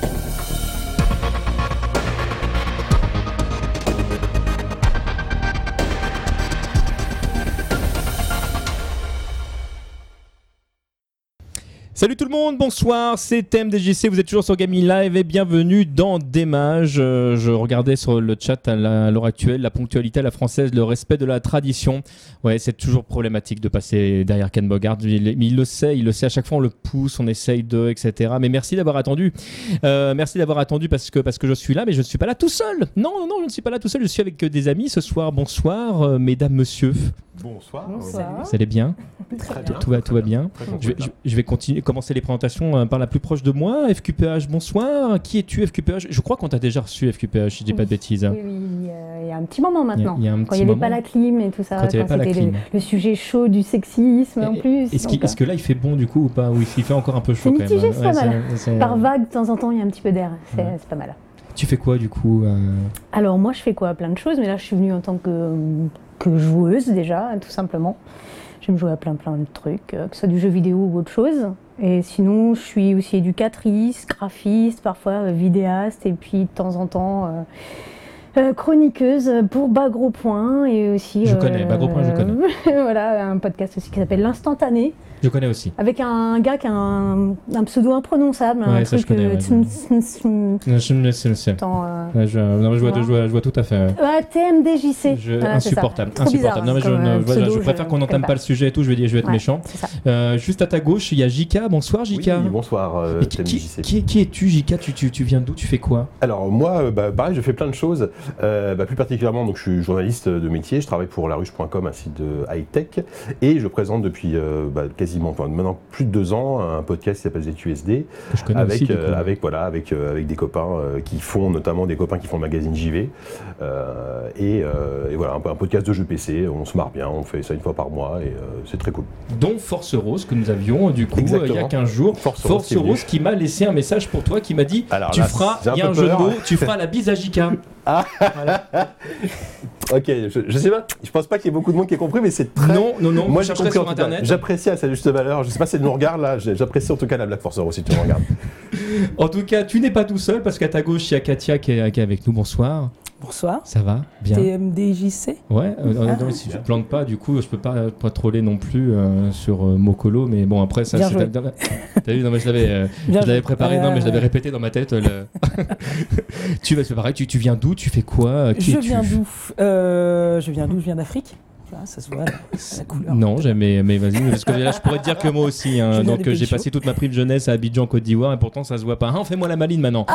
Salut tout le monde, bonsoir, c'est TMDJC, vous êtes toujours sur Gaming Live et bienvenue dans Démage. Je regardais sur le chat à l'heure actuelle, la ponctualité à la française, le respect de la tradition. Ouais, c'est toujours problématique de passer derrière Ken Bogard, il le sait à chaque fois on le pousse, on essaye de, etc. Mais merci d'avoir attendu, parce que je suis là, mais je ne suis pas là tout seul. Non, je ne suis pas là tout seul, je suis avec des amis ce soir. Bonsoir, mesdames, monsieur. Bonsoir. Vous allez bien? Très bien. Tout va bien. Je vais commencer les présentations par la plus proche de moi. FQPH, bonsoir. Qui es-tu, FQPH? Je crois qu'on t'a déjà reçu, FQPH, si je dis pas de bêtises. Oui, il y a un petit moment maintenant. Quand il n'y avait pas la clim et tout ça. Quand c'était le sujet chaud du sexisme en plus. Est-ce que là il fait bon du coup ou pas? Oui, il fait encore un peu chaud quand même. C'est pas mal. Par vague, de temps en temps, il y a un petit peu d'air. C'est pas mal. Tu fais quoi du coup Alors moi, je fais quoi? Plein de choses, mais là, je suis venue en tant que joueuse déjà, tout simplement. J'aime jouer à plein de trucs, que ce soit du jeu vidéo ou autre chose. Et sinon, je suis aussi éducatrice, graphiste, parfois vidéaste, et puis de temps en temps chroniqueuse pour Bas Gros Point. Et aussi, je connais, Bas Gros Point, je connais. Voilà, un podcast aussi qui s'appelle L'Instantané. Je connais aussi. Avec un gars qui a un pseudo imprononçable. Ouais, un ça truc, je connais. Je vois tout à fait. TMDJC. Insupportable. Non, mais je préfère qu'on n'entame pas le sujet et tout, je vais être méchant. Juste à ta gauche, il y a Jika. Bonsoir Jika. Oui, bonsoir TMDJC. Qui es-tu Jika? Tu viens d'où? Tu fais quoi? Alors moi, pareil, je fais plein de choses. Plus particulièrement, donc, je suis journaliste de métier, je travaille pour laruche.com, un site de high-tech, et je présente depuis maintenant plus de 2 ans un podcast qui s'appelle ZQSD, avec des copains qui font, notamment des copains qui font le magazine JV, et voilà, un podcast de jeux PC, on se marre bien, on fait ça une fois par mois, et c'est très cool. Dont Force Rose, que nous avions du coup il y a 15 jours. Force Rose qui m'a laissé un message pour toi, qui m'a dit il y a un jeu de mots, tu feras la bise à Jika. Ah voilà. Ok, je sais pas, je pense pas qu'il y ait beaucoup de monde qui ait compris, mais c'est très... Non, moi j'ai compris sur Internet. J'apprécie à sa juste valeur, je sais pas si elle nous regarde là, j'apprécie en tout cas la Black Force Rose si tu me regardes. En tout cas, tu n'es pas tout seul, parce qu'à ta gauche, il y a Katia qui est avec nous. Bonsoir. Bonsoir. Ça va? Bien. TMDJC. Ouais, non, si je ne plante pas, du coup, je peux pas troller non plus sur Mokolo, mais bon, après, ça... T'as vu, non, mais je l'avais préparé, non, mais je l'avais répété dans ma tête. Tu vas se pareil, tu viens d'où? Tu fais quoi? Je viens d'où? Je viens d'Afrique. Ça se voit la couleur. Non, jamais, mais vas-y, parce que là je pourrais te dire que moi aussi. Donc j'ai passé toute ma prime jeunesse à Abidjan, Côte d'Ivoire, et pourtant ça se voit pas. Fais-moi la maline maintenant.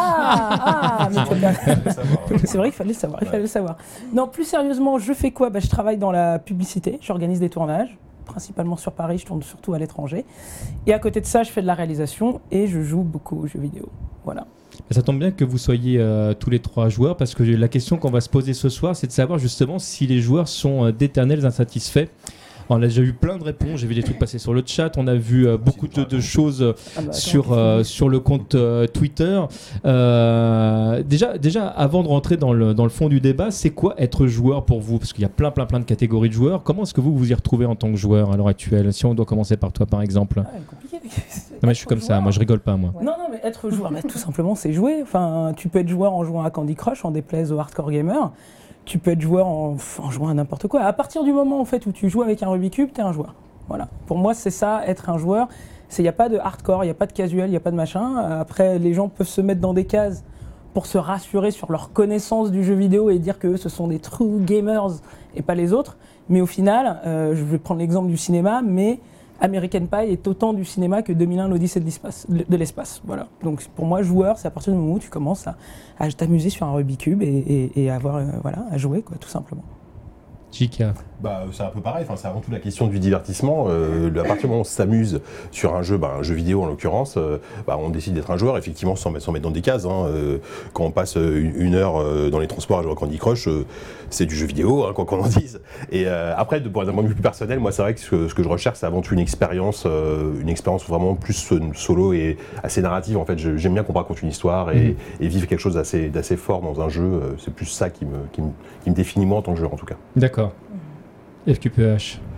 C'est vrai qu'il fallait le savoir. Non, plus sérieusement, je fais quoi? Je travaille dans la publicité, j'organise des tournages, principalement sur Paris, je tourne surtout à l'étranger. Et à côté de ça, je fais de la réalisation et je joue beaucoup aux jeux vidéo. Voilà. Ça tombe bien que vous soyez tous les 3 joueurs, parce que la question qu'on va se poser ce soir, c'est de savoir justement si les joueurs sont d'éternels insatisfaits. On a déjà eu plein de réponses, j'ai vu des trucs passer sur le chat, on a vu beaucoup de choses sur le compte Twitter. Déjà, avant de rentrer dans le fond du débat, c'est quoi être joueur pour vous? Parce qu'il y a plein de catégories de joueurs. Comment est-ce que vous y retrouvez en tant que joueur à l'heure actuelle? Si on doit commencer par toi par exemple. Compliqué. Non mais je suis comme ça, moi je rigole pas moi. Ouais. Non mais être joueur, tout simplement c'est jouer. Enfin, tu peux être joueur en jouant à Candy Crush, en déplaise aux hardcore gamers. Tu peux être joueur en jouant à n'importe quoi. À partir du moment en fait, où tu joues avec un Rubik's Cube, tu es un joueur. Voilà. Pour moi, c'est ça, être un joueur. Il n'y a pas de hardcore, il n'y a pas de casual, il n'y a pas de machin. Après, les gens peuvent se mettre dans des cases pour se rassurer sur leur connaissance du jeu vidéo et dire que ce sont des true gamers et pas les autres. Mais au final, je vais prendre l'exemple du cinéma, mais American Pie est autant du cinéma que 2001 l'Odyssée de l'espace. Voilà. Donc pour moi, joueur, c'est à partir du moment où tu commences à t'amuser sur un Rubik's Cube et à jouer, quoi, tout simplement. Jika. C'est un peu pareil, c'est avant tout la question du divertissement. À partir du moment où on s'amuse sur un jeu vidéo en l'occurrence, on décide d'être un joueur, effectivement, sans mettre dans des cases. Quand on passe une heure dans les transports à jouer à Candy Crush, c'est du jeu vidéo, quoi qu'on en dise. Et après, d'un point de vue plus personnel, moi c'est vrai que ce que je recherche, c'est avant tout une expérience vraiment plus solo et assez narrative. En fait, j'aime bien qu'on raconte une histoire et vivre quelque chose d'assez fort dans un jeu. C'est plus ça qui me définit moi en tant que joueur en tout cas. D'accord. FQPH.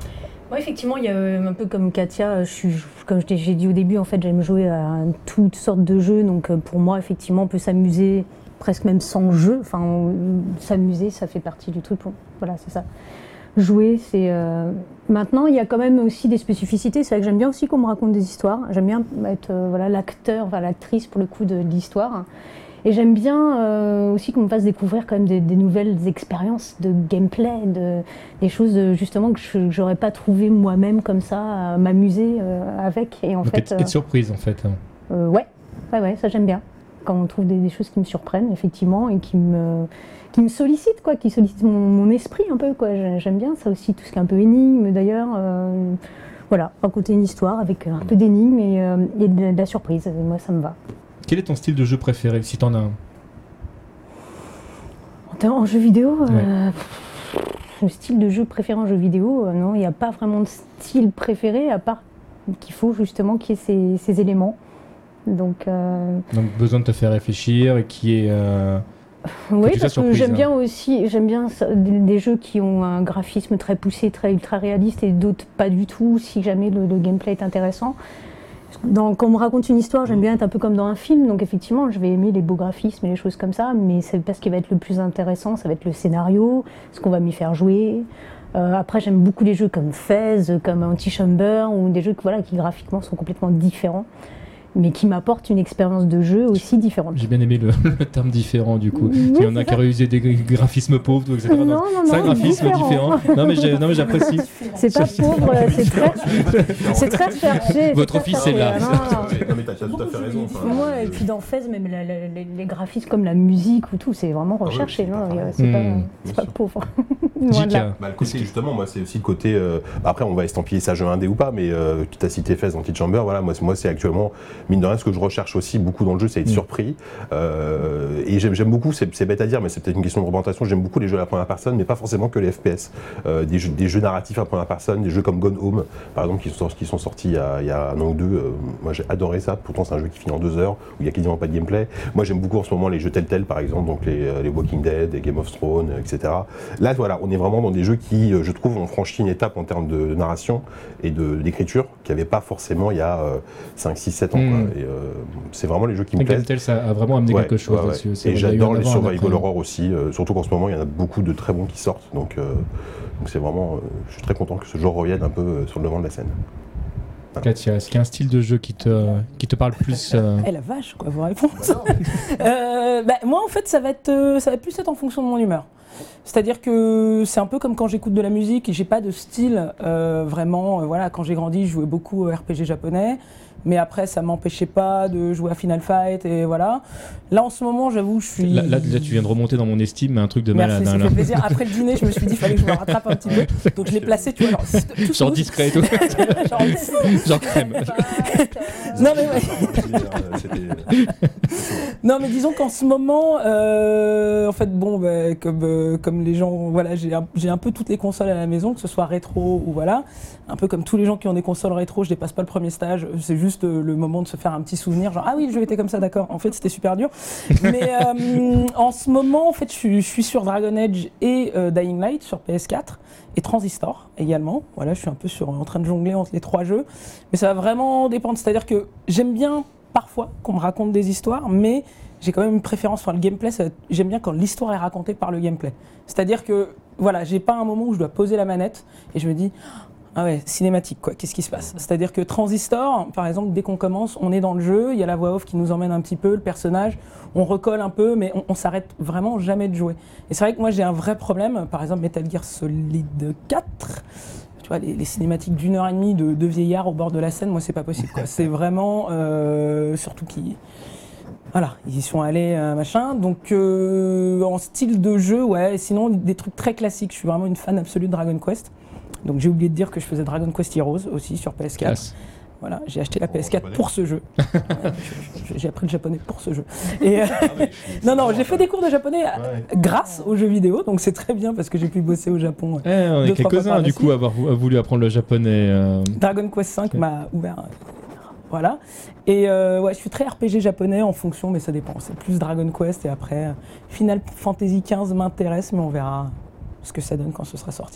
Moi, effectivement, il y a un peu comme Katia, comme j'ai dit au début, en fait, j'aime jouer à toutes sortes de jeux. Donc, pour moi, effectivement, on peut s'amuser presque même sans jeu. Enfin, s'amuser, ça fait partie du truc. Voilà, c'est ça. Jouer, c'est... Maintenant, il y a quand même aussi des spécificités. C'est vrai que j'aime bien aussi qu'on me raconte des histoires. J'aime bien être l'acteur, l'actrice, pour le coup, de l'histoire. Et j'aime bien aussi qu'on me fasse découvrir quand même des nouvelles expériences de gameplay, des choses justement que je n'aurais pas trouvé moi-même comme ça, à m'amuser avec. Et en Donc fait, être surprise en fait. ouais, ça j'aime bien. Quand on trouve des choses qui me surprennent effectivement et qui me sollicitent, quoi, qui sollicitent mon esprit un peu, quoi. J'aime bien ça aussi, tout ce qui est un peu énigme d'ailleurs. Voilà, raconter une histoire avec un peu d'énigme et de la surprise. Et moi, ça me va. Quel est ton style de jeu préféré, si t'en as un? En jeu vidéo, le style de jeu préféré en jeu vidéo, non, il n'y a pas vraiment de style préféré, à part qu'il faut justement qu'il y ait ces éléments. Donc besoin de te faire réfléchir et qui est... oui, parce que j'aime bien aussi, des jeux qui ont un graphisme très poussé, très ultra réaliste, et d'autres pas du tout, si jamais le gameplay est intéressant. Quand on me raconte une histoire, j'aime bien être un peu comme dans un film, donc effectivement je vais aimer les beaux graphismes et les choses comme ça, mais c'est pas ce qui va être le plus intéressant, ça va être le scénario, ce qu'on va m'y faire jouer. Après j'aime beaucoup les jeux comme Fez, comme Antichamber, ou des jeux qui graphiquement sont complètement différents, mais qui m'apportent une expérience de jeu aussi différente. J'ai bien aimé le terme différent du coup. Oui, il y en a qui auraient usé des graphismes pauvres, etc. Non, c'est un graphisme différent. Non mais j'apprécie. C'est pas pauvre, c'est très recherché. Votre fils est là. Non mais t'as tout à fait raison. Et puis dans Fez, même les graphismes comme la musique ou tout, c'est vraiment recherché. C'est pas pauvre. Le côté justement, moi c'est aussi le côté. Après on va estampiller ça jeu indé ou pas, mais tu as cité Fez, Antichamber, voilà, moi c'est actuellement, mine de rien, ce que je recherche aussi beaucoup dans le jeu, c'est être surpris. Et j'aime beaucoup, c'est bête à dire, mais c'est peut-être une question de représentation, j'aime beaucoup les jeux à la première personne, mais pas forcément que les FPS. Des jeux narratifs à la première personne, des jeux comme Gone Home, par exemple, qui sont sortis il y a un an ou deux. Moi j'ai adoré ça, pourtant c'est un jeu qui finit en 2 heures, où il n'y a quasiment pas de gameplay. Moi j'aime beaucoup en ce moment les jeux Telltale, par exemple, donc les Walking Dead, les Game of Thrones, etc. Là voilà, on est vraiment dans des jeux qui, je trouve, ont franchi une étape en termes de narration et d'écriture qu'il n'y avait pas forcément il y a 5, 6, 7 ans. Quoi. Et c'est vraiment les jeux qui me plaisent. Telltale, ça a vraiment amené quelque chose là-dessus. Et j'adore les survival horror aussi, surtout qu'en ce moment il y en a beaucoup de très bons qui sortent. Donc c'est vraiment, je suis très content que ce genre revienne un peu sur le devant de la scène. Voilà. Katia, est-ce qu'il y a un style de jeu qui te parle plus Eh la vache, quoi, vos réponses. Moi en fait ça va plus être en fonction de mon humeur. C'est-à-dire que c'est un peu comme quand j'écoute de la musique et j'ai pas de style vraiment. Voilà, quand j'ai grandi, je jouais beaucoup au RPG japonais, mais après ça m'empêchait pas de jouer à Final Fight et voilà. Là en ce moment, j'avoue, je suis. Là, tu viens de remonter dans mon estime, mais un truc de malade. Merci, ça fait plaisir. Après le dîner, je me suis dit, il fallait que je me rattrape un petit peu, donc je l'ai placé, tu vois, genre discret et tout. genre crème. Non mais ouais. Non mais disons qu'en ce moment, en fait, bon, comme les gens, voilà, j'ai un peu toutes les consoles à la maison, que ce soit rétro ou voilà, un peu comme tous les gens qui ont des consoles rétro, je dépasse pas le premier stage, c'est juste le moment de se faire un petit souvenir, genre ah oui, le jeu était comme ça, d'accord. En fait, c'était super dur. Mais en ce moment, en fait, je suis sur Dragon Age et Dying Light sur PS4 et Transistor également. Voilà, je suis un peu en train de jongler entre les 3 jeux, mais ça va vraiment dépendre. C'est-à-dire que j'aime bien parfois qu'on me raconte des histoires, mais j'ai quand même une préférence pour le gameplay. J'aime bien quand l'histoire est racontée par le gameplay. C'est-à-dire que voilà, j'ai pas un moment où je dois poser la manette et je me dis ah ouais, cinématique quoi, qu'est-ce qui se passe? C'est-à-dire que Transistor, par exemple, dès qu'on commence, on est dans le jeu, il y a la voix off qui nous emmène un petit peu, le personnage, on recolle un peu, mais on s'arrête vraiment jamais de jouer. Et c'est vrai que moi j'ai un vrai problème, par exemple Metal Gear Solid 4, tu vois, les cinématiques d'1h30 de vieillards au bord de la scène, moi c'est pas possible quoi. C'est vraiment, surtout qui... Voilà, ils y sont allés, machin. Donc, en style de jeu, ouais, sinon des trucs très classiques. Je suis vraiment une fan absolue de Dragon Quest. Donc, j'ai oublié de dire que je faisais Dragon Quest Heroes aussi sur PS4. Classe. Voilà, j'ai acheté la PS4 pour ce jeu. J'ai appris le japonais pour ce jeu. Et non, j'ai fait des cours de japonais grâce aux jeux vidéo, donc c'est très bien parce que j'ai pu bosser au Japon. On est quelques-uns du coup à avoir voulu apprendre le japonais. Dragon Quest 5 m'a ouvert. Voilà. Et ouais, je suis très RPG japonais en fonction, mais ça dépend. C'est plus Dragon Quest et après Final Fantasy XV m'intéresse, mais on verra ce que ça donne quand ce sera sorti.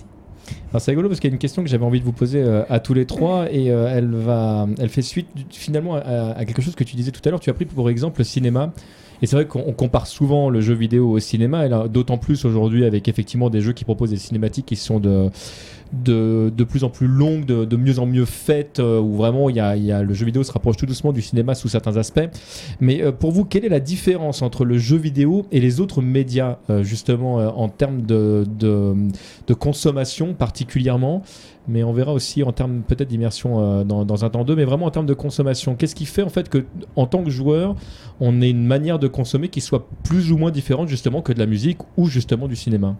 Alors c'est rigolo parce qu'il y a une question que j'avais envie de vous poser à tous les trois et elle fait suite finalement à quelque chose que tu disais tout à l'heure. Tu as pris pour exemple le cinéma. Et c'est vrai qu'on compare souvent le jeu vidéo au cinéma, et là, d'autant plus aujourd'hui avec effectivement des jeux qui proposent des cinématiques qui sont de plus en plus longues, de mieux en mieux faites, où vraiment le jeu vidéo se rapproche tout doucement du cinéma sous certains aspects. Mais pour vous, quelle est la différence entre le jeu vidéo et les autres médias, justement en termes de consommation particulièrement, mais on verra aussi en termes peut-être d'immersion dans un temps 2, mais vraiment en termes de consommation. Qu'est-ce qui fait en fait que, en tant que joueur, on ait une manière de consommer qui soit plus ou moins différente justement que de la musique ou justement du cinéma?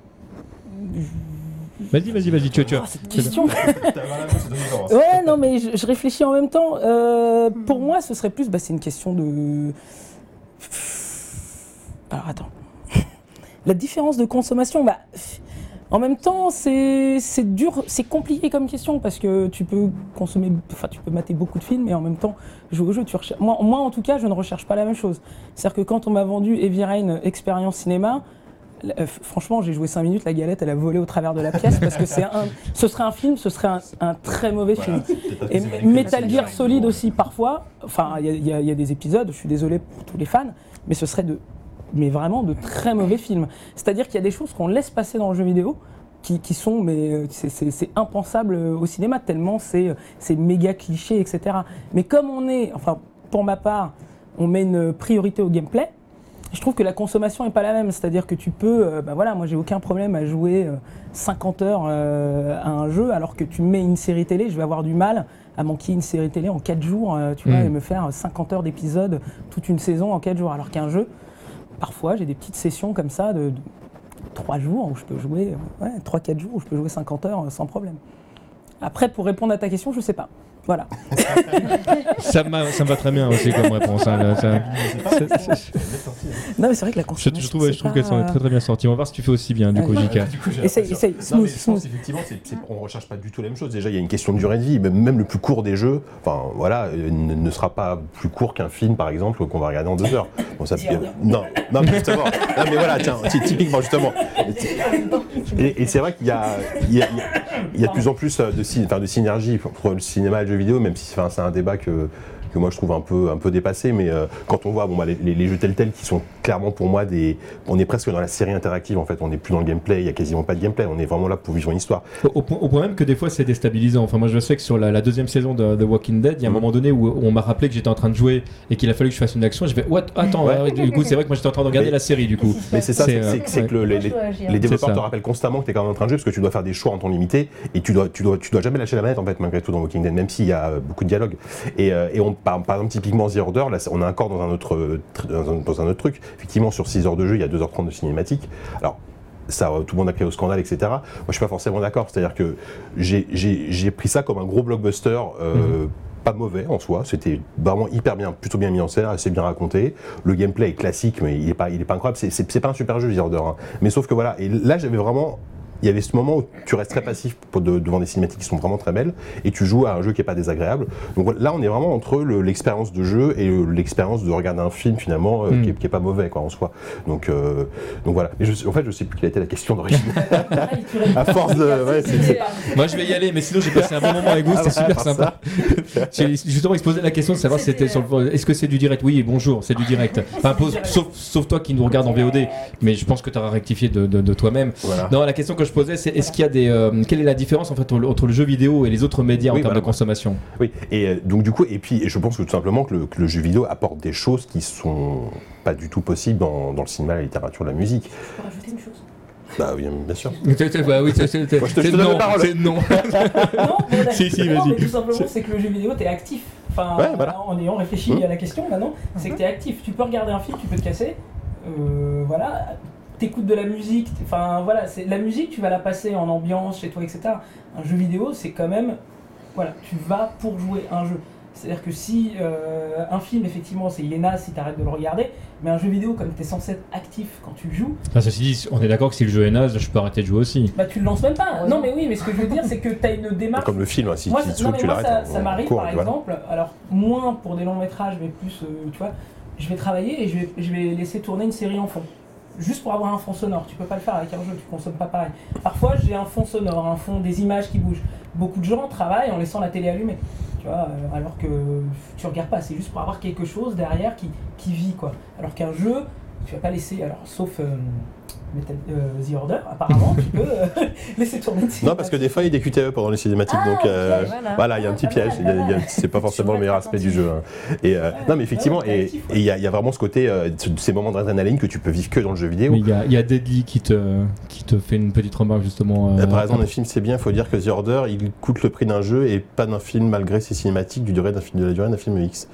Vas-y, tu as. Cette question. Ouais, non, mais je réfléchis en même temps. Pour moi, ce serait plus, c'est une question de. Alors attends. La différence de consommation, en même temps, c'est dur, c'est compliqué comme question parce que tu peux mater beaucoup de films et en même temps jouer au jeu. Moi, en tout cas, je ne recherche pas la même chose. C'est-à-dire que quand on m'a vendu Heavy Rain expérience cinéma, franchement, j'ai joué 5 minutes, la galette, elle a volé au travers de la pièce parce que ce serait un film, ce serait un très mauvais film. Et Metal Gear Solid aussi, parfois, il y a des épisodes, je suis désolé pour tous les fans, mais ce serait mais vraiment de très mauvais films. C'est-à-dire qu'il y a des choses qu'on laisse passer dans le jeu vidéo qui sont, mais c'est impensable au cinéma, tellement c'est méga cliché, etc. Mais comme pour ma part, on met une priorité au gameplay, je trouve que la consommation n'est pas la même. C'est-à-dire que tu peux, moi j'ai aucun problème à jouer 50 heures à un jeu, alors que tu mets une série télé, je vais avoir du mal à manquer une série télé en 4 jours, tu vois, et me faire 50 heures d'épisodes, toute une saison en 4 jours, alors qu'un jeu, parfois, j'ai des petites sessions comme ça de 3 jours où je peux jouer, 3-4 jours où je peux jouer 50 heures sans problème. Après, pour répondre à ta question, je sais pas. Voilà. Ça me va très bien aussi comme réponse. Non, mais c'est vrai que la consommation. Je trouve qu'elles sont très très bien sorties. On va voir si tu fais aussi bien, du coup, JK. Essaye. Non, mais je pense effectivement, on ne recherche pas du tout la même chose. Déjà, il y a une question de durée de vie. Même le plus court des jeux, ne sera pas plus court qu'un film, par exemple, qu'on va regarder en 2 heures. Bon, non, mais justement. Non, mais voilà, tiens, typiquement, justement. Et c'est vrai qu'il y a de plus en plus de synergie entre le cinéma et le jeu vidéo, même si c'est un débat que moi je trouve un peu dépassé, mais quand on voit les jeux tels qui sont clairement pour moi on est presque dans la série interactive en fait, on n'est plus dans le gameplay, il n'y a quasiment pas de gameplay, on est vraiment là pour vivre une histoire. Au point même que des fois c'est déstabilisant. Enfin moi je sais que sur la deuxième saison de The Walking Dead, il y a un moment donné où on m'a rappelé que j'étais en train de jouer et qu'il a fallu que je fasse une action, et je fais attends, du coup c'est vrai que moi j'étais en train de regarder la série du coup. Mais c'est ça, c'est que les développeurs te rappellent constamment que tu es quand même en train de jouer parce que tu dois faire des choix en temps limité et tu dois jamais lâcher la manette en fait malgré tout dans Walking Dead, même s'il y a beaucoup de dialogue. Et par exemple typiquement The Order, là on est encore dans un autre truc. Effectivement sur 6 heures de jeu, il y a 2h30 de cinématique. Alors ça, tout le monde a crié au scandale, etc. Moi je suis pas forcément d'accord, c'est-à-dire que j'ai pris ça comme un gros blockbuster. Pas mauvais en soi, c'était vraiment plutôt bien mis en scène, assez bien raconté. Le gameplay est classique, mais il est pas incroyable. C'est pas un super jeu, The Order. Mais sauf que voilà, et là il y avait ce moment où tu restes très passif devant des cinématiques qui sont vraiment très belles et tu joues à un jeu qui n'est pas désagréable. Donc là, on est vraiment entre l'expérience de jeu et l'expérience de regarder un film finalement qui est pas mauvais en soi. Donc voilà. Et en fait, je sais plus quelle était la question d'origine. À force de. Moi, je vais y aller, mais sinon, j'ai passé un bon moment avec vous, c'était super sympa. J'ai justement exposé la question de savoir si c'était est-ce que c'est du direct? Oui, bonjour, c'est du direct. Enfin, sauf toi qui nous regarde en VOD, mais je pense que tu auras rectifié de toi-même. Voilà. Non, la question que je posais, c'est est-ce qu'il y a quelle est la différence en fait entre le jeu vidéo et les autres médias en termes de consommation? Oui, et donc du coup, et je pense que tout simplement que le jeu vidéo apporte des choses qui sont pas du tout possibles dans le cinéma, la littérature, la musique. Je peux rajouter une chose? Bah oui, bien sûr. Oui, c'est non. C'est non. Non, si, vas-y. Mais tout simplement, c'est que le jeu vidéo, t'es actif. Enfin, en ayant réfléchi à la question maintenant, c'est que t'es actif. Tu peux regarder un film, tu peux te casser. T'écoutes de la musique, la musique tu vas la passer en ambiance chez toi, etc. Un jeu vidéo c'est quand même, tu vas pour jouer un jeu. C'est-à-dire que si un film effectivement il est naze si t'arrêtes de le regarder, mais un jeu vidéo comme t'es censé être actif quand tu joues. Enfin, ceci dit, on est d'accord que si le jeu est naze, je peux arrêter de jouer aussi. Tu le lances même pas. Non mais oui, mais ce que je veux dire c'est que t'as une démarche. Comme le film, si tu l'arrêtes. Ça m'arrive par exemple, alors moins pour des longs métrages, mais plus tu vois, je vais travailler et je vais laisser tourner une série en fond. juste pour avoir un fond sonore. Tu peux pas le faire avec un jeu, tu consommes pas pareil. Parfois, j'ai un fond sonore, un fond, des images qui bougent. Beaucoup de gens travaillent en laissant la télé allumée. Tu vois, alors que tu regardes pas, c'est juste pour avoir quelque chose derrière qui vit, quoi. Alors qu'un jeu, tu vas pas laisser, alors sauf The Order, apparemment, tu peux laisser tourner. Non, parce que des fois il y a des QTE pendant les cinématiques, donc voilà, il y a un petit piège. C'est pas forcément le meilleur aspect du jeu. Hein. Et non, mais effectivement, et il y a vraiment ce côté, ces moments d'adrénaline que tu peux vivre que dans le jeu vidéo. Il y a Deadly qui te fait une petite remarque justement. Par exemple, un film, c'est bien. Il faut dire que The Order, il coûte le prix d'un jeu et pas d'un film malgré ses cinématiques de la durée d'un film X.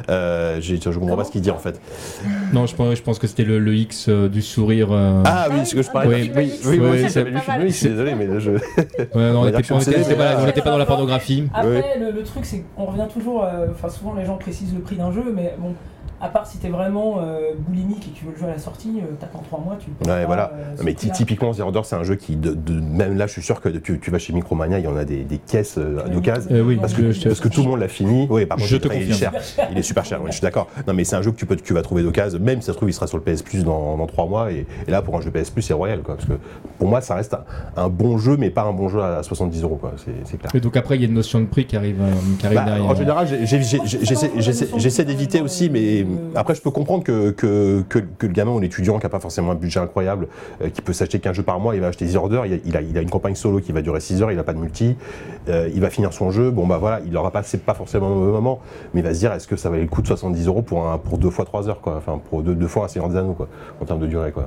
Je comprends pas ce qu'il dit en fait. Non, je pense que c'était le X du sourire. Ah oui, ce que je parlais. Oui, j'avais lu le film X, désolé, mais là je. On n'était pas dans la pornographie. Après, le truc, c'est qu'on revient toujours. Souvent, les gens précisent le prix d'un jeu, mais bon. À part si t'es vraiment boulimique et que tu veux le jouer à la sortie, t'attends 3 mois, tu peux pas. Voilà. Mais typiquement, The Order, c'est un jeu qui, même là, je suis sûr que tu vas chez Micromania, il y en a des caisses d'occasion. Parce que tout le monde l'a fini. Oui, par contre, il est cher. Il est super cher, je suis d'accord. Non, mais c'est un jeu que tu vas trouver d'occasion, même si ça se trouve, il sera sur le PS Plus dans 3 mois. Et là, pour un jeu PS Plus, c'est royal, quoi. Parce que pour moi, ça reste un bon jeu, mais pas un bon jeu à 70 €, quoi. C'est clair. Et donc après, il y a une notion de prix qui arrive derrière. En général, j'essaie d'éviter aussi, mais. Après, je peux comprendre que le gamin ou l'étudiant qui n'a pas forcément un budget incroyable, qui peut s'acheter qu'un jeu par mois, il va acheter The Order, il a une campagne solo qui va durer 6 heures, il n'a pas de multi, il va finir son jeu, bon bah voilà, il n'aura pas forcément au mauvais moment, mais il va se dire est-ce que ça valait le coup de 70 € pour 2 fois 3 heures, quoi, enfin pour deux fois un Seigneur des Anneaux, quoi, en termes de durée, quoi.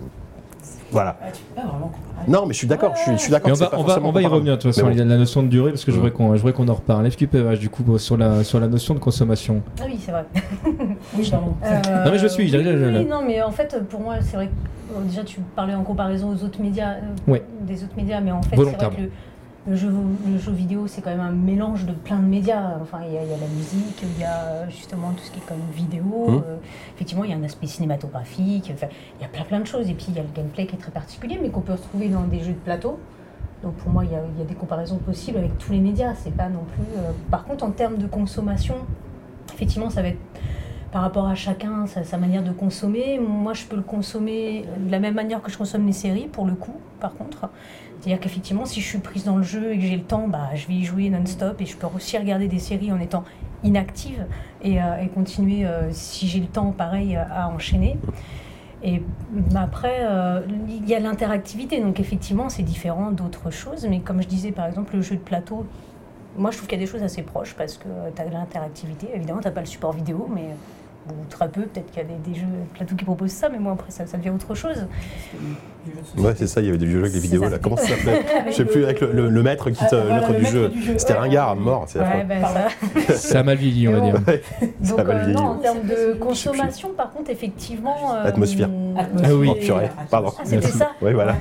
Voilà. Tu peux pas vraiment comparer. Non, mais je suis d'accord, je suis d'accord. On va y revenir de toute façon, la notion de durée, parce que je voudrais qu'on en reparle. FQPH, du coup, sur la notion de consommation. Ah oui, c'est vrai. Oui, pardon. Non, mais je suis. Non, mais en fait, pour moi, c'est vrai que déjà, tu parlais en comparaison aux autres médias, des autres médias, mais en fait, c'est vrai que le jeu vidéo, c'est quand même un mélange de plein de médias. Enfin, il y a la musique, il y a justement tout ce qui est comme vidéo. Effectivement, il y a un aspect cinématographique. Enfin, il y a plein de choses. Et puis, il y a le gameplay qui est très particulier, mais qu'on peut retrouver dans des jeux de plateau. Donc, pour moi, il y a des comparaisons possibles avec tous les médias. C'est pas non plus. Par contre, en termes de consommation, effectivement, ça va être par rapport à chacun, sa manière de consommer. Moi, je peux le consommer de la même manière que je consomme les séries, pour le coup, par contre. C'est-à-dire qu'effectivement, si je suis prise dans le jeu et que j'ai le temps, je vais y jouer non-stop et je peux aussi regarder des séries en étant inactive et continuer, si j'ai le temps, pareil, à enchaîner. Et après, il y a l'interactivité, donc effectivement, c'est différent d'autres choses. Mais comme je disais, par exemple, le jeu de plateau, moi, je trouve qu'il y a des choses assez proches parce que tu as de l'interactivité. Évidemment, tu n'as pas le support vidéo, mais très peu. Peut-être qu'il y a des jeux de plateau qui proposent ça, mais moi, après, ça devient autre chose. Ouais, c'est ça, il y avait des vieux jeux avec des vidéos, là. Comment ça s'appelait? Je sais plus, avec le maître du jeu. C'était ringard, mort, c'est affreux. Ça a mal vieilli, on va dire. Donc, non, en termes de consommation, par contre, effectivement. Atmosphère. Ah oui. Oh, purée, pardon. C'était ça. Oui, voilà.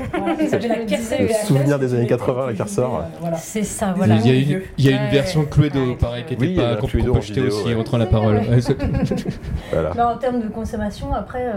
Le souvenir des années 80, qui ressort. C'est ça, voilà. Il y a une version Cluedo, pareil, qui n'était pas qu'on peut jeter aussi, en rentrant la parole. Non, en termes de consommation, après,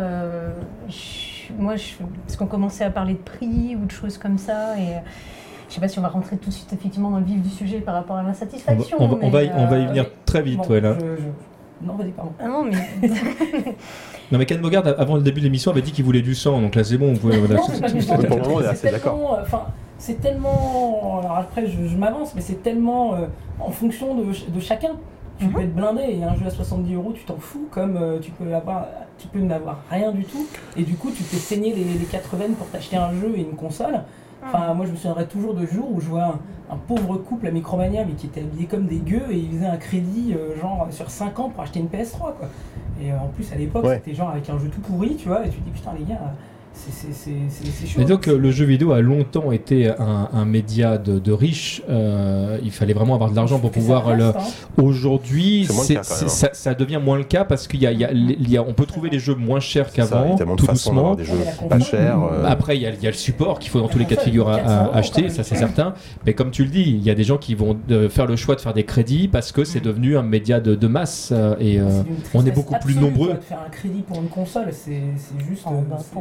parce qu'on commençait à parler de prix ou de choses comme ça, et je sais pas si on va rentrer tout de suite effectivement dans le vif du sujet par rapport à l'insatisfaction. On va y venir très vite, bon, là. Non, vas-y, pardon. Ah non, mais... Non, mais Ken Bogard, avant le début de l'émission, avait dit qu'il voulait du sang, donc là c'est bon, vous pouvez... Pour le moment, on est assez d'accord. C'est tellement... Alors après, je m'avance, mais c'est tellement en fonction de chacun. Tu peux être blindé et un jeu à 70 €, tu t'en fous, comme tu peux n'avoir rien du tout, et du coup tu peux saigner les 80 pour t'acheter un jeu et une console. Enfin, moi je me souviendrai toujours de jours où je vois un pauvre couple à Micromania, mais qui était habillé comme des gueux, et ils faisaient un crédit genre sur 5 ans pour acheter une PS3, quoi. Et en plus à l'époque c'était genre avec un jeu tout pourri, tu vois, et tu te dis putain les gars... C'est chaud. Et donc le jeu vidéo a longtemps été un média de riches. Il fallait vraiment avoir de l'argent pour pouvoir Aujourd'hui, ça devient moins le cas parce qu'on peut trouver des jeux moins chers qu'avant, tout doucement. Des jeux pas chers. Après, il y a le support qu'il faut dans tous les cas de figure à acheter, ça c'est certain. Mais comme tu le dis, il y a des gens qui vont faire le choix de faire des crédits parce que c'est devenu un média de masse et on est beaucoup plus nombreux. Faire un crédit pour une console, c'est juste. Pourquoi pas?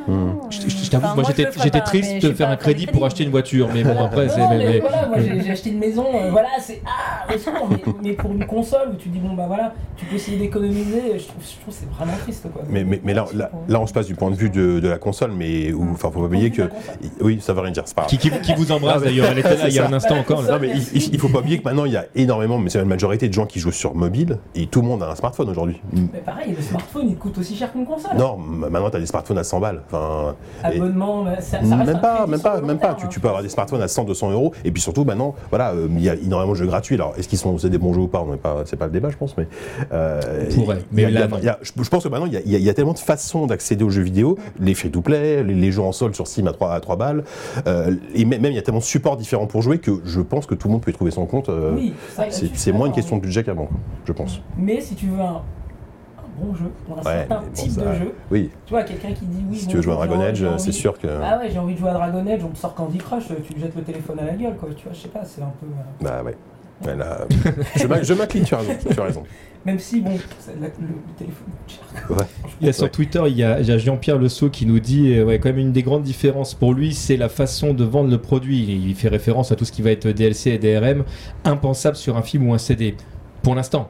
Je t'avoue, Enfin, moi je le j'étais ferais pas, mais triste je de suis faire pas un crédit crédit. pour acheter une voiture, mais bon après c'est. Non, mais voilà, moi j'ai acheté une maison, voilà, c'est au secours, mais pour une console où tu dis bon bah voilà, tu peux essayer d'économiser, je trouve que c'est vraiment triste quoi. Mais là, on se passe du point de vue de la console, mais faut pas oublier que. Oui, ça veut rien dire, c'est pas grave. Qui vous embrasse d'ailleurs, elle était là il y a un instant encore. Non, mais il faut pas oublier que maintenant il y a énormément, mais c'est la majorité de gens qui jouent sur mobile et tout le monde a un smartphone aujourd'hui. Mais pareil, le smartphone il coûte aussi cher qu'une console. Non, maintenant tu as des smartphones à 100 balles. Enfin, Abonnement, ça reste même un pas, crédit sur le long terme, Tu peux avoir des smartphones à 100, 200 euros. Et puis surtout, maintenant, voilà, il y a énormément de jeux gratuits. Alors, est-ce qu'ils sont c'est des bons jeux ou pas? C'est pas le débat, je pense. Mais Pourrait. Mais là, non. je pense que maintenant, il y a tellement de façons d'accéder aux jeux vidéo, les free-to-play, les jeux en solde sur Steam à 3 balles, et même il y a tellement de supports différents pour jouer que je pense que tout le monde peut y trouver son compte. Oui, c'est moins une question de budget qu'avant, je pense. Mais si tu veux un bon jeu, pour un certain type de jeu, oui. tu vois, quelqu'un qui dit oui. Si tu veux jouer à Dragon Age, c'est sûr que. Ah ouais, j'ai envie de jouer à Dragon Age, on te sort Candy Crush, tu lui jettes le téléphone à la gueule, quoi. Tu vois, je sais pas, c'est un peu. Bah ouais. Là, je m'incline, tu as raison. Même si, bon, le téléphone coûte cher. Ouais. Il y a sur Twitter, il y a Jean-Pierre Le Sceau qui nous dit quand même une des grandes différences pour lui, c'est la façon de vendre le produit. Il fait référence à tout ce qui va être DLC et DRM, impensable sur un film ou un CD. Pour l'instant.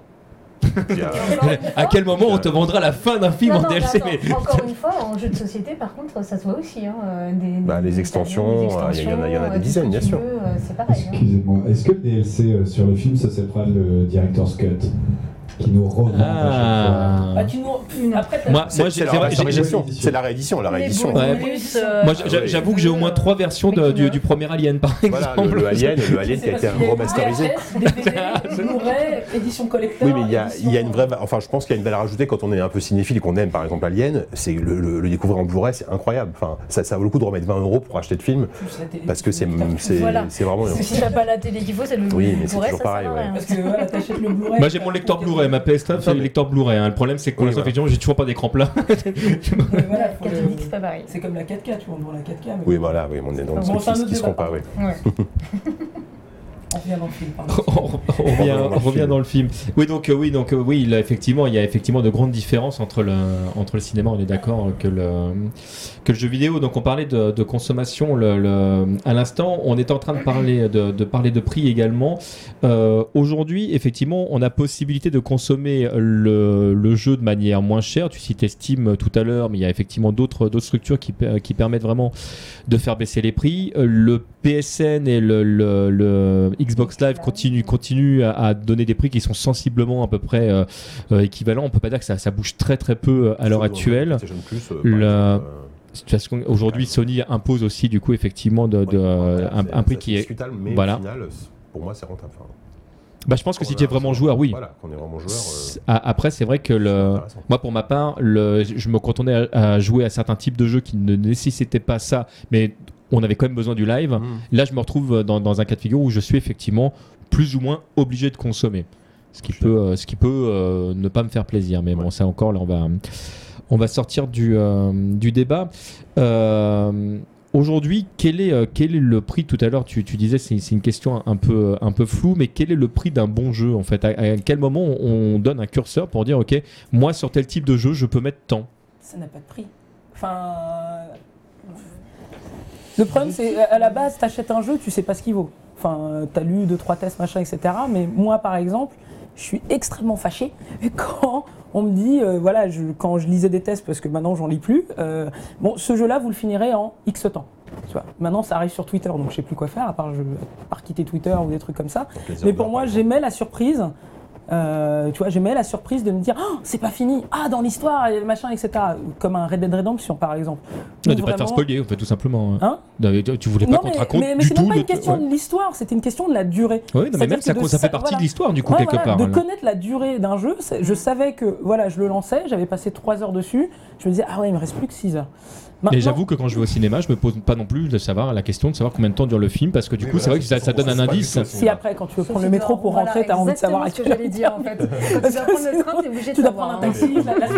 À quel moment on te vendra la fin d'un film en DLC? Encore une fois, en jeu de société, par contre, ça se voit aussi. Les extensions, il y en a des dizaines, bien sûr. C'est pareil. Excusez-moi, est-ce que le DLC sur le film, ça s'appelle le Director's Cut qui nous revend à chaque fois? Après, c'est la réédition. Moi, j'avoue que j'ai au moins 3 versions du premier Alien, par exemple. Voilà, le Alien qui a été remasterisé. Blu-ray, édition collector. Oui, mais il y a une vraie. Enfin, je pense qu'il y a une valeur ajoutée quand on est un peu cinéphile et qu'on aime, par exemple, Alien. C'est le découvrir en Blu-ray, c'est incroyable. Enfin, ça vaut le coup de remettre 20 € pour acheter de film parce que c'est vraiment. Parce que si t'as pas la télé qu'il faut, c'est le oui, mais c'est Blu-ray, toujours ça pareil. sert à rien. Parce que voilà, t'achètes le Blu-ray. Moi j'ai mon lecteur Blu-ray, ma PS3 c'est le lecteur Blu-ray. Le problème c'est que pour l'instant, effectivement, j'ai toujours pas d'écran plat. Voilà, Catholique, c'est pas pareil. c'est comme la 4K, tu vois, on vend la 4K. Oui, voilà, oui, on est dans ce qui se compare, oui. On revient dans le film, pardon. On revient dans le film. Oui, là, effectivement, il y a effectivement de grandes différences entre le cinéma. On est d'accord que le jeu vidéo. Donc, on parlait de consommation à l'instant. On est en train de parler de prix également. Aujourd'hui, effectivement, on a possibilité de consommer le jeu de manière moins chère. Tu citais Steam tout à l'heure, mais il y a effectivement d'autres structures qui permettent vraiment de faire baisser les prix. Le PSN et le Xbox Live continue à donner des prix qui sont sensiblement à peu près équivalents. On peut pas dire que ça bouge très très peu à l'heure actuelle. Aujourd'hui, Sony impose aussi du coup effectivement un prix qui est discutable, mais voilà. Au final, pour moi, c'est rentable. Je pense que si tu es vraiment joueur, oui. Voilà, qu'on est vraiment joueur. Après, c'est vrai que moi, pour ma part, je me contentais à jouer à certains types de jeux qui ne nécessitaient pas ça, mais on avait quand même besoin du live. Là, je me retrouve dans un cas de figure où je suis effectivement plus ou moins obligé de consommer. Ce qui peut ne pas me faire plaisir. Mais bon, ça encore, là, on va sortir du débat. Aujourd'hui, quel est le prix? Tout à l'heure, tu disais c'est une question un peu floue, mais quel est le prix d'un bon jeu en fait? À quel moment on donne un curseur pour dire ok, moi sur tel type de jeu, je peux mettre tant? Ça n'a pas de prix. Enfin, le problème c'est à la base, t'achètes un jeu, tu sais pas ce qu'il vaut. Enfin, t'as lu 2-3 tests machin, etc. Mais moi, par exemple, je suis extrêmement fâché quand on me dit, quand je lisais des tests, parce que maintenant j'en lis plus, ce jeu-là, vous le finirez en X temps. Tu vois, maintenant ça arrive sur Twitter, donc je sais plus quoi faire, à part quitter Twitter ou des trucs comme ça. Mais pour moi, j'aimais la surprise. J'aimais la surprise de me dire c'est pas fini, dans l'histoire et machin, etc. Comme un Red Dead Redemption par exemple. De pas te faire spoiler, en fait, tout simplement. Tu voulais pas qu'on te raconte mais du c'est tout. même pas une question de l'histoire, c'était une question de la durée. Oui, mais même ça fait partie de l'histoire du coup quelque part. De connaître la durée d'un jeu, je savais que je le lançais, j'avais passé 3 heures dessus, je me disais il me reste plus que 6 heures. Mais j'avoue que quand je vais au cinéma, je me pose pas non plus la question de savoir combien de temps dure le film, parce que du coup, c'est vrai que ça donne un indice. Si après, quand tu veux prendre le métro pour rentrer, t'as envie de savoir à quelle heure. C'est ce que j'allais dire en fait. Quand tu dois prendre le train, t'es obligé de tu dois prendre un taxi,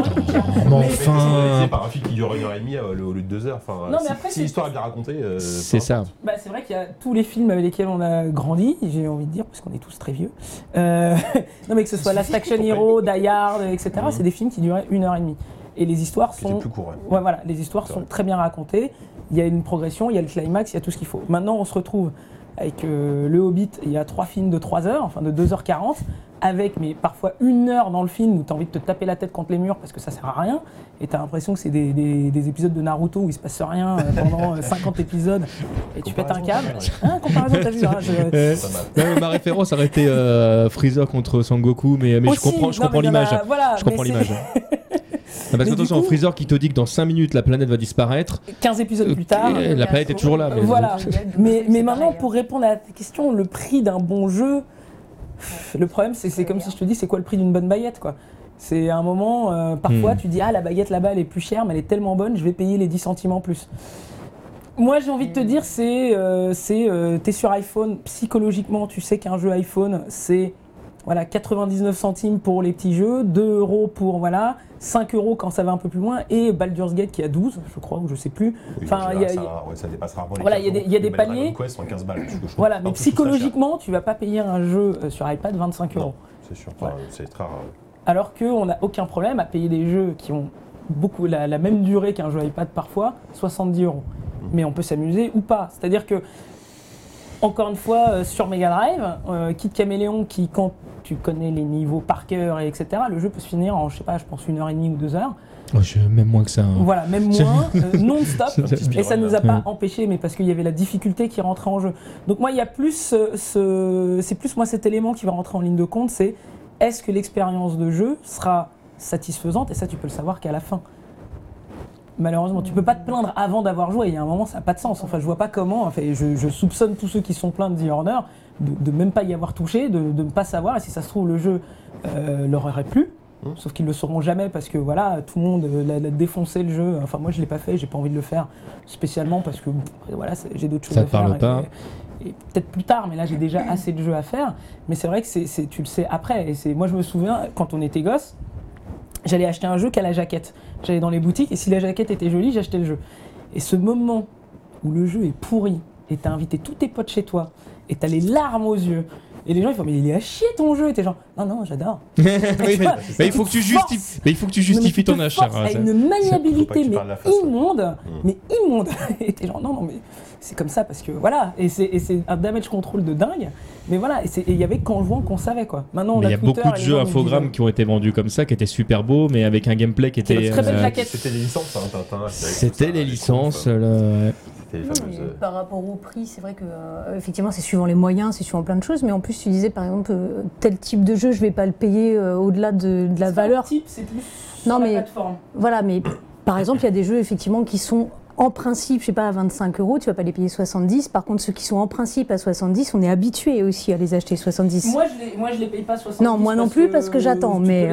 c'est par un film qui dure 1h30 au lieu de 2 heures. Si l'histoire est bien racontée, c'est ça. C'est vrai qu'il y a tous les films avec lesquels on a grandi, j'ai envie de dire, parce qu'on est tous très vieux. Non, mais que ce soit Last Action Hero, Die Hard, etc., c'est des films qui duraient 1h30. Et les histoires sont... plus court, ouais, voilà, les histoires sont très bien racontées. Il y a une progression, il y a le climax, il y a tout ce qu'il faut. Maintenant, on se retrouve avec Le Hobbit. Il y a 3 films de 3 heures, enfin de 2h40, avec mais parfois 1 heure dans le film où tu as envie de te taper la tête contre les murs parce que ça sert à rien. Et tu as l'impression que c'est des épisodes de Naruto où il se passe rien pendant 50 épisodes. Et tu pètes un câble. Comparaison, t'as vu ma référence aurait été Freezer contre Sangoku, mais aussi, je comprends l'image. Voilà, je comprends l'image. Parce que attention, Freezer qui te dit que dans 5 minutes la planète va disparaître. 15 épisodes plus tard. La planète est toujours là. Mais voilà. Mais maintenant, pour répondre à ta question, le prix d'un bon jeu, le problème, c'est comme si je te dis, c'est quoi le prix d'une bonne baguette, quoi. C'est à un moment, parfois, tu dis, la baguette là-bas, elle est plus chère, mais elle est tellement bonne, je vais payer les 10 centimes en plus. Moi, j'ai envie de te dire, t'es sur iPhone, psychologiquement, tu sais qu'un jeu iPhone, c'est 99 centimes pour les petits jeux, 2 € pour 5 € quand ça va un peu plus loin, et Baldur's Gate qui a 12, je crois, ou je sais plus. Oui, enfin, ça dépasse rarement les voilà, il y a des paliers. Quest, 15 balles, voilà, mais psychologiquement, tu vas pas payer un jeu sur iPad 25 €. Non, c'est sûr, c'est très rare. Alors qu'on n'a aucun problème à payer des jeux qui ont beaucoup la même durée qu'un jeu iPad parfois, 70 €. Mais on peut s'amuser ou pas. C'est-à-dire que, encore une fois, sur Mega Drive, Kid Caméléon, qui quand tu connais les niveaux par cœur, et etc., le jeu peut se finir en, je sais pas, je pense 1h30 ou 2 heures. Même moins que ça. Voilà, même moins, non-stop. Et ça ne nous a pas empêché, mais parce qu'il y avait la difficulté qui rentrait en jeu. Donc moi, il y a plus c'est plus moi cet élément qui va rentrer en ligne de compte, c'est est-ce que l'expérience de jeu sera satisfaisante? Et ça, tu peux le savoir qu'à la fin. Malheureusement, tu peux pas te plaindre avant d'avoir joué. Il y a un moment, ça n'a pas de sens. Enfin, je vois pas comment. Enfin, je soupçonne tous ceux qui sont pleins de The Order de même pas y avoir touché, de ne pas savoir. Et si ça se trouve, le jeu leur aurait plu. Sauf qu'ils le sauront jamais parce que voilà, tout le monde l'a défoncé le jeu. Enfin, moi, je l'ai pas fait. J'ai pas envie de le faire spécialement parce que voilà, j'ai d'autres choses à faire. Ça te parle pas. Et peut-être plus tard, mais là, j'ai déjà assez de jeux à faire. Mais c'est vrai que tu le sais après. Et moi, je me souviens quand on était gosse. J'allais acheter un jeu qu'à la jaquette. J'allais dans les boutiques et si la jaquette était jolie, j'achetais le jeu. Et ce moment où le jeu est pourri et t'as invité tous tes potes chez toi et t'as les larmes aux yeux et les gens ils font mais il est à chier ton jeu et t'es genre non j'adore. mais il faut que tu justifies ton achat. À une maniabilité immonde. Et t'es genre non mais c'est comme ça parce que voilà et c'est un damage control de dingue. Mais voilà, et il y avait qu'en jouant qu'on savait quoi. Maintenant, il y a beaucoup de jeux infogrammes qui ont été vendus comme ça, qui étaient super beaux, mais avec un gameplay qui était. Très belle jaquette. C'était les licences, Tintin. C'était les licences. Par rapport au prix, c'est vrai que effectivement, c'est suivant les moyens, c'est suivant plein de choses. Mais en plus, tu disais par exemple tel type de jeu, je vais pas le payer au-delà de la valeur. C'est plus sur la plateforme. Voilà, mais par exemple, il y a des jeux effectivement qui sont en principe, je sais pas, à 25 €, tu vas pas les payer 70. Par contre, ceux qui sont en principe à 70, on est habitué aussi à les acheter 70. Moi, je les paye pas 70. Non, moi non plus, parce que j'attends. Mais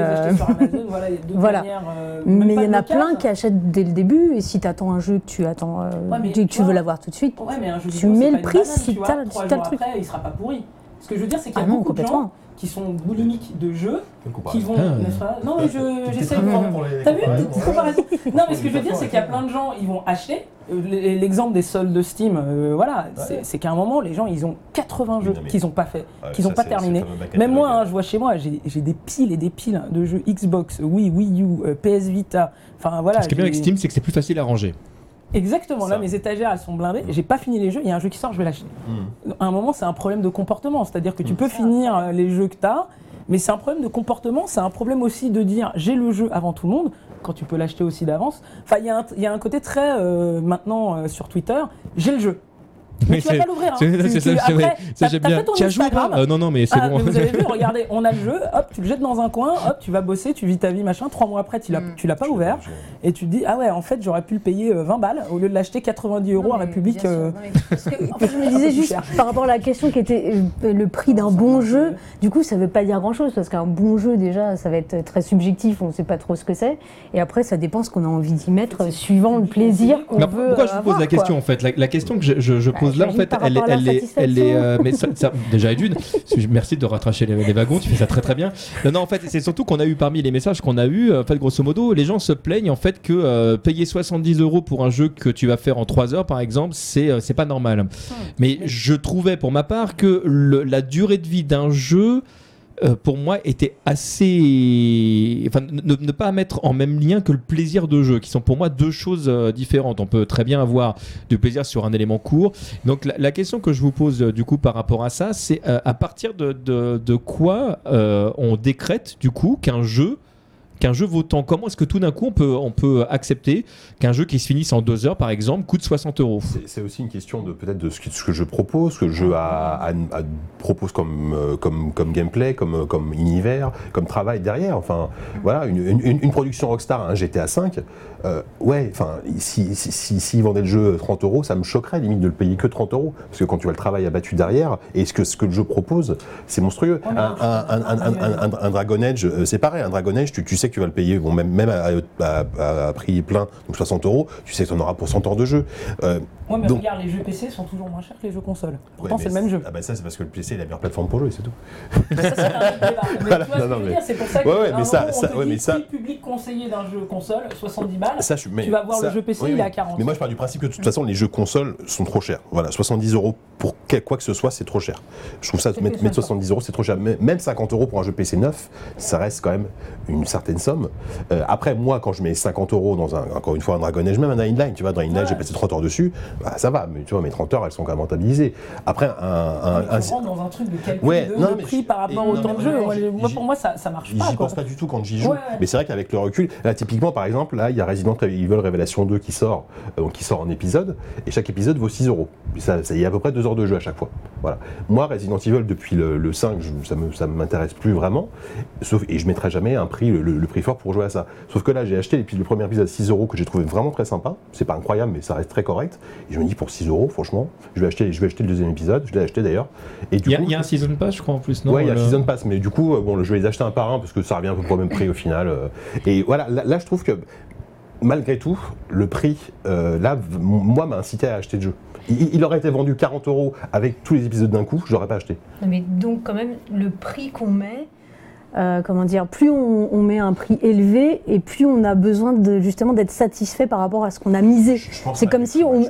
voilà. Mais il y en a plein qui achètent dès le début. Et si tu attends un jeu que tu attends, que tu veux l'avoir tout de suite, tu mets le prix si tu as le truc. Après, il sera pas pourri. Ce que je veux dire, c'est qu'il y a beaucoup de gens qui sont boulimiques de jeux, qui vont, n'est-ce pas ? Non, mais j'essaie de voir. T'as vu cette comparaison ? Non, mais ce que je veux dire, c'est qu'il y a plein de gens, ils vont acheter. L'exemple des soldes de Steam, voilà, c'est qu'à un moment, les gens, ils ont 80 jeux qu'ils n'ont pas fait, qu'ils n'ont pas terminé. Même moi, je vois chez moi, j'ai des piles et des piles de jeux Xbox, Wii U, PS Vita. Enfin voilà. Ce qui est bien avec Steam, c'est que c'est plus facile à ranger. Exactement, là mes étagères elles sont blindées, j'ai pas fini les jeux, il y a un jeu qui sort, je vais l'acheter. À un moment c'est un problème de comportement, c'est-à-dire que tu peux finir les jeux que tu as, mais c'est un problème de comportement, c'est un problème aussi de dire j'ai le jeu avant tout le monde, quand tu peux l'acheter aussi d'avance. Enfin il y a un côté très maintenant sur Twitter, j'ai le jeu. Mais tu vas pas l'ouvrir. Ça j'aime bien. Tu as joué pas Non, mais c'est bon. Mais vous avez vu, regardez, on a le jeu, hop, tu le jettes dans un coin, hop, tu vas bosser, tu vis ta vie, machin. 3 mois après, tu l'as pas ouvert. Et tu te dis, ah ouais, en fait, j'aurais pu le payer 20 balles au lieu de l'acheter 90 € à République. Parce que, en fait, je me disais juste par rapport à la question qui était le prix d'un bon jeu, du coup, ça veut pas dire grand chose parce qu'un bon jeu, déjà, ça va être très subjectif, on sait pas trop ce que c'est. Et après, ça dépend ce qu'on a envie d'y mettre suivant le plaisir qu'on veut. Pourquoi je vous pose la question en fait ? La question que je pose là, en fait, elle est mais ça, déjà d'une, merci de rattracher les wagons, tu fais ça très très bien. Non, en fait, c'est surtout qu'on a eu parmi les messages qu'on a eu, en fait, grosso modo, les gens se plaignent en fait que payer 70 € pour un jeu que tu vas faire en 3 heures, par exemple, c'est pas normal. Mais je trouvais pour ma part que la durée de vie d'un jeu pour moi, était assez... Enfin, ne pas mettre en même lien que le plaisir de jeu, qui sont pour moi deux choses différentes. On peut très bien avoir du plaisir sur un élément court. Donc, la question que je vous pose, du coup, par rapport à ça, c'est à partir de quoi on décrète, du coup, qu'un jeu vaut tant. Comment est-ce que tout d'un coup on peut accepter qu'un jeu qui se finisse en 2 heures par exemple coûte 60 €? C'est aussi une question de peut-être de ce que je propose, ce que le jeu propose comme gameplay, comme univers, comme travail derrière. Enfin voilà, une production Rockstar, un GTA V, s'ils vendaient le jeu 30 €, ça me choquerait limite de le payer que 30 €, parce que quand tu vois le travail abattu derrière et ce que le jeu propose, c'est monstrueux. Un Dragon Age, c'est pareil, un Dragon Age, tu sais que tu vas le payer, bon, même à prix plein, donc 60 €, tu sais que tu en auras pour 100 heures de jeu. Mais regarde, les jeux PC sont toujours moins chers que les jeux consoles. Pourtant, c'est le même jeu. Ah bah ça, c'est parce que le PC est la meilleure plateforme pour jouer, c'est tout. Ça, c'est un débat. Mais tu vois ce que je veux dire, c'est pour ça que le prix public conseillé d'un jeu console, 70 balles, tu vas voir le jeu PC, il est à 40. Mais moi, je pars du principe que de toute façon, les jeux consoles sont trop chers. Voilà, 70 € pour quoi que ce soit, c'est trop cher. Je trouve ça, mettre 70 €, c'est trop cher. Même 50 € pour un jeu PC neuf, ça reste quand même une certaine somme. Après, moi, quand je mets 50 € dans encore une fois, un Dragon Age, même un Dying Light, tu vois, Dying Light, j'ai passé 30 heures dessus, bah, ça va, mais tu vois, mes 30 heures, elles sont quand même rentabilisées. Après, tu rentres dans un truc de calcul de prix par rapport au temps de jeu. Pour moi, ça marche pas. J'y pense pas du tout quand j'y joue. Mais c'est vrai qu'avec le recul, là, typiquement, par exemple, là, il y a Resident Evil Révélation 2 qui sort en épisode, et chaque épisode vaut 6 €. Il y a à peu près 2 heures de jeu à chaque fois. Voilà. Moi, Resident Evil, depuis le 5, ça m'intéresse plus vraiment, et je mettrai jamais un prix, le prix fort pour jouer à ça. Sauf que là, j'ai acheté le premier épisode à 6 € que j'ai trouvé vraiment très sympa. C'est pas incroyable, mais ça reste très correct. Et je me dis, pour 6 €, franchement, je vais acheter le deuxième épisode. Je l'ai acheté d'ailleurs. Il y a un Season Pass, je crois, en plus, non? Ouais, il y a un Season Pass, mais du coup, je vais les acheter un par un parce que ça revient un peu pour le même prix au final. Et voilà, là, je trouve que malgré tout, le prix, moi, m'a incité à acheter le jeu. Il aurait été vendu 40 € avec tous les épisodes d'un coup, je l'aurais pas acheté. Mais donc, quand même, le prix qu'on met, plus on met un prix élevé et plus on a besoin justement d'être satisfait par rapport à ce qu'on a misé. C'est comme si on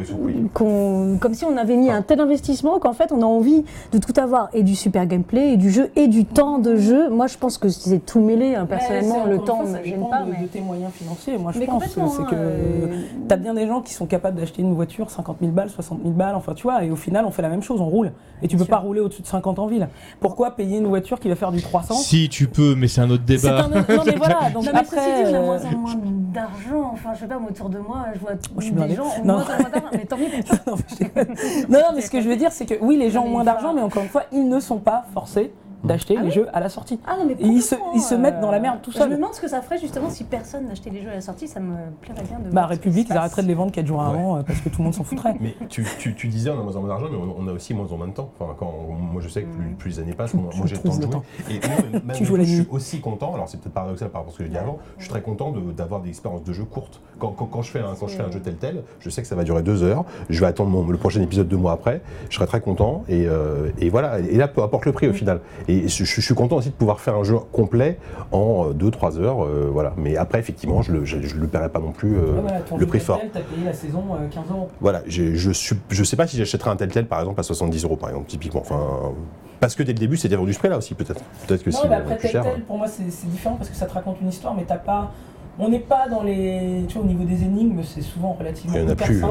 avait mis un tel investissement qu'en fait on a envie de tout avoir, et du super gameplay et du jeu et du temps de jeu. Moi je pense que c'est tout mêlé, personnellement. Le temps ne gêne pas. De tes moyens financiers. Moi je pense que t'as bien des gens qui sont capables d'acheter une voiture 50 000 balles, 60 000 balles, enfin tu vois, et au final on fait la même chose, on roule. Et tu peux pas rouler au-dessus de 50 en ville. Pourquoi payer une voiture qui va faire du 300 ? Si tu peux, mais c'est un autre débat. Non mais voilà, donc après... on a moins en moins d'argent, enfin je sais pas, autour de moi, je vois des gens ont moins en moins d'argent, mais tant mieux pour toi. Non, mais ce que je veux dire, c'est que oui, les gens ont moins d'argent, mais encore une fois, ils ne sont pas forcés d'acheter les jeux à la sortie. Ils se mettent dans la merde tout seuls. Je me demande ce que ça ferait justement si personne n'achetait les jeux à la sortie, ça me plairait bien de voir. République, ils arrêteraient de les vendre 4 jours avant parce que tout le monde s'en foutrait. Mais tu disais on a moins en moins d'argent, mais on a aussi moins en moins de temps. Enfin, moi je sais que plus les années passent, moi j'ai le temps de jouer. Et même je suis aussi content, alors c'est peut-être paradoxal par rapport à ce que j'ai dit avant, je suis très content d'avoir des expériences de jeu courtes. Quand je fais un jeu tel, je sais que ça va durer 2 heures, je vais attendre le prochain épisode 2 mois après, je serai très content et voilà. Et là, peu importe le prix au final. Et je suis content aussi de pouvoir faire un jeu complet en 2-3 heures, voilà. Mais après, effectivement, je le paierai pas non plus le prix fort. T'as payé la saison 15 €. Voilà, je sais pas si j'achèterais un tel par exemple à 70 € par exemple, typiquement. Enfin, parce que dès le début, c'était vendu ce prix-là aussi, peut-être. Peut-être que c'est plus cher. Pour moi, c'est différent parce que ça te raconte une histoire, mais t'as pas. On n'est pas dans les. Tu vois, au niveau des énigmes, c'est souvent relativement. Il n'y en a plus,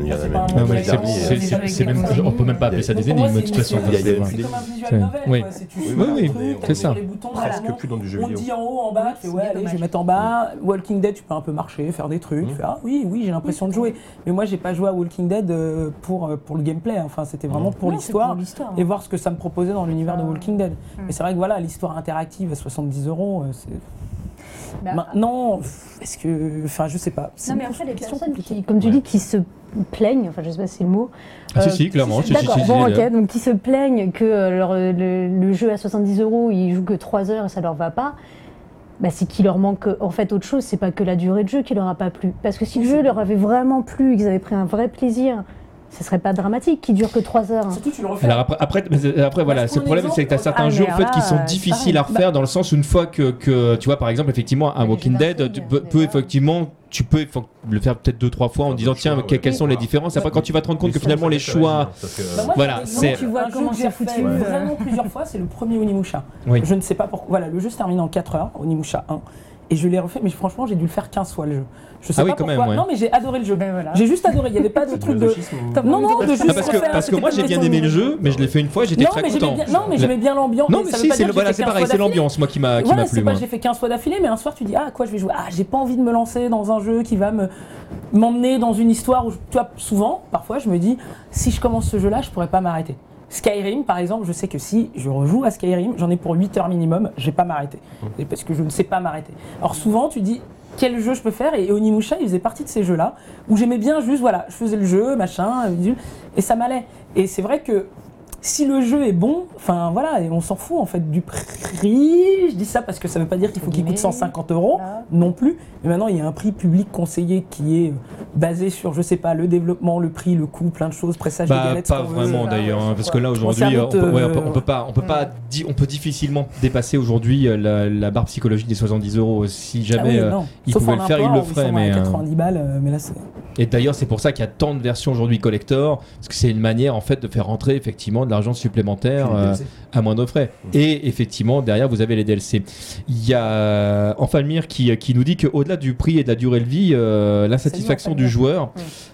on peut même pas appeler ça des énigmes de toute façon. C'est comme un visual novel. Oui, c'est ça. Les boutons, presque plus dans du jeu vidéo. On dit en haut, en bas, tu fais allez, je vais mettre en bas. Walking Dead, tu peux un peu marcher, faire des trucs. Tu fais oui, j'ai l'impression de jouer. Mais moi, j'ai pas joué à Walking Dead pour le gameplay. Enfin, c'était vraiment pour l'histoire et voir ce que ça me proposait dans l'univers de Walking Dead. Mais c'est vrai que voilà, l'histoire interactive à 70 €, c'est. Maintenant, est-ce que. Enfin, je sais pas. Non, mais après, les personnes qui, comme tu dis, qui se plaignent, enfin, je sais pas si c'est le mot. Si, clairement. D'accord, bon, ok, donc qui se plaignent que le jeu à 70 €, ils jouent que 3 heures et ça leur va pas. C'est qu'il leur manque en fait autre chose, c'est pas que la durée de jeu qui leur a pas plu. Parce que si le jeu leur avait vraiment plu, qu'ils avaient pris un vrai plaisir, ce serait pas dramatique qu'il dure que 3 heures. Surtout, tu le refais. Alors après voilà, le problème c'est que tu as certains jeux en fait qui sont difficiles à refaire dans le sens où une fois que tu vois par exemple effectivement un Walking Dead peut effectivement tu peux le faire peut-être 2-3 fois en disant tiens quelles sont les différences. Après quand tu vas te rendre compte que finalement les choix, voilà, c'est tu vois comment c'est foutu. Vraiment plusieurs fois, c'est le premier Onimusha. Oui. Je ne sais pas pourquoi. Voilà, le jeu se termine en 4 heures, Onimusha 1. Et je l'ai refait, mais franchement, j'ai dû le faire 15 fois le jeu. Je sais pas quand pourquoi. même, ouais. Non, mais j'ai adoré le jeu. Ben voilà. J'ai juste adoré. Il n'y avait pas de truc de. Non, de juste parce que moi j'ai bien aimé le jeu, mais je l'ai fait une fois, j'étais très content. Non, mais j'aimais bien l'ambiance. Non, mais si, c'est pareil, c'est l'ambiance moi qui m'a plu. J'ai fait 15 fois d'affilée, mais un soir tu dis à quoi je vais jouer. Ah, j'ai pas envie de me lancer dans un jeu qui va m'emmener dans une histoire où, tu vois, souvent, parfois, je me dis si je commence ce jeu-là, je pourrais pas m'arrêter. Skyrim, par exemple, je sais que si je rejoue à Skyrim, j'en ai pour 8 heures minimum, je vais pas m'arrêter. Parce que je ne sais pas m'arrêter. Alors souvent, tu dis, quel jeu je peux faire ? Et Onimusha, il faisait partie de ces jeux-là, où j'aimais bien juste, voilà, je faisais le jeu, machin, et ça m'allait. Et c'est vrai que si le jeu est bon, enfin voilà, et on s'en fout en fait du prix. Je dis ça parce que ça veut pas dire qu'il faut qu'il coûte 150 € non plus. Mais maintenant, il y a un prix public conseillé qui est basé sur, je sais pas, le développement, le prix, le coût, plein de choses, pressage des galettes. Pas vraiment d'ailleurs, parce que là aujourd'hui, on peut difficilement dépasser aujourd'hui la barre psychologique des 70 €. Si jamais il pouvait le faire, il le ferait. Mais 90 balles, mais là c'est. Et d'ailleurs, c'est pour ça qu'il y a tant de versions aujourd'hui collector, parce que c'est une manière en fait de faire rentrer effectivement de l'argent supplémentaire à moindre frais. Et effectivement, derrière, vous avez les DLC. Il y a Enfalmir qui nous dit qu'au-delà du prix et de la durée de vie, l'insatisfaction du joueur.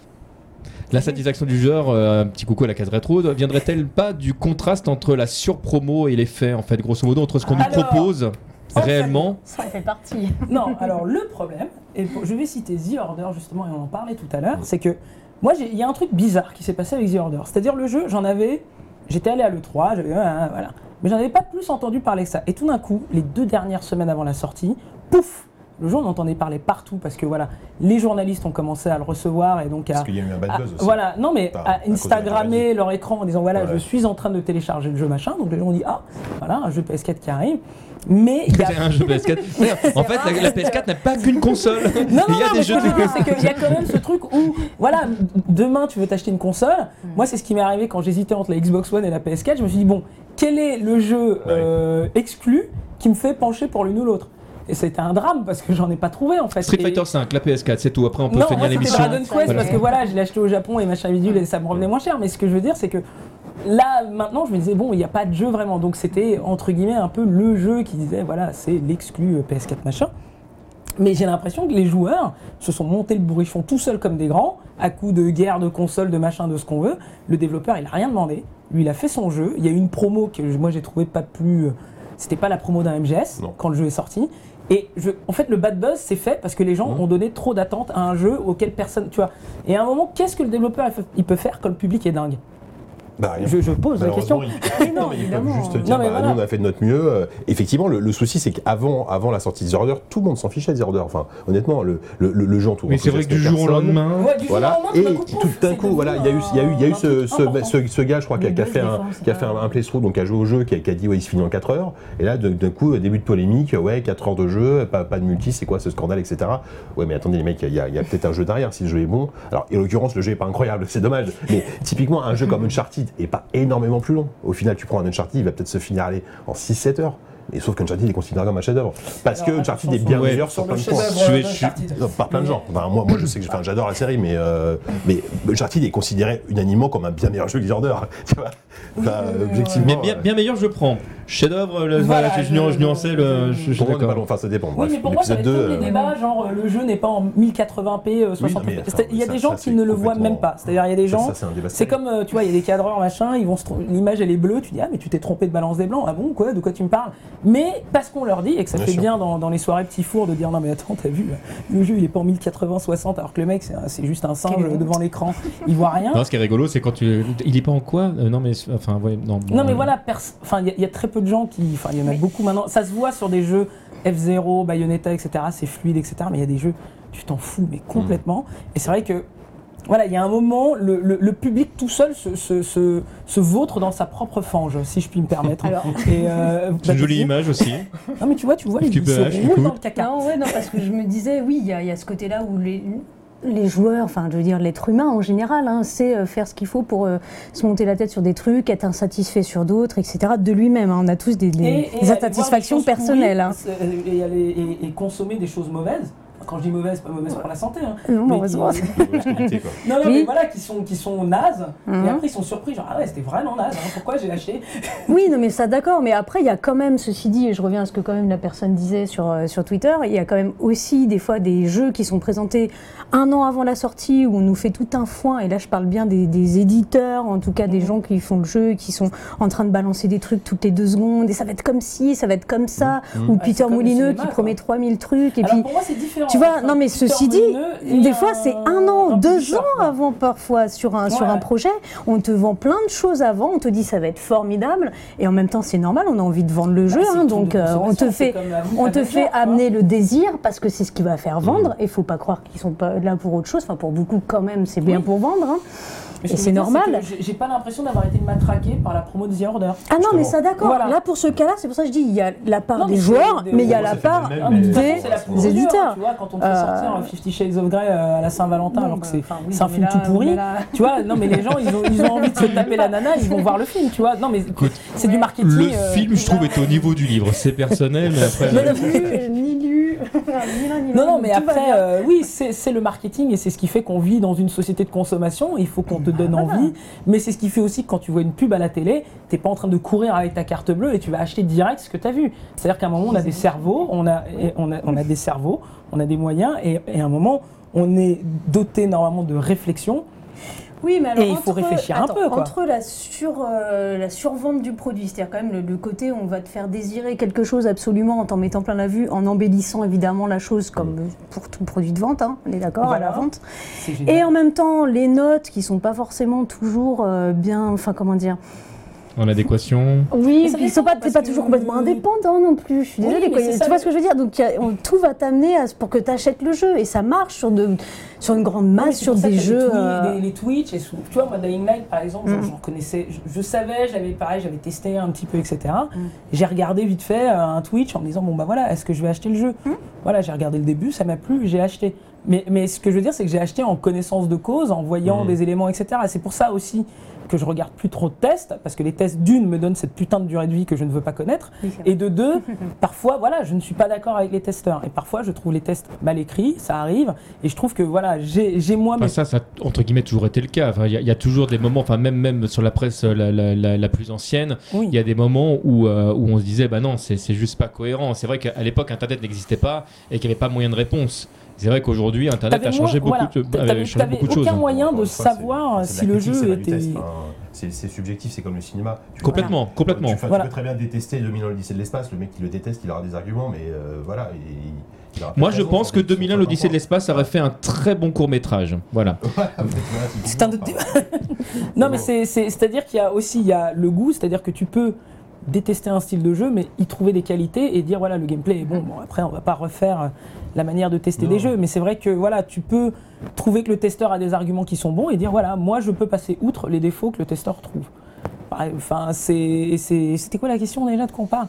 La satisfaction du joueur, un petit coucou à la case rétro, viendrait-elle pas du contraste entre la surpromo et les faits, en fait, grosso modo, entre ce qu'on nous propose réellement? Ça fait partie. Non, alors le problème, et je vais citer The Order justement, et on en parlait tout à l'heure, c'est que moi, il y a un truc bizarre qui s'est passé avec The Order. C'est-à-dire le jeu, j'étais allé à l'E3, voilà. Mais j'en avais pas plus entendu parler que ça. Et tout d'un coup, les 2 dernières semaines avant la sortie, pouf, le jeu, on entendait parler partout parce que voilà, les journalistes ont commencé à le recevoir et donc parce qu'il y a eu un bad buzz aussi. Voilà, non mais à Instagrammer leur écran en disant voilà, je suis en train de télécharger le jeu machin. Donc les gens ont dit voilà, un jeu PS4 qui arrive. Mais il y a un jeu PS4. En fait, la PS4 n'a pas qu'une console. Non, il y a des jeux. C'est qu'il y a quand même ce truc où, voilà, demain tu veux t'acheter une console. Moi, c'est ce qui m'est arrivé quand j'hésitais entre la Xbox One et la PS4. Je me suis dit bon, quel est le jeu exclu qui me fait pencher pour l'une ou l'autre? Et c'était un drame parce que j'en ai pas trouvé en fait. Street Fighter 5, la PS4, c'est tout. Après, on peut finir l'émission. Dragon Quest parce que voilà, je l'ai acheté au Japon et machin bidule et ça me revenait moins cher. Mais ce que je veux dire, c'est que là, maintenant, je me disais, bon, il n'y a pas de jeu vraiment. Donc, c'était, entre guillemets, un peu le jeu qui disait, voilà, c'est l'exclu PS4 machin. Mais j'ai l'impression que les joueurs se sont montés le bourrichon tout seuls comme des grands, à coup de guerre, de console, de machin, de ce qu'on veut. Le développeur, il n'a rien demandé. Lui, il a fait son jeu. Il y a eu une promo que moi, j'ai trouvé pas plus... C'était pas la promo d'un MGS quand le jeu est sorti. Et en fait, le bad buzz, c'est fait parce que les gens ont donné trop d'attentes à un jeu auquel personne... Tu vois. Et à un moment, qu'est-ce que le développeur il peut faire quand le public est dingue ? Je pose la question. Non, mais ils peuvent juste dire, nous on a fait de notre mieux. Effectivement, le souci c'est qu'avant la sortie de The Order, tout le monde s'en fichait de The Order. Enfin, honnêtement, le jeu en tout. Mais c'est vrai que du jour au lendemain. Voilà. Et tout d'un coup, voilà, il y a eu ce gars, je crois, qui a fait un playthrough, donc qui a joué au jeu, qui a dit ouais, il se finit en 4 heures. Et là, d'un coup, début de polémique, ouais, 4 heures de jeu, pas de multi, c'est quoi ce scandale, etc. Ouais, mais attendez les mecs, il y a peut-être un jeu derrière si le jeu est bon. Alors, en l'occurrence, le jeu est pas incroyable, c'est dommage. Mais typiquement, un jeu comme Uncharted et pas énormément plus long. Au final, tu prends un Uncharted, il va peut-être se finir en 6-7 heures. Et sauf qu'Uncharted est considéré comme un chef-d'œuvre. Parce que Uncharted est bien meilleur sur plein de points. Par plein de gens. Enfin, moi je sais que j'adore la série, mais Uncharted est considéré unanimement comme un bien meilleur jeu que The Order. Tu vois, objectivement. Mais bien meilleur, je prends. Chef-d'œuvre, je nuançais le. Je suis d'accord. Enfin, ça dépend. Oui, mais pour moi, ça va être les débats, genre le jeu n'est pas en 1080p, 60p. Il y a des gens qui ne le voient même pas. C'est-à-dire, il y a des gens. C'est comme, tu vois, il y a des cadreurs, machin, l'image elle est bleue, tu dis, ah, mais tu t'es trompé de balance des blancs. Ah bon, quoi, de quoi tu me parles? Mais parce qu'on leur dit, et que ça fait bien dans les soirées petits fours de dire non mais attends, t'as vu, le jeu il est pas en 1080-60 alors que le mec c'est juste un singe devant l'écran, il voit rien. Non, ce qui est rigolo c'est quand il est pas en quoi non mais enfin ouais non. Non mais voilà, il y a très peu de gens qui, enfin il y en a beaucoup maintenant, ça se voit sur des jeux F0, Bayonetta etc, c'est fluide etc, mais il y a des jeux tu t'en fous mais complètement. Et c'est vrai que voilà, il y a un moment, le public tout seul se vautre dans sa propre fange, si je puis me permettre. C'est une jolie image aussi. Non mais tu vois, ils se roulent dans le caca. Non, parce que je me disais, oui, il y a ce côté-là où les joueurs, enfin je veux dire l'être humain en général, c'est faire ce qu'il faut pour se monter la tête sur des trucs, être insatisfait sur d'autres, etc. de lui-même. On a tous des insatisfactions personnelles. Et consommer des choses mauvaises. quand je dis mauvaise, pas mauvaise pour la santé. Hein, Non, mais heureusement. non, Oui. mais voilà, qui sont nazes, et après ils sont surpris, genre ah ouais, c'était vraiment naze, hein, pourquoi j'ai acheté? Oui, non, mais ça d'accord, mais après, il y a quand même, ceci dit, et je reviens à ce que quand même la personne disait sur Twitter, il y a quand même aussi des fois des jeux qui sont présentés un an avant la sortie, où on nous fait tout un foin, et là je parle bien des éditeurs, en tout cas des gens qui font le jeu, qui sont en train de balancer des trucs toutes les 2 secondes, et ça va être comme ci, ça va être comme ça, ou Ouais, Peter c'est comme le Molineux cinéma, qui quoi. promet 3000 trucs, et Alors puis... pour moi c'est différent. Tu vois, Enfin, non mais Peter ceci dit, Molineux et des fois c'est 1 an, 2 producteur, ans quoi. avant parfois sur un Ouais. projet, on te vend plein de choses avant, on te dit ça va être formidable, et en même temps c'est normal, on a envie de vendre le jeu, c'est hein, le truc donc de on te consommation, fait, c'est comme la vie on te Avenger, fait quoi. amener le désir parce que c'est ce qui va faire vendre, et faut pas croire qu'ils sont pas là pour autre chose, enfin pour beaucoup quand même c'est bien Oui. pour vendre, hein. Mais Et ce que c'est je veux dire, normal. que j'ai pas l'impression d'avoir été matraqué par la promo de The Order. Ah non mais Justement. ça d'accord, Voilà. là pour ce cas-là c'est pour ça que je dis il y a la part Non, des mais joueurs, c'est- mais il y a pour moi, la ça fait part le même, Ah, mais de toute façon, des c'est la procédure, éditeurs. tu vois, quand on te fait sortir 50 Shades of Grey à la Saint-Valentin, alors que c'est un mais film là- tout pourri, mais là- tu vois, non mais les gens ils ont envie de se taper la nana, ils vont voir le film, tu vois, non mais c'est du marketing. Le film, je trouve, est au niveau du livre. C'est personnel, mais après. ni lu, ni l'un, ni Non, l'autre, non, mais tout va bien. après, oui, c'est le marketing et c'est ce qui fait qu'on vit dans une société de consommation. Il faut qu'on te donne envie, mais c'est ce qui fait aussi que quand tu vois une pub à la télé, t'es pas en train de courir avec ta carte bleue et tu vas acheter direct ce que tu as vu. C'est-à-dire qu'à un moment, on a des cerveaux, on a des cerveaux, on a des moyens et à un moment, on est doté normalement de réflexion. Oui, mais alors Et il faut réfléchir un peu, quoi. Entre la survente du produit, c'est-à-dire quand même le côté où on va te faire désirer quelque chose absolument en t'en mettant plein la vue, en embellissant évidemment la chose comme pour tout produit de vente, hein, on est d'accord, Voilà. à la vente. C'est génial. Et en même temps, les notes qui sont pas forcément toujours bien, enfin comment dire. En adéquation. Oui, Mais ça puis dépend, t'es parce pas que- toujours complètement indépendant non plus. Je suis Oui, désolée, mais quoi. c'est Tu ça, vois ce que je veux dire. Donc tout va t'amener pour que tu achètes le jeu et ça marche sur une grande Oui, masse, c'est sur pour ça des que jeux. les Twitch, et tu vois, moi, Dying Light, par exemple, j'en connaissais, je savais, j'avais testé un petit peu, etc. J'ai regardé vite fait un Twitch en me disant, bon, bah voilà, est-ce que je vais acheter le jeu? Voilà, j'ai regardé le début, ça m'a plu, j'ai acheté. Mais ce que je veux dire, c'est que j'ai acheté en connaissance de cause, en voyant des éléments, etc. Et c'est pour ça aussi que je regarde plus trop de tests, parce que les tests d'une me donnent cette putain de durée de vie que je ne veux pas connaître, Oui, c'est vrai. et de deux, parfois, voilà, je ne suis pas d'accord avec les testeurs, et parfois je trouve les tests mal écrits, ça arrive, et je trouve que voilà, j'ai moi Enfin, ça a entre guillemets toujours été le cas. Enfin, il y a toujours des moments, enfin même sur la presse la plus ancienne, Oui. il y a des moments où on se disait bah non, c'est juste pas cohérent. C'est vrai qu'à l'époque Internet n'existait pas et qu'il n'y avait pas moyen de réponse. C'est vrai qu'aujourd'hui Internet a changé beaucoup de choses. Aucun moyen Encore de une fois, savoir c'est si de la le critique, jeu c'est pas du était. test, hein. C'est subjectif, c'est comme le cinéma. Complètement. Tu Voilà. peux très bien détester 2001 l'Odyssée de l'espace, le mec qui le déteste, il aura des arguments, mais voilà. Il aura Moi peut-être je raison, pense en que fait, 2001 sur l'Odyssée de certains l'espace aurait fait un très bon court-métrage. Voilà. points. C'est un autre débat. Non, mais c'est-à-dire qu'il y a aussi le goût, c'est-à-dire que tu peux détester un style de jeu, mais y trouver des qualités et dire voilà, le gameplay est bon. Bon, après, on va pas refaire la manière de tester Non. des jeux, mais c'est vrai que voilà, tu peux trouver que le testeur a des arguments qui sont bons et dire voilà, moi je peux passer outre les défauts que le testeur trouve. Enfin, c'était quoi la question déjà de qu'on parle?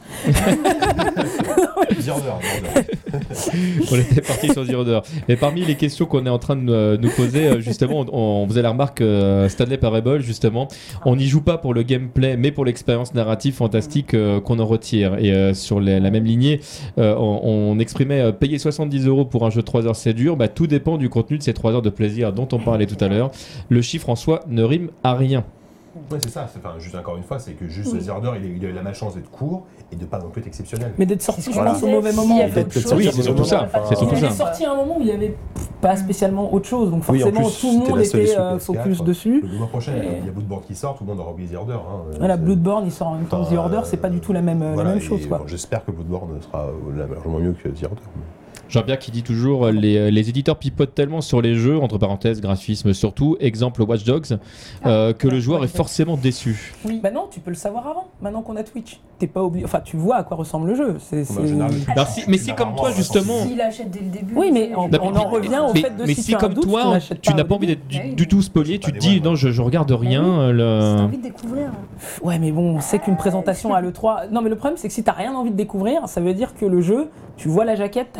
The Order. On était parti sur The Order. Et parmi les questions qu'on est en train de nous poser, justement, on faisait la remarque Stanley Parable, justement, on n'y joue pas pour le gameplay, mais pour l'expérience narrative fantastique qu'on en retire. Et sur la même lignée, on exprimait payer 70 € pour un jeu de 3 heures, c'est dur. Bah, tout dépend du contenu de ces 3 heures de plaisir dont on parlait tout à l'heure. Le chiffre en soi ne rime à rien. Ouais, c'est ça. Juste encore une fois, c'est que juste The Order, il a eu la malchance d'être court et de pas non plus être exceptionnel. Mais d'être sorti, je Voilà. pense, au mauvais moment. S'il y en avait fait. autre chose, Oui, il y c'est aurait surtout pas ça. de C'est surtout Il ça. est sorti à un moment où il n'y avait pas spécialement autre chose, donc Oui, en forcément plus, tout le monde c'était la seule était issue PS4. focus dessus. Le mois prochain, il y a Bloodborne qui sort, tout le monde aura oublié The Order. Voilà, C'est- Bloodborne il sort en même temps que The Order, c'est pas du tout la même voilà, chose, et quoi. bon, j'espère que Bloodborne sera largement mieux que The Order. Jean-Pierre qui dit toujours les éditeurs pipotent tellement sur les jeux, entre parenthèses, graphisme surtout, exemple Watch Dogs, que le joueur est forcément déçu. Oui. Bah non, tu peux le savoir avant, maintenant qu'on a Twitch. T'es pas obligé, enfin tu vois à quoi ressemble le jeu. En général, le Alors, mais si comme toi justement... S'il achète dès le début. Oui, mais on Non, en revient au fait de mais si si tu as un comme doute, toi, n'achètes tu pas n'as au pas envie début. d'être du tout spoilé, tu te dis non, je regarde rien. Si t'as le... envie de découvrir. Ouais, mais bon, on sait qu'une présentation à l'E3. Non, mais le problème, c'est que si t'as rien envie de découvrir, ça veut dire que le jeu, tu vois la jaquette, t'achètes.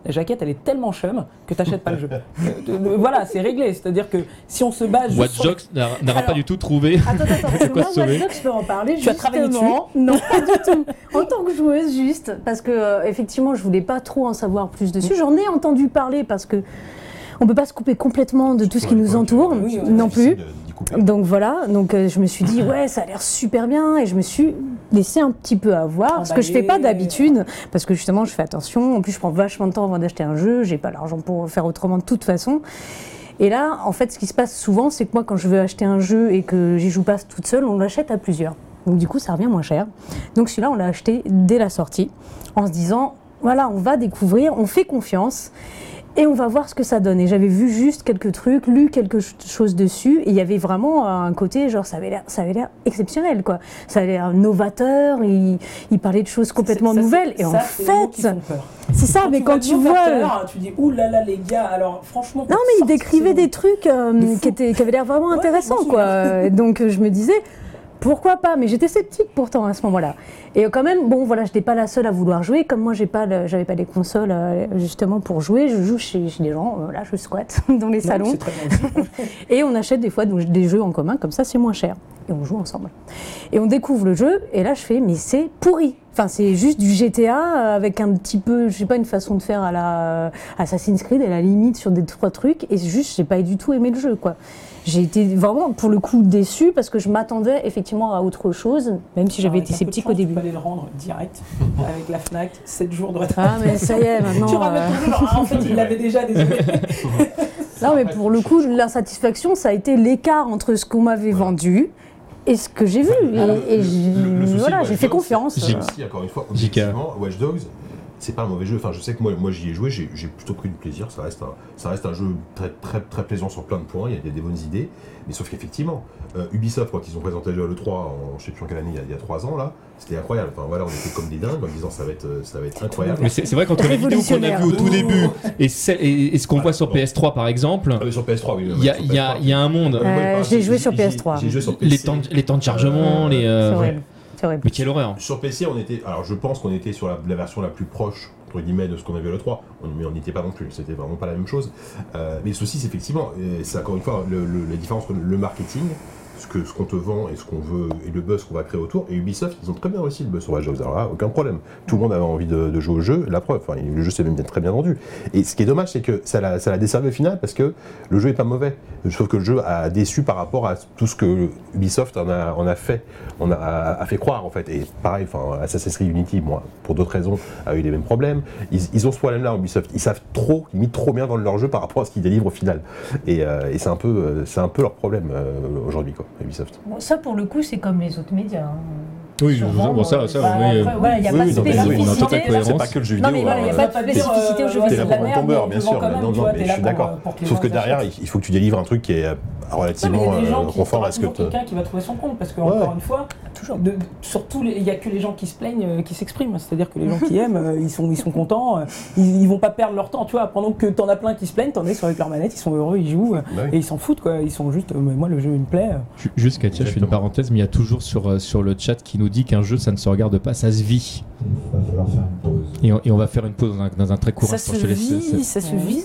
la jaquette elle est tellement chum que t'achètes pas le jeu. Voilà, c'est réglé. C'est-à-dire que si on se base Watch Dogs n'aura pas du tout trouvé. Attends, quoi moi, sauver. Watch Dogs, je peux en parler. Tu as travaillé dessus ? Non, pas du tout. En tant que joueuse, juste parce que effectivement, je voulais pas trop en savoir plus dessus. J'en ai entendu parler parce que on peut pas se couper complètement de tout ce qui nous entoure, non plus. Donc voilà, je me suis dit ouais, ça a l'air super bien et je me suis laissé un petit peu avoir, ce que je fais pas d'habitude parce que justement je fais attention. En plus, je prends vachement de temps avant d'acheter un jeu, j'ai pas l'argent pour faire autrement de toute façon. Et là, en fait, ce qui se passe souvent, c'est que moi, quand je veux acheter un jeu et que j'y joue pas toute seule, on l'achète à plusieurs. Donc du coup, ça revient moins cher. Donc celui-là, on l'a acheté dès la sortie, en se disant, voilà, on va découvrir, on fait confiance, et on va voir ce que ça donne. Et j'avais vu juste quelques trucs, lu quelque chose dessus, et il y avait vraiment un côté, genre, ça avait l'air exceptionnel, quoi. Ça avait l'air novateur, il parlait de choses complètement nouvelles, et en fait... C'est ça, mais quand tu vois... Tu dis, ouh là là les gars, alors franchement... Non, mais il décrivait des trucs qui avaient l'air vraiment intéressants, quoi. Donc je me disais, pourquoi pas ? Mais j'étais sceptique pourtant à ce moment-là. Et quand même, bon voilà, je n'étais pas la seule à vouloir jouer. Comme moi, j'avais pas les consoles justement pour jouer, je joue chez des gens, là je squatte dans les salons. Et on achète des fois des jeux en commun, comme ça c'est moins cher. Et on joue ensemble. Et on découvre le jeu, et là je fais, mais c'est pourri. Enfin, c'est juste du GTA avec un petit peu, je sais pas, une façon de faire à la Assassin's Creed, à la limite sur des 3 trucs, et juste, j'ai pas du tout aimé le jeu, quoi. J'ai été vraiment, pour le coup, déçue parce que je m'attendais effectivement à autre chose, même si j'avais été sceptique au début. Il fallait le rendre direct avec la Fnac, 7 jours de retard. Ah, mais ça y est, maintenant. Tu ramènes ton jeu, en fait, il l'avait déjà, désolé. Non, mais pour le coup, l'insatisfaction, ça a été l'écart entre ce qu'on m'avait vendu et ce que j'ai vu. Voilà, j'ai fait confiance. J'ai aussi, encore une fois, objectivement, Watch Dogs, c'est pas un mauvais jeu. Enfin, je sais que moi j'y ai joué, j'ai plutôt pris du plaisir. Ça reste un jeu très plaisant sur plein de points. Il y a des bonnes idées, mais sauf qu'effectivement, Ubisoft, quand ils ont présenté le jeu à l'E3 en je sais plus en quelle année, il y a 3 ans là, c'était incroyable. Enfin voilà, on était comme des dingues en disant ça va être incroyable. Mais c'est vrai qu'entre les vidéos qu'on a vues au tout début et ce qu'on voit sur PS3. Par exemple, sur PS3, oui. Il y a un monde. J'ai joué sur PS3. J'ai joué sur PC. Les temps de chargement, c'est horrible. Mais quelle horreur. Sur PC, je pense qu'on était sur la version la plus proche, entre guillemets, de ce qu'on avait à l'E3, mais on n'y était pas non plus, c'était vraiment pas la même chose. Mais le souci, c'est effectivement, c'est encore une fois la différence entre le marketing, ce qu'on te vend et ce qu'on veut, et le buzz qu'on va créer autour, et Ubisoft, ils ont très bien réussi le buzz sur Watch Dogs, alors là, aucun problème. Tout le monde avait envie de jouer au jeu, la preuve, le jeu s'est même très bien vendu. Et ce qui est dommage, c'est que ça l'a desservi au final, parce que le jeu est pas mauvais. Je trouve que le jeu a déçu par rapport à tout ce que Ubisoft en a fait, a fait croire en fait. Et pareil, Assassin's Creed Unity, moi, pour d'autres raisons, a eu les mêmes problèmes. Ils ont ce problème-là, Ubisoft. Ils savent ils mettent trop bien dans leur jeu par rapport à ce qu'ils délivrent au final. Et c'est un peu leur problème aujourd'hui, quoi, Ubisoft. Bon, ça, pour le coup, c'est comme les autres médias. Oui, il n'y a pas de spécificité. C'est pas que le jeu vidéo. Non, mais il n'y a pas de spécificité au jeu vidéo. T'es là pour le tombeur, bien sûr. Mais je suis d'accord. Sauf que derrière, il faut que tu délivres un truc qui est relativement conforme à ce que tu... Il y a quelqu'un qui va trouver son compte, parce qu'encore une fois, surtout, il n'y a que les gens qui se plaignent qui s'expriment. C'est-à-dire que les gens qui aiment, ils sont contents, ils vont pas perdre leur temps. Tu vois, pendant que t'en as plein qui se plaignent, t'en as sur avec leur manette, ils sont heureux, ils jouent, et ils s'en foutent, quoi. Ils sont juste, moi, le jeu, il me plaît. Juste, Katia, je fais une parenthèse, mais il y a toujours sur le chat qui nous dit qu'un jeu, ça ne se regarde pas, ça se vit. Il va falloir faire une pause. Et on va faire une pause dans un très court instant. Ça se vit.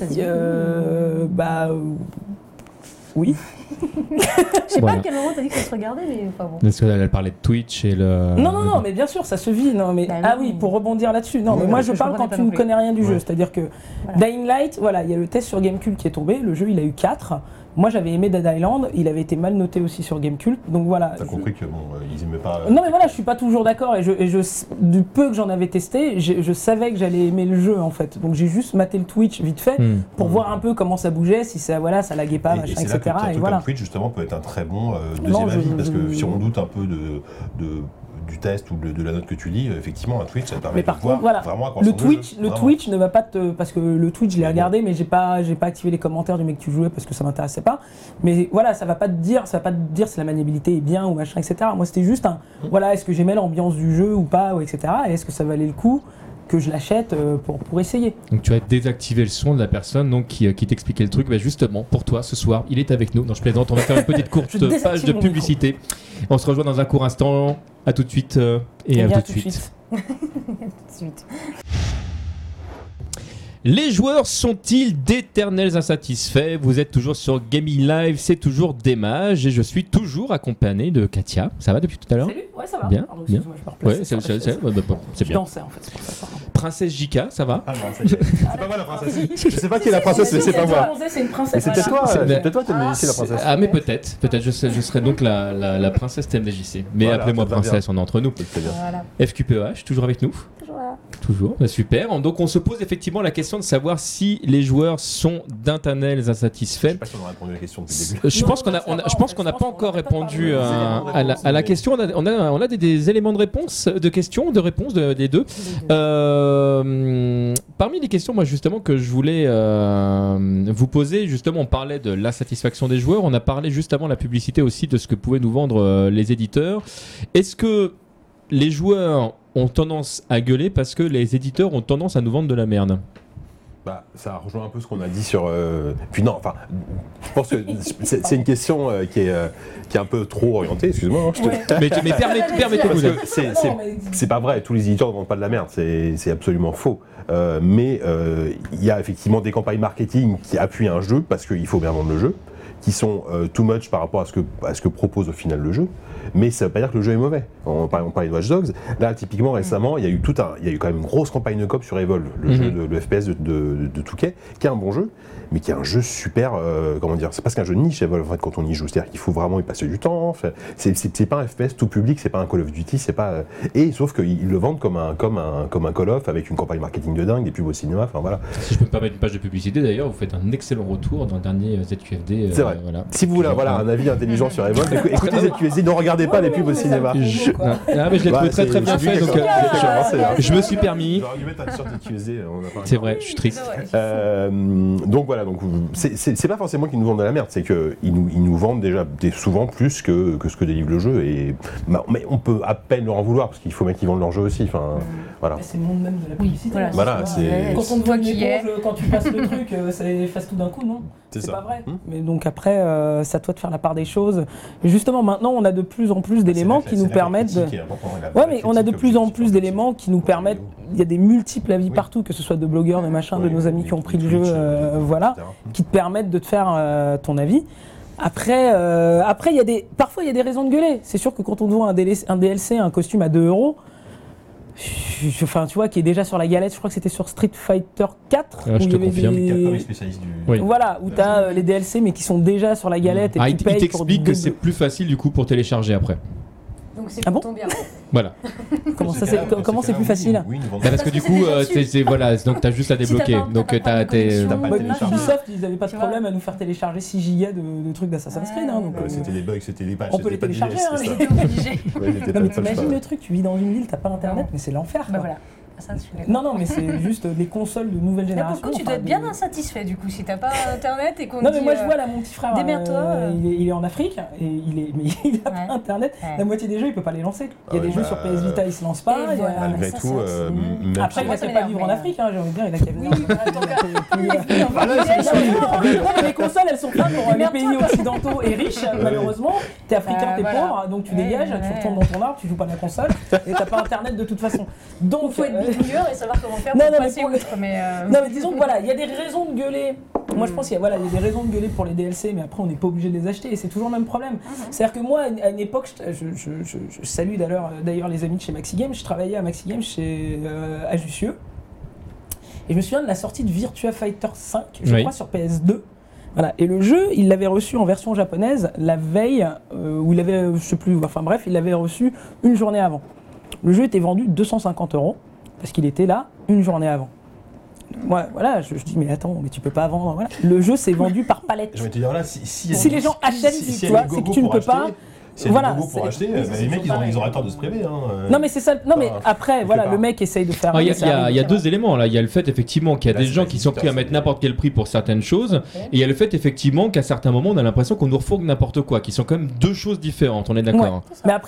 Oui. Je sais pas à quel moment t'as dit que ça se regardait, mais enfin bon. Parce qu'elle parlait de Twitch et le... Non, mais bien sûr, ça se vit. Non, mais... Ah oui, pour rebondir là-dessus. Non, mais moi je parle quand tu ne connais rien du jeu. C'est-à-dire que Dying Light, voilà, il y a le test sur Gamecult qui est tombé. Le jeu, il a eu 4. Moi, j'avais aimé Dead Island, il avait été mal noté aussi sur Gamecult, donc voilà. T'as compris que ils aimaient pas... Non mais voilà, je suis pas toujours d'accord, et du peu que j'en avais testé, je savais que j'allais aimer le jeu en fait. Donc j'ai juste maté le Twitch vite fait, pour voir un peu comment ça bougeait, si ça laguait pas, machin, etc. Et voilà. Twitch justement peut être un très bon deuxième avis, parce que si on doute un peu du test ou de la note que tu lis, effectivement, un Twitch, ça te permet de voir vraiment à quoi le Twitch ne va pas te... Parce que le Twitch, je l'ai regardé, mais j'ai pas activé les commentaires du mec que tu jouais parce que ça m'intéressait pas. Mais voilà, ça va pas te dire si la maniabilité est bien ou machin, etc. Moi, c'était juste est-ce que j'aimais l'ambiance du jeu ou pas, etc. Et est-ce que ça valait le coup que je l'achète pour essayer. Donc tu as désactivé le son de la personne donc, qui t'expliquait le truc. Justement, pour toi, ce soir, il est avec nous. Non, je plaisante, on va faire une petite courte page de publicité. On se rejoint dans un court instant. À tout de suite et à tout de suite. Les joueurs sont-ils d'éternels insatisfaits? Vous êtes toujours sur Gaming Live, c'est toujours Démage et je suis toujours accompagné de Katia. Ça va depuis tout à l'heure? Salut, ouais ça va. Bien, Pardon, bien. excuse-moi, je me replace Ouais, sur la chaise. c'est Je bien. dansais en fait, c'est pour ça. Princesse Jika, ça va? Ah non, c'est pas moi la princesse. Je sais pas qui est la princesse, mais c'est pas moi. C'est une Mais princesse. c'est peut-être toi, C'est- c'est peut-être toi qui as ici la princesse. Ah mais peut-être je serai donc la princesse TMDJC. Mais Voilà, appelez-moi ça te va princesse, on est entre nous. C'est bien. Voilà. FQPEH, toujours avec nous? Toujours, bah super. Donc on se pose effectivement la question de savoir si les joueurs sont d'éternels Je sais insatisfaits. pas si on a répondu à la question depuis le début. Je pense qu'on n'a pas encore répondu à la question. On a des éléments de réponse, de réponse des deux. Parmi les questions, moi justement que je voulais vous poser, justement, on parlait de l'insatisfaction des joueurs. On a parlé juste avant la publicité aussi de ce que pouvaient nous vendre les éditeurs. Est-ce que les joueurs ont tendance à gueuler parce que les éditeurs ont tendance à nous vendre de la merde? Bah, ça rejoint un peu ce qu'on a dit sur. Puis non, enfin, je pense que c'est une question qui est un peu trop orientée. Excuse-moi. Hein, je te... Mais permettez-vous. Parce que c'est pas vrai. Tous les éditeurs ne vendent pas de la merde. C'est absolument faux. Mais il y a effectivement des campagnes marketing qui appuient un jeu parce qu'il faut bien vendre le jeu, qui sont too much par rapport à ce que propose au final le jeu. Mais ça ne veut pas dire que le jeu est mauvais. On parlait de Watch Dogs. Là, typiquement, récemment, il y a eu quand même une grosse campagne de coop sur Evolve, le jeu de FPS de 2K, qui est un bon jeu, mais qui est un jeu super. Comment dire, c'est parce qu'un jeu de niche, Evolve, en fait, quand on y joue. C'est-à-dire qu'il faut vraiment y passer du temps. Enfin, c'est pas un FPS tout public, c'est pas un Call of Duty, c'est pas. Et sauf qu'ils le vendent comme un Call of avec une campagne marketing de dingue, des pubs au cinéma. Enfin voilà. Si je peux me permettre une page de publicité, d'ailleurs, vous faites un excellent retour dans le dernier ZQFD. C'est vrai. Voilà. Si vous voulez un avis intelligent sur Evolve, écoutez ZQSD, ne regardez pas les pubs au cinéma. Mais je l'ai trouvé très bien fait, donc je me suis permis. C'est vrai, je suis triste. Donc voilà, c'est pas forcément qu'ils nous vendent de la merde, c'est qu'ils nous vendent déjà souvent plus que ce que délivre le jeu. Mais on peut à peine leur en vouloir parce qu'il faut bien qu'ils vendent leur jeu aussi. Enfin, voilà. C'est le monde même de la publicité. Voilà, c'est. Quand on te voit une éponge, quand tu passes le truc, ça efface tout d'un coup, non? C'est pas vrai. Mais donc après, c'est à toi de faire la part des choses. Et justement, maintenant, on a de plus en plus d'éléments qui nous permettent de. Ouais, mais on a de plus en plus d'éléments qui nous permettent. Il y a des multiples avis partout, que ce soit de blogueurs, de machins, de nos amis qui ont pris le jeu, voilà, qui te permettent de te faire ton avis. Après, parfois il y a des raisons de gueuler. C'est sûr que quand on te vend un DLC, un costume à 2 €. Enfin, tu vois, qui est déjà sur la galette, je crois que c'était sur Street Fighter 4. Je te confirme. Voilà, où tu as les DLC, mais qui sont déjà sur la galette. Et il t'explique que c'est plus facile du coup pour télécharger après. Donc c'est plutôt bien. Voilà. Comment c'est plus facile? Parce que du coup, voilà, donc t'as juste à débloquer. Donc Ubisoft, ils n'avaient pas de problème à nous faire télécharger 6 gigas de trucs d'Assassin's Creed. C'était les bugs, c'était les patchs. On peut les télécharger. Non mais t'imagines le truc, tu vis dans une ville, t'as pas internet, mais c'est l'enfer. Bah voilà. Non, mais c'est juste les consoles de nouvelle génération. Pour le coup, tu dois être bien insatisfait du coup si t'as pas internet et qu'on Non, mais moi je vois là mon petit frère. Démerde-toi. Il est en Afrique et il a pas internet. La moitié des jeux il peut pas les lancer. Il y a des jeux sur PS Vita, ils se lancent pas. Malgré tout, après il va peut-être pas vivre en Afrique, j'ai envie de dire, il a qu'à venir. Les consoles elles sont pas pour les pays occidentaux et riches, malheureusement. T'es africain, t'es pauvre, donc tu dégages, tu retournes dans ton arbre, tu joues pas à la console et t'as pas internet de toute façon. Donc faut être bidouilleur et savoir comment faire pour passer outre. Non mais disons que voilà, il y a des raisons de gueuler. Moi je pense qu'il y a des raisons de gueuler pour les DLC, mais après on n'est pas obligé de les acheter et c'est toujours le même problème. C'est-à-dire que moi à une époque, je salue d'ailleurs les amis de chez Maxi Games, je travaillais à Maxi Games à Jussieu. Et je me souviens de la sortie de Virtua Fighter 5, je crois sur PS2. Voilà. Et le jeu, il l'avait reçu en version japonaise la veille, où il avait, je sais plus, enfin bref, il l'avait reçu une journée avant. Le jeu était vendu 250 €. Parce qu'il était là une journée avant. Moi, voilà, je dis mais attends, mais tu peux pas vendre. Voilà. Le jeu s'est vendu par palette. Je vais te dire là, si les gens achètent, tu vois, c'est que tu ne peux pas. C'est voilà, pour acheter, les mecs ils auraient tort de se priver. Non mais c'est ça. Non mais après voilà, le mec essaye de faire. Il y a deux éléments là. Il y a le fait effectivement qu'il y a des gens qui sont prêts à mettre n'importe quel prix pour certaines choses, et il y a le fait effectivement qu'à certains moments on a l'impression qu'on nous refourgue n'importe quoi, qui sont quand même deux choses différentes. On est d'accord. Mais après,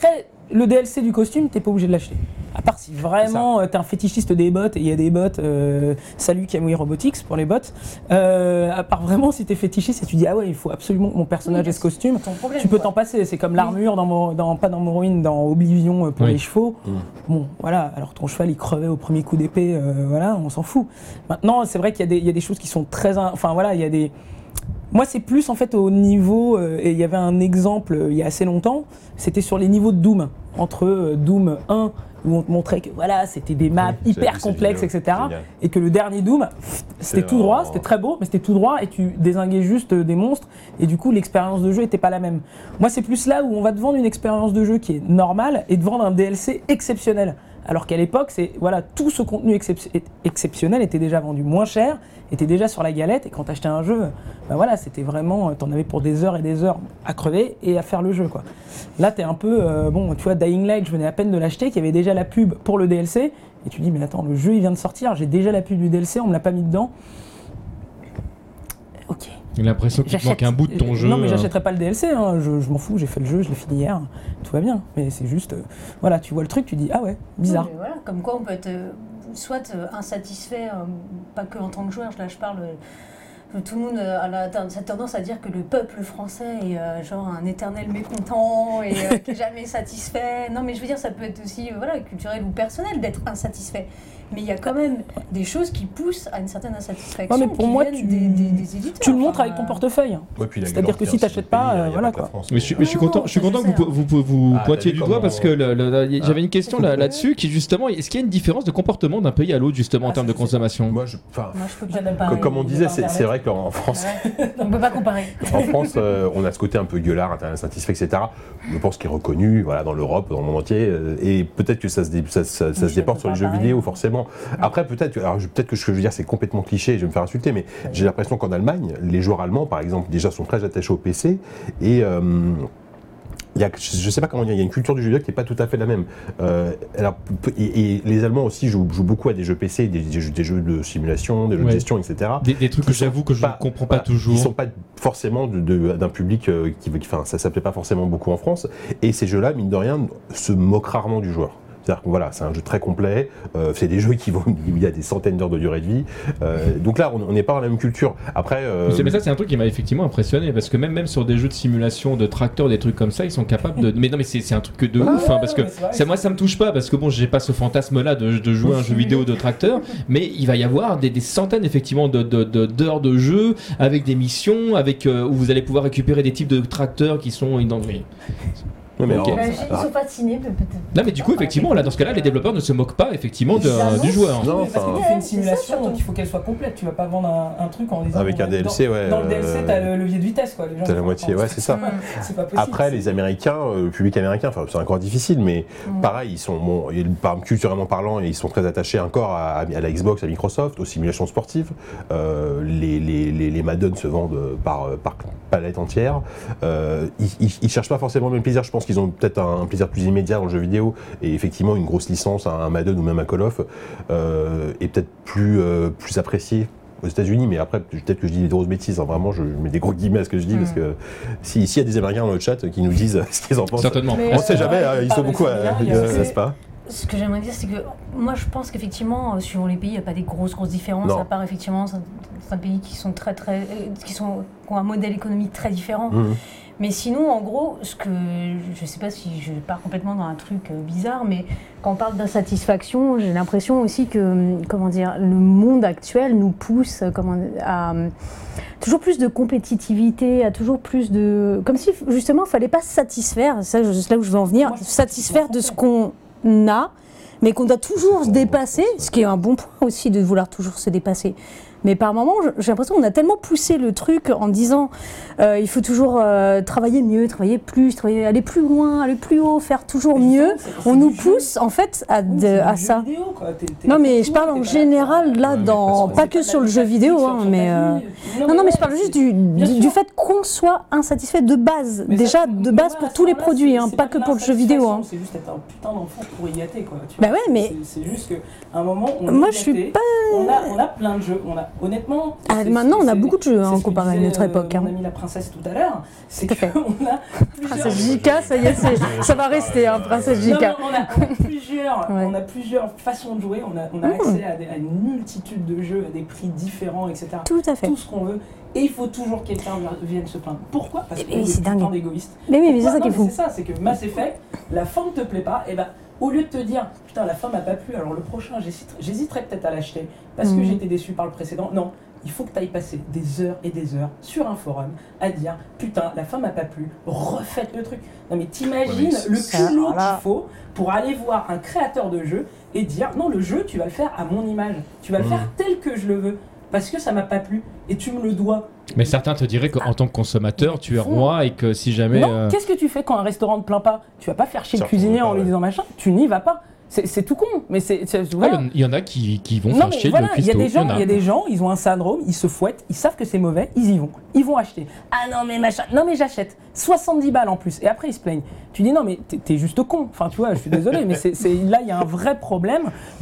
le DLC du costume, t'es pas obligé de l'acheter. À part si vraiment t'es un fétichiste des bots, et il y a des bots, salut Kamui Robotics pour les bots, à part vraiment si t'es fétichiste et tu dis ah ouais il faut absolument que mon personnage ait ce costume, tu peux t'en passer, c'est comme l'armure pas dans Morrowind, dans Oblivion pour les chevaux, bon voilà, alors ton cheval il crevait au premier coup d'épée, voilà, on s'en fout. Maintenant c'est vrai qu'il y a des choses qui sont très, enfin voilà, il y a des... Moi, c'est plus en fait au niveau, et il y avait un exemple il y a assez longtemps, c'était sur les niveaux de Doom, entre Doom 1, où on te montrait que voilà, c'était des maps hyper complexes, etc. Génial. Et que le dernier Doom, c'était tout droit, c'était très beau, mais c'était tout droit, et tu dézinguais juste des monstres, et du coup, l'expérience de jeu n'était pas la même. Moi, c'est plus là où on va te vendre une expérience de jeu qui est normale, et te vendre un DLC exceptionnel. Alors qu'à l'époque, voilà, tout ce contenu exceptionnel était déjà vendu moins cher, était déjà sur la galette, et quand t'achetais un jeu, ben voilà, c'était vraiment, t'en avais pour des heures et des heures à crever et à faire le jeu, quoi. Là, t'es un peu, bon, tu vois, Dying Light, je venais à peine de l'acheter, qu'il y avait déjà la pub pour le DLC, et tu dis, mais attends, le jeu il vient de sortir, j'ai déjà la pub du DLC, on me l'a pas mis dedans. Ok. J'ai l'impression qu'il te manque un bout de ton jeu. Non, mais j'achèterai pas le DLC, hein. Je m'en fous, j'ai fait le jeu, je l'ai fini hier, tout va bien. Mais c'est juste, voilà, tu vois le truc, tu dis, ah ouais, bizarre. Oui, voilà, comme quoi on peut être soit insatisfait, pas que en tant que joueur, là je parle. Tout le monde a cette tendance à dire que le peuple français est genre un éternel mécontent et qui n'est jamais satisfait. Non, mais je veux dire, ça peut être aussi voilà, culturel ou personnel d'être insatisfait. Mais il y a quand même des choses qui poussent à une certaine insatisfaction. Ouais, mais pour moi, des éditeurs. Tu le montres avec ton portefeuille. Ouais, c'est-à-dire que si tu n'achètes pas, voilà quoi. Mais je suis content que vous pointiez du doigt parce que j'avais une question là-dessus qui justement, est-ce qu'il y a une différence de comportement d'un pays à l'autre justement en termes de consommation? Moi, je peux pas. Comme on disait, c'est vrai qu'en France, on ne peut pas comparer. En France, on a ce côté un peu gueulard, insatisfait, etc. Je pense qu'il est reconnu, voilà, dans l'Europe, dans le monde entier, et peut-être que ça se déporte sur les jeux vidéo, forcément. Après, peut-être que ce que je veux dire, c'est complètement cliché, je vais me faire insulter, mais j'ai l'impression qu'en Allemagne, les joueurs allemands, par exemple, déjà sont très attachés au PC, et je ne sais pas comment dire, il y a une culture du jeu vidéo qui n'est pas tout à fait la même. Et les Allemands aussi jouent beaucoup à des jeux PC, des jeux de simulation, des jeux de gestion, etc. Des trucs que j'avoue que je ne comprends pas toujours. Ils ne sont pas forcément d'un public enfin, ça ne plaît pas forcément beaucoup en France. Et ces jeux-là, mine de rien, se moquent rarement du joueur. C'est-à-dire que voilà, c'est un jeu très complet, c'est des jeux il y a des centaines d'heures de durée de vie. Donc là, on n'est pas dans la même culture. Après, mais ça, c'est un truc qui m'a effectivement impressionné parce que même sur des jeux de simulation, de tracteurs, des trucs comme ça, ils sont capables de. Mais non, mais c'est un truc de ouf, hein, parce que moi, ça me touche pas parce que bon, j'ai pas ce fantasme-là de jouer à un jeu vidéo de tracteur, mais il va y avoir des centaines effectivement d'heures de jeu avec des missions, où vous allez pouvoir récupérer des types de tracteurs qui sont identifiés. Non, mais ils sont fascinés peut-être. Non mais du coup effectivement là dans ce cas-là les développeurs ne se moquent pas effectivement du joueur. Non, parce que tu fais une simulation donc il faut qu'elle soit complète. Tu vas pas vendre un truc en disant avec un DLC dans le DLC t'as le levier de vitesse quoi. T'as la moitié, ouais c'est ça. C'est pas possible. Après les Américains, le public américain, enfin c'est encore difficile mais pareil ils sont culturellement parlant ils sont très attachés encore à la Xbox, à Microsoft, aux simulations sportives. Les Madden se vendent par palette entière. Ils cherchent pas forcément le même plaisir. Je pense qu'ils ont peut-être un plaisir plus immédiat dans le jeu vidéo et effectivement une grosse licence, un Madden ou même un Call of est peut-être plus apprécié aux États-Unis, mais après peut-être que je dis des grosses bêtises, hein. Vraiment je mets des gros guillemets à ce que je dis parce que s'il y a des Américains dans le chat qui nous disent ce qu'ils en pensent, certainement. On ne sait jamais, ils sont beaucoup n'est-ce pas? Ce que j'aimerais dire, c'est que moi je pense qu'effectivement, suivant les pays, il n'y a pas des grosses différences, à part effectivement certains pays qui sont qui ont un modèle économique très différent. Mais sinon, en gros, je ne sais pas si je pars complètement dans un truc bizarre, mais quand on parle d'insatisfaction, j'ai l'impression aussi que, le monde actuel nous pousse à toujours plus de compétitivité, à toujours plus de... Comme si, justement, il ne fallait pas se satisfaire, c'est là où je veux en venir, satisfaire de ce qu'on a, mais qu'on doit toujours se dépasser, ce qui est un bon point aussi de vouloir toujours se dépasser. Mais par moments, j'ai l'impression qu'on a tellement poussé le truc en disant il faut toujours travailler mieux, travailler plus, aller plus loin, aller plus haut, faire toujours mieux. On nous pousse en fait à ça. Non mais je parle en général là, pas que sur le jeu vidéo, hein, mais non mais je parle juste du fait qu'on soit insatisfait de base, déjà de base pour tous les produits, hein, pas que pour le jeu vidéo. Hein. C'est juste être un putain d'enfant pour y gâter quoi. Bah ouais mais c'est juste qu'à un moment on moi je suis pas. On a plein de jeux, on a Voilà, honnêtement. Maintenant, on a beaucoup de jeux comparé à notre époque. On a mis la princesse tout à l'heure. C'est qu'on a Princesse Jika, ça y est, ça va rester, Princesse Jika. On a plusieurs façons de jouer. On a accès à une multitude de jeux, à des prix différents, etc. Tout à fait. Tout ce qu'on veut. Et il faut toujours que quelqu'un vienne se plaindre. Pourquoi ? Parce qu'on est dingue. d'égoïste. Mais c'est ça qui est fou. C'est ça, c'est que Mass Effect, la fin ne te plaît pas, et au lieu de te dire putain la fin m'a pas plu, alors le prochain j'hésiterais peut-être à l'acheter parce que j'étais déçu par le précédent. Non, il faut que tu ailles passer des heures et des heures sur un forum à dire putain la fin m'a pas plu, refaites le truc. Non mais t'imagines le culot qu'il faut pour aller voir un créateur de jeu et dire non, le jeu tu vas le faire à mon image, tu vas le faire tel que je le veux. Parce que ça m'a pas plu et tu me le dois. Mais certains te diraient qu'en tant que consommateur, tu es roi et que si jamais. Non, qu'est-ce que tu fais quand un restaurant ne te plaint pas ? Tu vas pas faire chier le cuisinier en lui disant machin, tu n'y vas pas. C'est tout con, mais voilà. Il y en a qui vont faire chier le cuistot. Il y a des gens, ils ont un syndrome, ils se fouettent, ils savent que c'est mauvais, ils y vont. Ils vont acheter. Ah non mais machin, non mais j'achète. 70 balles en plus. Et après ils se plaignent. Tu dis non mais t'es juste con. Enfin tu vois, je suis désolé, mais là il y a un vrai problème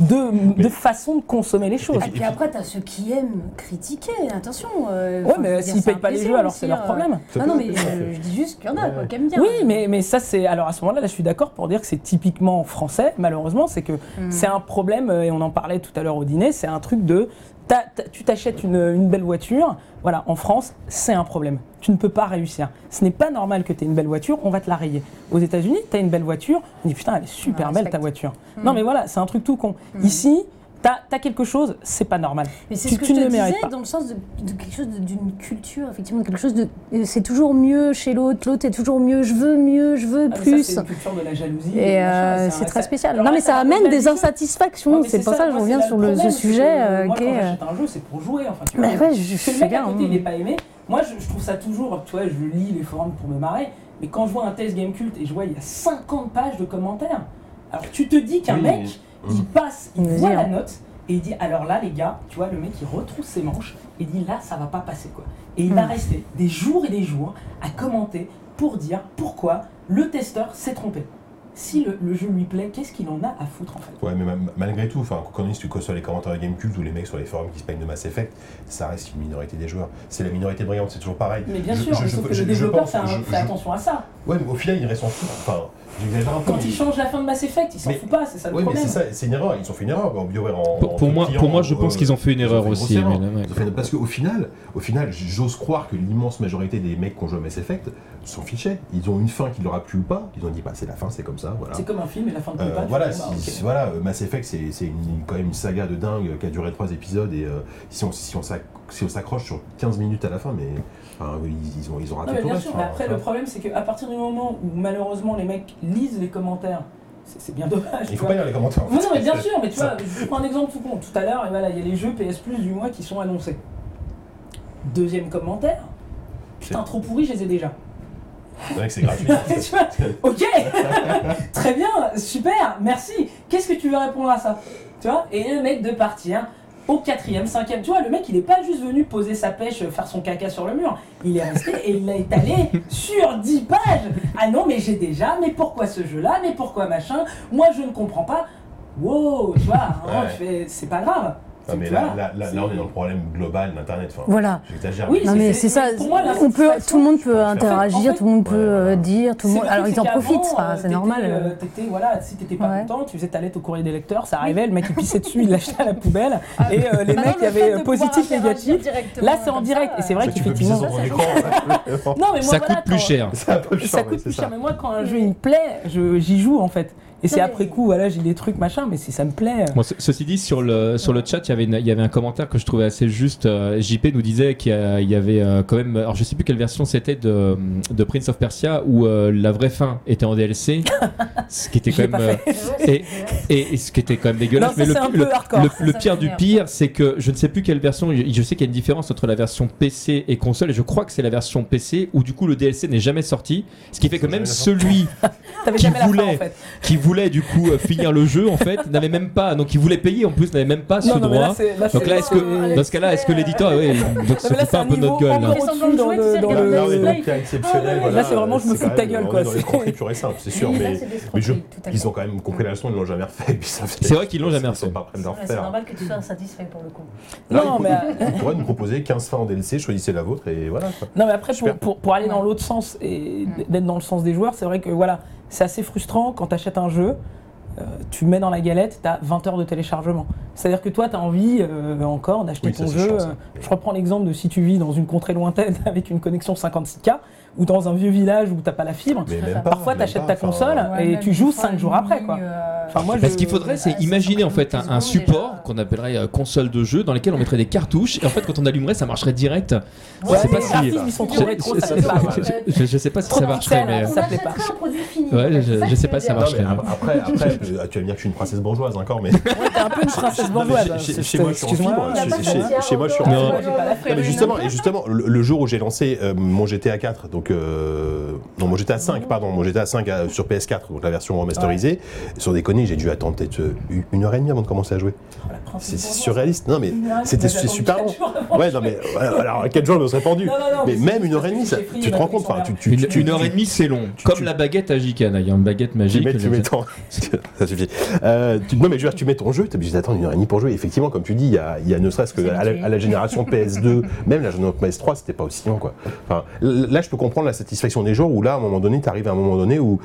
de façon de consommer les choses. Et puis après t'as ceux qui aiment critiquer, attention. Ouais mais s'ils payent pas les jeux alors c'est leur problème. Ah non mais je dis juste qu'il y en a qui aiment bien. Oui mais ça c'est, alors à ce moment-là je suis d'accord pour dire que c'est typiquement français malheureusement. C'est que c'est un problème, et on en parlait tout à l'heure au dîner, c'est un truc de tu t'achètes une belle voiture, voilà, en France, c'est un problème. Tu ne peux pas réussir. Ce n'est pas normal que tu aies une belle voiture, on va te la rayer. Aux États-Unis, tu as une belle voiture, on dit putain, elle est super belle ta voiture. Non mais voilà, c'est un truc tout con. Ici, t'as quelque chose, c'est pas normal. Mais c'est ce que je te disais dans le sens de quelque chose d'une culture, effectivement, quelque chose de. C'est toujours mieux chez l'autre est toujours mieux, je veux plus. Ça, c'est une culture de la jalousie. Et c'est très spécial. Non mais ça amène des insatisfactions, c'est pour ça que je reviens sur ce sujet. Moi, quand j'achète un jeu, c'est pour jouer. Enfin, tu vois, je le mec à côté, il n'est pas aimé. Moi, je trouve ça toujours, tu vois, je lis les forums pour me marrer, mais quand je vois un test Gamecult et je vois il y a 50 pages de commentaires, alors tu te dis qu'un mec. Il passe, il voit la note et il dit alors là les gars, tu vois le mec il retrousse ses manches et il dit là ça va pas passer quoi. Et il va rester des jours et des jours à commenter pour dire pourquoi le testeur s'est trompé. Si le jeu lui plaît, qu'est-ce qu'il en a à foutre en fait ? Ouais, mais malgré tout, quand tu sur les commentaires de Gamecult ou les mecs sur les forums qui se plaignent de Mass Effect, ça reste une minorité des joueurs. C'est la minorité brillante, c'est toujours pareil. Mais bien sûr, sauf que le développeur fait attention à ça. Ouais, mais au final, il reste en fout. Enfin, j'exagère un peu. Quand ils changent la fin de Mass Effect, ils s'en foutent pas, c'est ça le problème. Oui, mais c'est ça, c'est une erreur. Ils ont fait une erreur. Pour moi, je pense qu'ils ont fait une erreur aussi. Parce qu'au final, j'ose croire que l'immense majorité des mecs qui ont joué à Mass Effect s'en fichaient. Ils ont une fin qui leur a plu ou pas. Ils ont dit, c'est la fin, c'est comme ça. Voilà. C'est comme un film et la fin ne plaît pas. Voilà, Mass Effect, c'est quand même une saga de dingue qui a duré 3 épisodes. Et si on s'accroche sur 15 minutes à la fin, mais ils ont raté tout le reste. Mais après, le problème, c'est qu'à partir du moment où malheureusement les mecs lisent les commentaires, c'est bien dommage. Il faut pas lire les commentaires. Non, mais bien sûr, mais tu vois, je prends un exemple tout con. Tout à l'heure, il y a les jeux PS Plus du mois qui sont annoncés. Deuxième commentaire, putain, trop pourri, je les ai déjà. C'est vrai que c'est gratuit. Tu vois, ok, très bien, super, merci. Qu'est-ce que tu veux répondre à ça ? Tu vois ? Et le mec de partir au 4e, 5e, tu vois, le mec il est pas juste venu poser sa pêche, faire son caca sur le mur, il est resté et il a étalé sur 10 pages. Ah non mais j'ai déjà, mais pourquoi ce jeu là, mais pourquoi machin, moi je ne comprends pas. Wow, tu vois, c'est pas grave. Non, mais là, on est dans le problème global d'Internet. Enfin, voilà. J'exagère. Oui, non, mais c'est ça. Moi, tout le monde peut interagir, tout le monde peut dire, tout le monde. Alors ils en profitent, c'est normal. Si t'étais pas content, tu faisais ta lettre au courrier des lecteurs, ça arrivait, le mec il pissait dessus, il l'achetait à la poubelle, et les mecs il y avait positif, négatif. Là c'est en direct, et c'est vrai qu'effectivement. Ça coûte plus cher. Ça coûte plus cher, mais moi quand un jeu il me plaît, j'y joue en fait. Et c'est après coup, voilà, j'ai des trucs machin, mais si ça me plaît. Bon, ceci dit, sur le chat, il y avait un commentaire que je trouvais assez juste. JP nous disait qu'il y avait quand même. Alors, je sais plus quelle version c'était de Prince of Persia où la vraie fin était en DLC, ce qui était quand même et ce qui était quand même dégueulasse. Non, mais le pire du pire, c'est que je ne sais plus quelle version. Je sais qu'il y a une différence entre la version PC et console, et je crois que c'est la version PC où du coup le DLC n'est jamais sorti, ce qui fait que même celui qui voulait voulaient du coup finir le jeu en fait n'avaient même pas, donc ils voulaient payer en plus, n'avaient même pas ce droit. Donc là, dans ce cas-là, est-ce que l'éditeur, donc se fout pas un peu de notre gueule là, c'est vraiment je me fous de ta gueule quoi. Dans l'escroquerie pure et simple, c'est sûr, mais ils ont quand même compris la leçon, ils l'ont jamais refait. C'est vrai qu'ils l'ont jamais refait. C'est normal que tu sois insatisfait pour le coup. Non, mais on pourrait nous proposer 15 fins en DLC, choisissez la vôtre et voilà. Non, mais après, pour aller dans l'autre sens et d'être dans le sens des joueurs, c'est vrai que voilà, c'est assez frustrant quand tu achètes un jeu, tu le mets dans la galette, tu as 20 heures de téléchargement. C'est-à-dire que toi, tu as envie encore d'acheter ton jeu. Je reprends l'exemple de si tu vis dans une contrée lointaine avec une connexion 56K ou dans un vieux village où tu n'as pas la fibre. Parfois, tu achètes ta console et tu joues 5 jours après. Quoi. Ce qu'il faudrait, c'est imaginer en fait un support qu'on appellerait console de jeu dans lequel on mettrait des cartouches et en fait, quand on allumerait, ça marcherait direct. Je sais pas si ils sont trop rétro, ça plaît pas. Je sais pas si ça marcherait, mais ça plaît pas. Ouais, je sais pas si ça marcherait. Après, tu vas me dire que je suis une princesse bourgeoise encore, mais. Ouais, t'es un peu une princesse bourgeoise. Chez moi, je suis en fibre. Chez moi, je suis en fibre. Mais justement, le jour où j'ai lancé mon GTA 4, donc non, mon GTA 5, pardon, mon GTA 5 sur PS4, donc la version remasterisée, sans déconner, j'ai dû attendre peut-être 1h30 avant de commencer à jouer. C'est surréaliste. Non, mais c'est super long. Ouais, non, mais alors 4 jours, je me serais pendu. Mais même 1h30, tu te rends compte. 1h30, c'est long. Comme la baguette à JK, il y a une baguette magique. Tu mets ton. Ça suffit. Non, mais je veux dire, tu mets ton jeu, t'es obligé d'attendre 1h30 pour jouer. Effectivement, comme tu dis, il y a ne serait-ce que à la génération PS2, même la génération PS3, c'était pas aussi long, quoi. Enfin, là, je peux comprendre la satisfaction des joueurs où là, à un moment donné, t'arrives à un moment donné où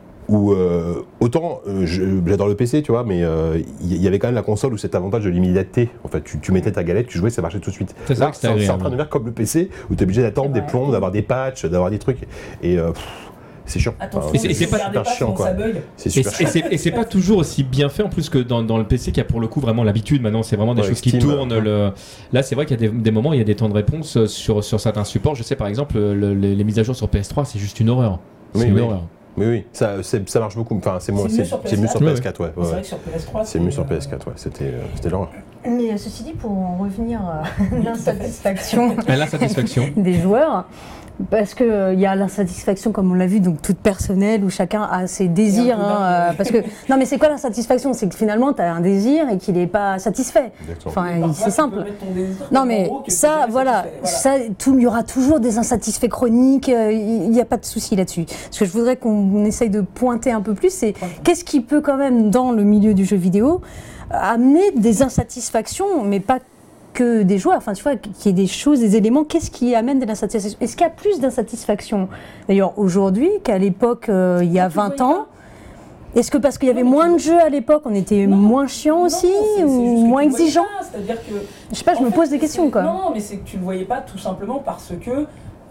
autant j'adore le PC, tu vois, mais il y avait quand même la console où cet avantage de l'immédiateté. En fait, tu mettais ta galette, tu jouais, ça marchait tout de suite. C'est en train de faire comme le PC où tu es obligé d'attendre des plombs, d'avoir des patchs, d'avoir des trucs. Et c'est chiant. Et c'est pas super chiant, quoi. C'est super chiant. Et c'est pas toujours aussi bien fait en plus que dans le PC qui a pour le coup vraiment l'habitude. Maintenant, c'est vraiment des choses qui tournent. Là, c'est vrai qu'il y a des moments, il y a des temps de réponse sur certains supports. Je sais par exemple, les mises à jour sur PS3, c'est juste une horreur. C'est une horreur. Oui, ça marche beaucoup. Enfin, c'est mieux sur PS4, ouais. C'est vrai que sur PS3, c'est mieux sur PS4, ouais. C'était l'horreur. Mais ceci dit, pour en revenir à l'insatisfaction des joueurs, parce qu'il y a l'insatisfaction, comme on l'a vu, donc toute personnelle, où chacun a ses désirs. Parce que, non, mais c'est quoi l'insatisfaction? C'est que finalement, tu as un désir et qu'il n'est pas satisfait. Enfin, c'est simple. Non, mais ça, voilà, ça, il y aura toujours des insatisfaits chroniques, il n'y a pas de souci là-dessus. Ce que je voudrais qu'on essaye de pointer un peu plus, c'est qu'est-ce qui peut quand même, dans le milieu du jeu vidéo, amener des insatisfactions, mais pas que des joueurs, enfin tu vois, qu'il y ait des choses, des éléments, qu'est-ce qui amène de l'insatisfaction? Est-ce qu'il y a plus d'insatisfaction d'ailleurs aujourd'hui qu'à l'époque il y a 20 ans? Est-ce que parce qu'il y avait moins de jeux à l'époque, on était moins chiant aussi ou moins exigeant? C'est-à-dire que je sais pas, je me pose des questions quoi. Non, mais c'est que tu le voyais pas tout simplement parce que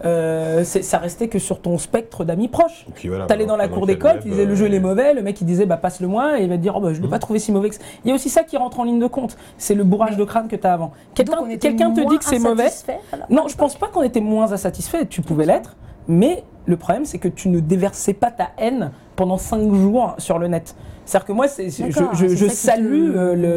ça restait que sur ton spectre d'amis proches. Voilà, t'allais dans la cour d'école, tu disais le jeu il est mauvais, le mec il disait bah passe-le moi et il va te dire je l'ai pas trouvé si mauvais que ça. Il y a aussi ça qui rentre en ligne de compte, c'est le bourrage de crâne que tu as avant. Quelqu'un te dit que c'est mauvais. Non, je pense pas qu'on était moins insatisfait, tu pouvais l'être, mais le problème c'est que tu ne déversais pas ta haine pendant 5 jours sur le net. C'est-à-dire que moi je salue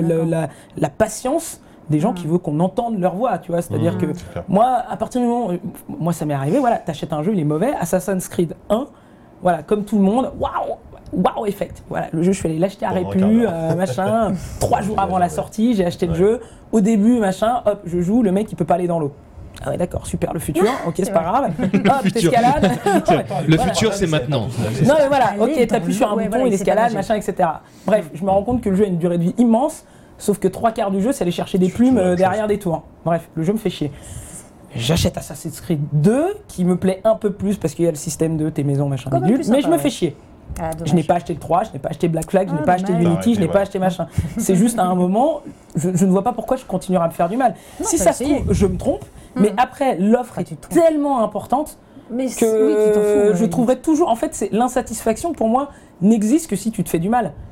la patience des gens qui veulent qu'on entende leur voix, tu vois, c'est-à-dire que moi, à partir du moment où, moi ça m'est arrivé, voilà, t'achètes un jeu, il est mauvais, Assassin's Creed 1, voilà, comme tout le monde, waouh effect, voilà, le jeu je suis allé l'acheter à Répu, machin, 3 jours avant la sortie, j'ai acheté le jeu, au début, machin, hop, je joue, le mec il peut pas aller dans l'eau. Ah ouais d'accord, super, le futur, ok c'est pas grave, hop, t'escalades. Le futur c'est maintenant. Non mais voilà, ok, t'appuies sur un bouton, il escalade, machin, etc. Bref, je me rends compte que le jeu a une durée de vie immense. Sauf que 3/4 du jeu, c'est aller chercher des plumes derrière des tours. Bref, le jeu me fait chier. J'achète Assassin's Creed 2, qui me plaît un peu plus parce qu'il y a le système de tes maisons, machin, bidule, mais je me fais chier. Je n'ai pas acheté le 3, je n'ai pas acheté Black Flag, je n'ai pas acheté Unity, je n'ai pas acheté machin. C'est juste à un moment, je ne vois pas pourquoi je continuerai à me faire du mal. Si ça se trouve, je me trompe, mais après, l'offre est tellement importante que je trouverai toujours... En fait, l'insatisfaction, pour moi, n'existe que si tu te fais du mal.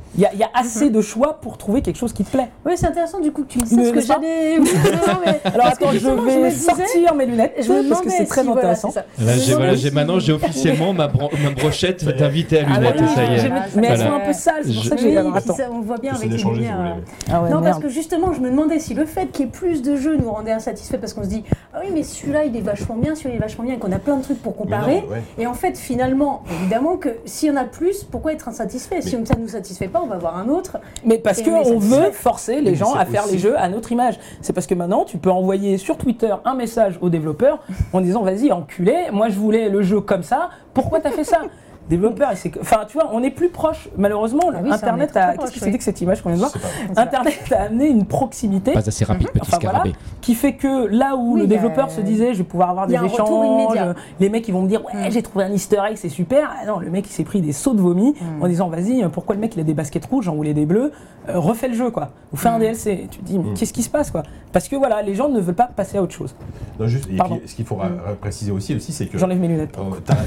Il y a assez de choix pour trouver quelque chose qui te plaît. Oui, c'est intéressant du coup que tu me dises parce que j'allais. Alors attends, je vais sortir mes lunettes parce que c'est très intéressant. Maintenant j'ai officiellement ma brochette d'invité à lunettes. Ça y est. Mais elles sont un peu sales, c'est pour ça que j'ai. On voit bien avec les lumières. Non, parce que justement, je me demandais si le fait qu'il y ait plus de jeux nous rendait insatisfaits parce qu'on se dit ah oui, mais celui-là il est vachement bien, celui-là il est vachement bien, et qu'on a plein de trucs pour comparer. Et en fait, finalement, évidemment que s'il y en a plus, pourquoi être insatisfait? Si ça ne nous satisfait pas, on va voir un autre. Mais parce qu'on veut forcer les gens à faire les jeux à notre image. C'est parce que maintenant, tu peux envoyer sur Twitter un message aux développeurs en disant vas-y, enculé, moi je voulais le jeu comme ça, pourquoi t'as fait ça? Développeur, enfin tu vois, on est plus proche, malheureusement, Internet a, qu'est-ce que c'était que cette image qu'on vient de voir? Internet a amené une proximité. Pas assez rapide, petit scarabée. Qui fait que là où le développeur se disait je vais pouvoir avoir des échanges, les mecs ils vont me dire ouais j'ai trouvé un easter egg, c'est super. Ah non, le mec il s'est pris des sauts de vomi en disant vas-y, pourquoi le mec il a des baskets rouges, j'en voulais des bleus, refais le jeu quoi, ou fais un DLC. Et tu te dis mais qu'est-ce qui se passe quoi? Parce que voilà, les gens ne veulent pas passer à autre chose. Non, juste, et puis, ce qu'il faut préciser aussi c'est que... J'enlève mes lunettes.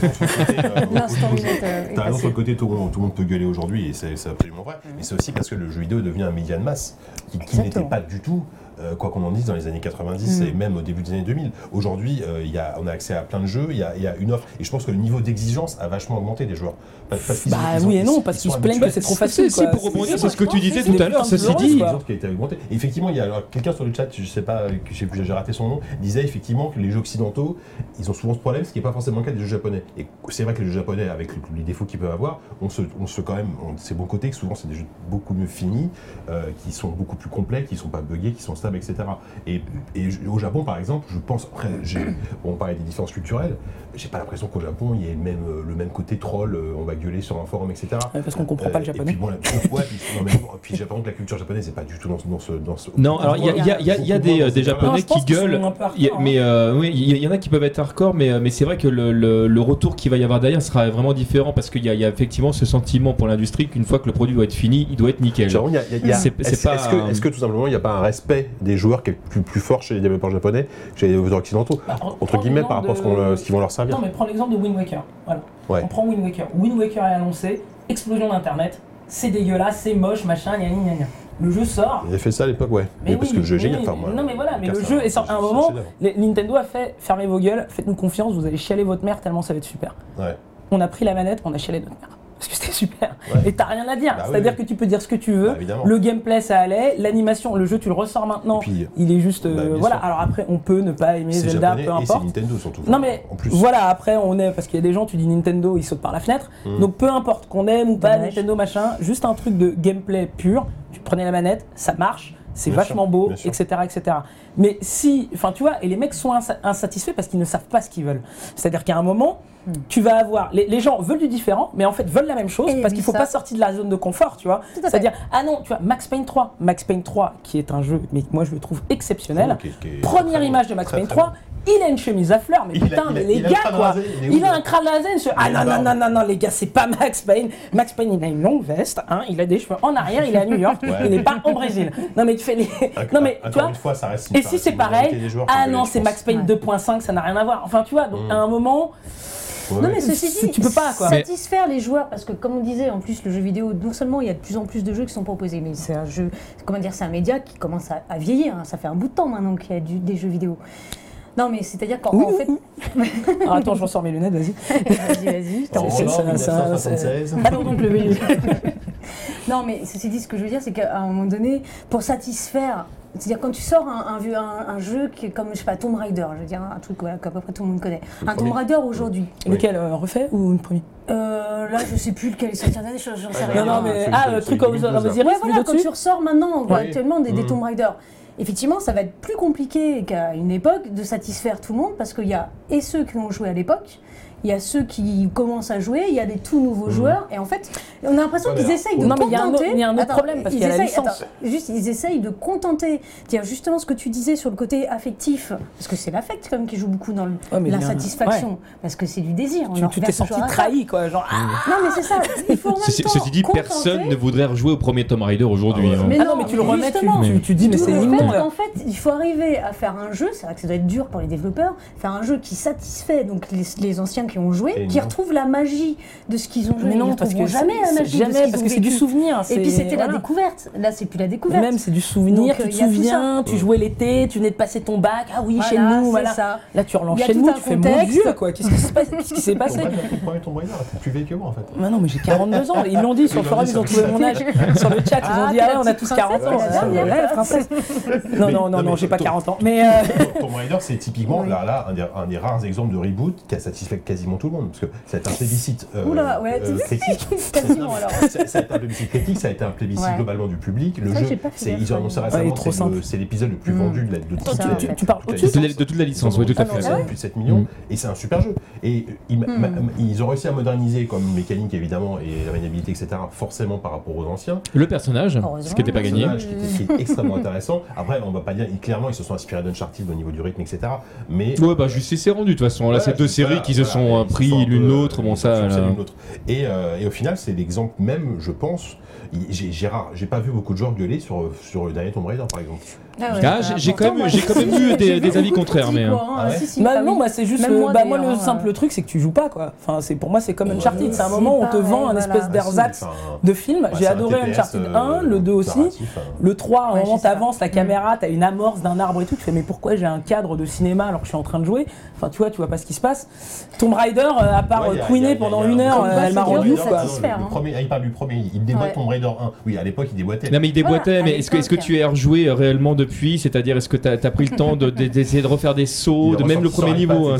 T'as raison sur le côté, tout le monde peut gueuler aujourd'hui et c'est absolument vrai. Mais c'est aussi parce que le jeu vidéo devient un média de masse qui n'était pas du tout, quoi qu'on en dise, dans les années 90 et même au début des années 2000. Aujourd'hui, on a accès à plein de jeux, il y a une offre. Et je pense que le niveau d'exigence a vachement augmenté des joueurs. Oui et non, parce qu'ils se plaignent que c'est trop facile. Si, pour rebondir sur ce que tu disais tout à l'heure, ceci dit. Qui a été augmenté. Et effectivement, il y a quelqu'un sur le chat, je sais pas, j'ai raté son nom, disait effectivement que les jeux occidentaux, ils ont souvent ce problème, ce qui n'est pas forcément le cas des jeux japonais. Et c'est vrai que les jeux japonais, avec les défauts qu'ils peuvent avoir, on se quand même, c'est bon côté que souvent c'est des jeux beaucoup mieux finis, qui sont beaucoup plus complets, qui sont pas buggés, qui sont stables, etc. Et au Japon, par exemple, je pense, après, on parlait des différences culturelles, j'ai pas l'impression qu'au Japon, il y ait le même côté troll, on va gueuler sur un forum, etc. Parce qu'on comprend pas le japonais. Puis j'ai l'impression que la culture japonaise n'est pas du tout dans ce... Non, alors il y a des Japonais qui gueulent, mais oui, il y en a qui peuvent être hardcore, mais c'est vrai que le retour qu'il va y avoir derrière sera vraiment différent parce qu'il y a effectivement ce sentiment pour l'industrie qu'une fois que le produit doit être fini, il doit être nickel. Est-ce que tout simplement il n'y a pas un respect des joueurs qui est plus fort chez les développeurs japonais, chez les développeurs occidentaux, entre guillemets, par rapport à ce qu'ils vont leur servir? Non, mais prends l'exemple de Wind Waker. Voilà. On prend Wind Waker. Wind Waker est annoncé, explosion d'internet, c'est dégueulasse, c'est moche, machin, gna gna gna. Le jeu sort. Il a fait ça à l'époque, ouais. Mais parce que le jeu est génial. Non, mais voilà, mais le jeu est sorti à un moment. Nintendo a fait fermez vos gueules, faites-nous confiance, vous allez chialer votre mère tellement ça va être super. Ouais. On a pris la manette, on a chialé notre mère. Parce que c'était super. Et t'as rien à dire. C'est-à-dire que tu peux dire ce que tu veux. Le gameplay, ça allait. L'animation, le jeu, tu le ressors maintenant. Puis, il est juste. Voilà. Sûr. Alors après, on peut ne pas aimer Zelda, peu importe. Et c'est Nintendo surtout. Non, mais en plus. Voilà, après, on est. Parce qu'il y a des gens, tu dis Nintendo, ils sautent par la fenêtre. Donc peu importe qu'on aime ou pas Nintendo, machin. Juste un truc de gameplay pur. Tu prenais la manette, ça marche. C'est vachement beau, etc., etc. Mais si, enfin tu vois, et les mecs sont insatisfaits parce qu'ils ne savent pas ce qu'ils veulent. C'est-à-dire qu'à un moment, tu vas avoir, les gens veulent du différent, mais en fait veulent la même chose parce qu'il ne faut pas sortir de la zone de confort, tu vois. C'est-à-dire, ah non, tu vois, Max Payne 3, qui est un jeu, mais moi je le trouve exceptionnel. Première image de Max Payne 3. Il a une chemise à fleurs, mais putain, mais les gars quoi, il a un crâne rasé. Ah non, les gars, c'est pas Max Payne. Max Payne, il a une longue veste, hein, il a des cheveux en arrière, il est à New York, il n'est pas au Brésil. Non mais tu fais les. Non mais tu vois. Fois, ça reste et si c'est pareil, ah non, c'est Max Payne 2.5, ça n'a rien à voir. Enfin tu vois, donc à un moment. Ouais. Non mais ceci dit, tu peux pas quoi. Satisfaire les joueurs parce que comme on disait, en plus le jeu vidéo, non seulement il y a de plus en plus de jeux qui sont proposés, mais c'est un jeu, comment dire, c'est un média qui commence à vieillir. Hein. Ça fait un bout de temps maintenant qu'il y a des jeux vidéo. Non mais c'est-à-dire qu'en fait... Alors, attends, je ressors mes lunettes, vas-y. Vas-y. Ah non, donc le Non mais ceci dit, ce que je veux dire, c'est qu'à un moment donné, pour satisfaire... C'est-à-dire quand tu sors un jeu qui est comme, je sais pas, Tomb Raider, je veux dire, un truc qu'à peu près tout le monde connaît. Un Tomb Raider aujourd'hui. Lequel, refait ou une première? Là, je sais plus lequel est sorti cette année, j'en sais rien. Non, mais le truc comme vous ouais, voilà, quand tu ressors maintenant, actuellement, des Tomb Raider. Effectivement, ça va être plus compliqué qu'à une époque de satisfaire tout le monde parce qu'il y a et ceux qui ont joué à l'époque, il y a ceux qui commencent à jouer, il y a des tout nouveaux joueurs et en fait, on a l'impression qu'ils essayent de contenter. Il y a un autre problème parce qu'il y a la licence. Ils essayent de contenter. Dire justement ce que tu disais sur le côté affectif, parce que c'est l'affect quand même qui joue beaucoup dans l'insatisfaction, parce que c'est du désir. Tu t'es senti trahi quoi, genre. Non mais c'est ça. Il faut en même temps ceci dit, personne ne voudrait rejouer au premier Tomb Raider aujourd'hui. Mais tu le remets, tu dis mais c'est immonde. En fait, il faut arriver à faire un jeu. C'est vrai que ça doit être dur pour les développeurs. Faire un jeu qui satisfait donc les anciens qui ont joué, qui retrouvent la magie de ce qu'ils ont joué. Mais non, parce que jamais la magie de ce qu'ils ont parce que c'est du souvenir. Et puis c'était la découverte. Là, c'est plus la découverte. Même c'est du souvenir. Tu te souviens, tu jouais l'été, tu venais de passer ton bac. Ah oui, chez nous, voilà. Là, tu relances chez nous, tu fais mon Dieu, quoi. Qu'est-ce qui s'est passé? Le premier Tomb Raider, t'es plus vieux que moi, en fait. Non, mais j'ai 42 ans. Ils l'ont dit sur le forum, ils ont trouvé mon âge. Sur le chat, ils ont dit ah, on a tous 40 ans. Ouais, princesse. Non, j'ai pas 40 ans. Mais Tomb Raider, c'est typiquement là un des rares exemples de reboot qui a satisfait quasiment tout le monde, parce que ça a été un plébiscite critique. Quasiment alors. Ça a été un plébiscite critique, ça a été un plébiscite globalement du public. Le jeu, ils ont annoncé récemment, c'est l'épisode le plus vendu de tu parles de toute la licence, oui, tout à fait. Plus de 7 millions, et c'est un super jeu. Et ils ont réussi à moderniser comme mécanique évidemment et la maniabilité, etc. forcément par rapport aux anciens. Le personnage, ce qui n'était pas gagné. Qui est extrêmement intéressant. Après, on va pas dire, clairement, ils se sont inspirés d'Uncharted au niveau du rythme, etc. Mais ouais, bah justice c'est rendu de toute façon. Là, c'est deux séries qui se sont pris l'une l'autre. Bon, ça. Et au final, c'est l'exemple même, je pense. J'ai pas vu beaucoup de joueurs gueuler sur le dernier Tomb Raider, par exemple. J'ai quand même eu des avis contraires, mais. Non, moi c'est juste moi le simple truc, c'est que tu joues pas, quoi. Enfin, pour moi c'est comme Uncharted, c'est un moment où on te vend un espèce d'ersatz de film. J'ai adoré Uncharted 1, le 2 aussi, le 3, à un moment t'avances, la caméra, t'as une amorce d'un arbre et tout, tu fais mais pourquoi j'ai un cadre de cinéma alors que je suis en train de jouer? Enfin, tu vois pas ce qui se passe. Tomb Raider, à part couiner pendant 1 heure, elle m'a rendu ouf, quoi. Il parle du premier, il déboîte Tomb Raider 1. Oui, à l'époque il déboîtait. Non mais il déboîtait, mais est-ce que tu as rejoué réellement depuis? C'est-à-dire, est-ce que tu as pris le temps d'essayer de refaire des sauts, de même le premier niveau?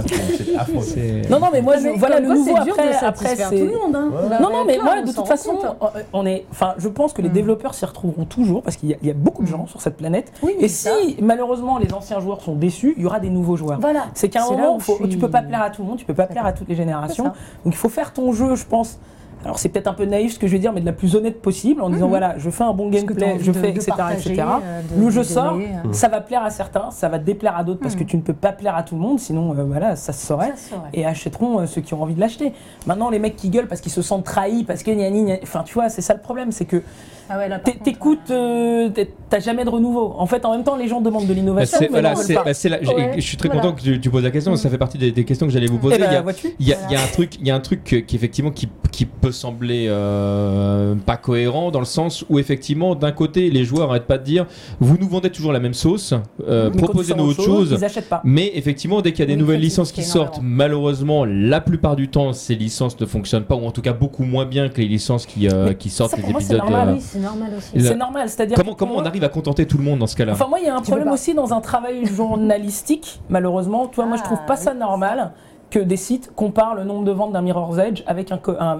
Non, mais moi, voilà le nouveau après c'est tout le monde. Non, mais moi, de toute façon, je pense que les développeurs s'y retrouveront toujours parce qu'il y a beaucoup de gens sur cette planète. Et si malheureusement les anciens joueurs sont déçus, il y aura des nouveaux joueurs. C'est qu'à un moment, tu peux pas plaire à tout le monde, tu peux pas plaire à toutes les générations. Donc il faut faire ton jeu, je pense. Alors c'est peut-être un peu naïf ce que je vais dire, mais de la plus honnête possible, en disant voilà, je fais un bon gameplay, je fais etc. Le jeu sort, ça va plaire à certains, ça va déplaire à d'autres parce que tu ne peux pas plaire à tout le monde, sinon voilà, ça se saurait. Et achèteront ceux qui ont envie de l'acheter. Maintenant les mecs qui gueulent parce qu'ils se sentent trahis, parce que enfin tu vois, c'est ça le problème, c'est que t'écoutes, t'as jamais de renouveau. En fait, en même temps, les gens demandent de l'innovation. Je suis très content que tu poses la question. Ça fait partie des questions que j'allais vous poser. Il y a un truc qui effectivement qui peut sembler pas cohérent dans le sens où effectivement, d'un côté, les joueurs n'arrêtent pas de dire vous nous vendez toujours la même sauce, proposez-nous autre chose. Ils achètent pas. Mais effectivement, dès qu'il y a des nouvelles licences qui sortent, malheureusement, la plupart du temps, ces licences ne fonctionnent pas, ou en tout cas beaucoup moins bien que les licences qui sortent les épisodes. C'est normal aussi. C'est normal, c'est-à-dire comment on arrive à contenter tout le monde dans ce cas-là? Enfin, moi, il y a un problème aussi dans un travail journalistique, malheureusement. Toi, moi, je trouve pas ça normal que des sites comparent le nombre de ventes d'un Mirror's Edge avec un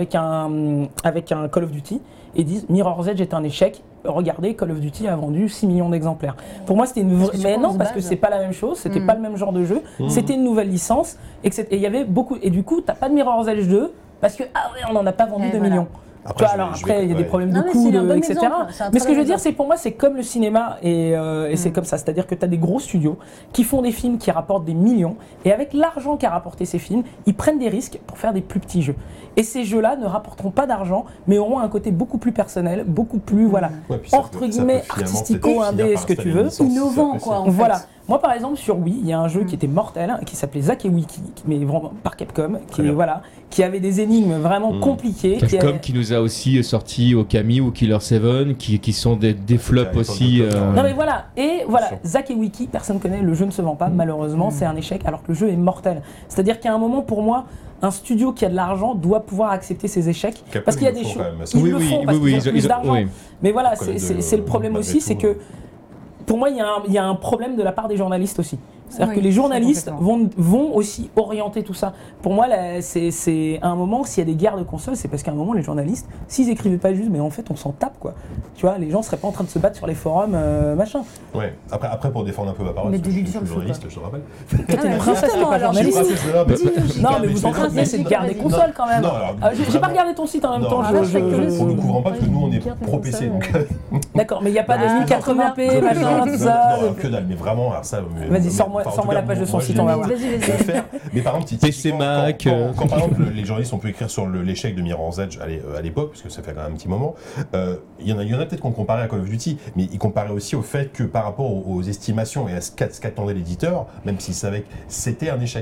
Call of Duty et disent Mirror's Edge est un échec. Regardez, Call of Duty a vendu 6 millions d'exemplaires. Pour moi, c'était une vraie. Mais non, parce que c'est pas la même chose, c'était pas le même genre de jeu, c'était une nouvelle licence et il y avait beaucoup. Et du coup, t'as pas de Mirror's Edge 2 parce que on n'en a pas vendu 2 millions. Après, il y a des problèmes de coûts, etc. Mais ce que je veux dire, c'est pour moi, c'est comme le cinéma et c'est comme ça. C'est-à-dire que tu as des gros studios qui font des films qui rapportent des millions et avec l'argent qu'a rapporté ces films, ils prennent des risques pour faire des plus petits jeux. Et ces jeux-là ne rapporteront pas d'argent, mais auront un côté beaucoup plus personnel, beaucoup plus, entre guillemets, artistico-indé, ce que tu veux. Innovant, quoi. Voilà. Moi, par exemple, sur Wii, il y a un jeu qui était mortel, qui s'appelait Zack et Wiki, mais vraiment par Capcom, qui avait des énigmes vraiment compliquées. Capcom qui nous a aussi sorti Okami ou Killer 7, qui sont des flops aussi. Non mais voilà, Zack et Wiki, personne connaît, le jeu ne se vend pas, malheureusement, c'est un échec, alors que le jeu est mortel. C'est-à-dire qu'il y a un moment, pour moi, un studio qui a de l'argent doit pouvoir accepter ses échecs. Capcom, parce qu'il y a des choses. Ils le font parce qu'ils ont plus d'argent. Mais voilà, c'est le problème aussi, c'est que pour moi, il y a un problème de la part des journalistes aussi. C'est-à-dire que les journalistes vont aussi orienter tout ça. Pour moi, c'est à un moment, s'il y a des guerres de consoles, c'est parce qu'à un moment, les journalistes, s'ils écrivaient pas juste, mais en fait, on s'en tape, quoi. Tu vois, les gens seraient pas en train de se battre sur les forums, machin. Ouais. Après, pour défendre un peu ma parole, parce que je suis journaliste, je te rappelle. T'es une princesse, t'es pas journaliste. Non, mais vous entraînez, c'est une guerre des consoles quand même. J'ai pas regardé ton site en même temps. On ne couvre pas parce que nous, on est pro-PC. D'accord, mais il n'y a pas de 1080p, machin, tout ça. Non, que dalle, mais vraiment, alors ça. Vas-y, sors-moi la page de son site, on va voir. Mais par exemple, PC Mac. Quand par exemple les journalistes ont pu écrire sur l'échec de Mirror's Edge à l'époque, parce que ça fait quand même un petit moment, il y en a peut-être qu'on comparait à Call of Duty, mais ils comparaient aussi au fait que par rapport aux estimations et à ce qu'attendait l'éditeur, même s'ils savaient que c'était un échec.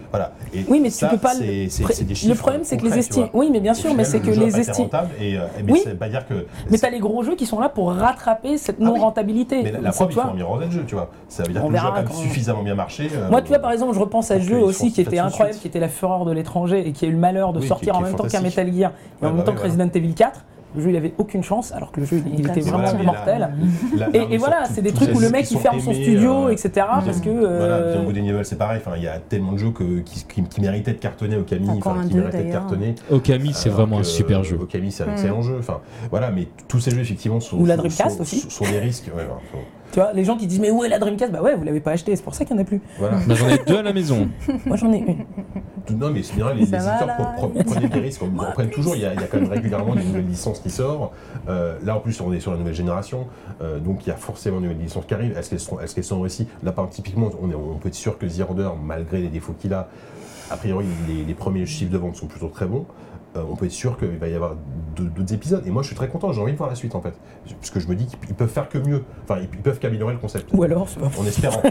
Voilà. Et oui, mais ça, tu peux pas. C'est des chiffres. Le problème, c'est que les estimes. Oui, mais bien sûr, mais c'est que les estimes. Mais ça veut pas dire que. Mais t'as les gros jeux qui sont là pour rattraper cette non-rentabilité. Mais la preuve, il faut un miroir de jeu, tu vois. Ça veut dire que le jeu a quand même suffisamment bien marché. Moi, tu vois, par exemple, je repense à ce jeu aussi qui était incroyable, qui était La Fureur de l'étranger et qui a eu le malheur de sortir en même temps qu'un Metal Gear et en même temps que Resident Evil 4. Le jeu, il avait aucune chance, alors que le jeu, il était vraiment mortel. Et voilà, c'est des trucs où le mec, il ferme son studio, etc. Parce que... Voilà, Beyond Good and Evil, c'est pareil. Il y a tellement de jeux qui méritaient de cartonner. Okami, qui méritaient de cartonner. Okami, c'est vraiment un super jeu. Okami, c'est un excellent jeu. Voilà, mais tous ces jeux, effectivement, sont la Dreamcast aussi. Sont des risques. Tu vois, les gens qui disent mais où est la Dreamcast ? Bah ouais, vous l'avez pas acheté, c'est pour ça qu'il n'y en a plus. Voilà. Bah, j'en ai 2 à la maison. Moi j'en ai une. Non mais c'est bien, les éditeurs prennent des risques, on prenne toujours, il y a quand même régulièrement des nouvelles licences qui sortent. Là en plus on est sur la nouvelle génération, donc il y a forcément de nouvelles licences qui arrivent. Est-ce qu'elles sont réussies ? Là par exemple, typiquement, on peut être sûr que The Order, malgré les défauts qu'il a priori les premiers chiffres de vente sont plutôt très bons. On peut être sûr qu'il va y avoir d'autres épisodes. Et moi, je suis très content, j'ai envie de voir la suite, en fait. Parce que je me dis qu'ils peuvent faire que mieux. Enfin, ils peuvent qu'améliorer le concept. Ou alors, c'est pas en espérant.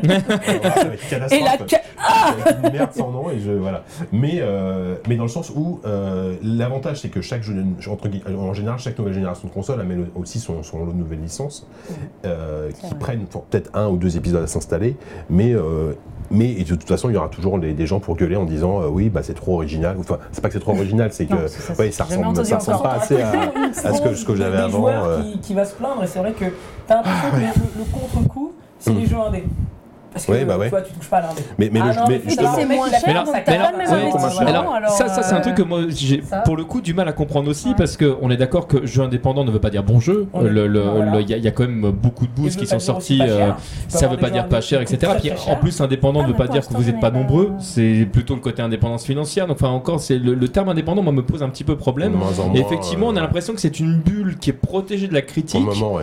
Et avec une merde sans nom, voilà. Mais dans le sens où l'avantage, c'est que chaque jeu, en général, chaque nouvelle génération de consoles amène aussi son lot de nouvelles licences qui prennent peut-être 1 ou 2 épisodes à s'installer. Mais de toute façon, il y aura toujours des gens pour gueuler en disant oui, bah c'est trop original. Enfin, c'est pas que c'est trop original, c'est que ça ressemble pas assez à ce que j'avais avant. Des joueurs qui va se plaindre, et c'est vrai que t'as l'impression que le contre-coup, c'est les jeux indés. Parce que toi, tu touches pas à l'indé. Mais c'est moins cher, donc t'as pas le même investissement. Alors ça, c'est un truc que moi, j'ai pour le coup du mal à comprendre aussi, parce qu'on est d'accord que jeu indépendant ne veut pas dire bon jeu. Il y a quand même beaucoup de boosts qui sont sortis. Ça veut pas dire pas cher, etc. Puis en plus, indépendant ne veut pas dire que vous n'êtes pas nombreux. C'est plutôt le côté indépendance financière. Donc enfin encore, c'est le terme indépendant, moi, me pose un petit peu problème. Et effectivement, on a l'impression que c'est une bulle qui est protégée de la critique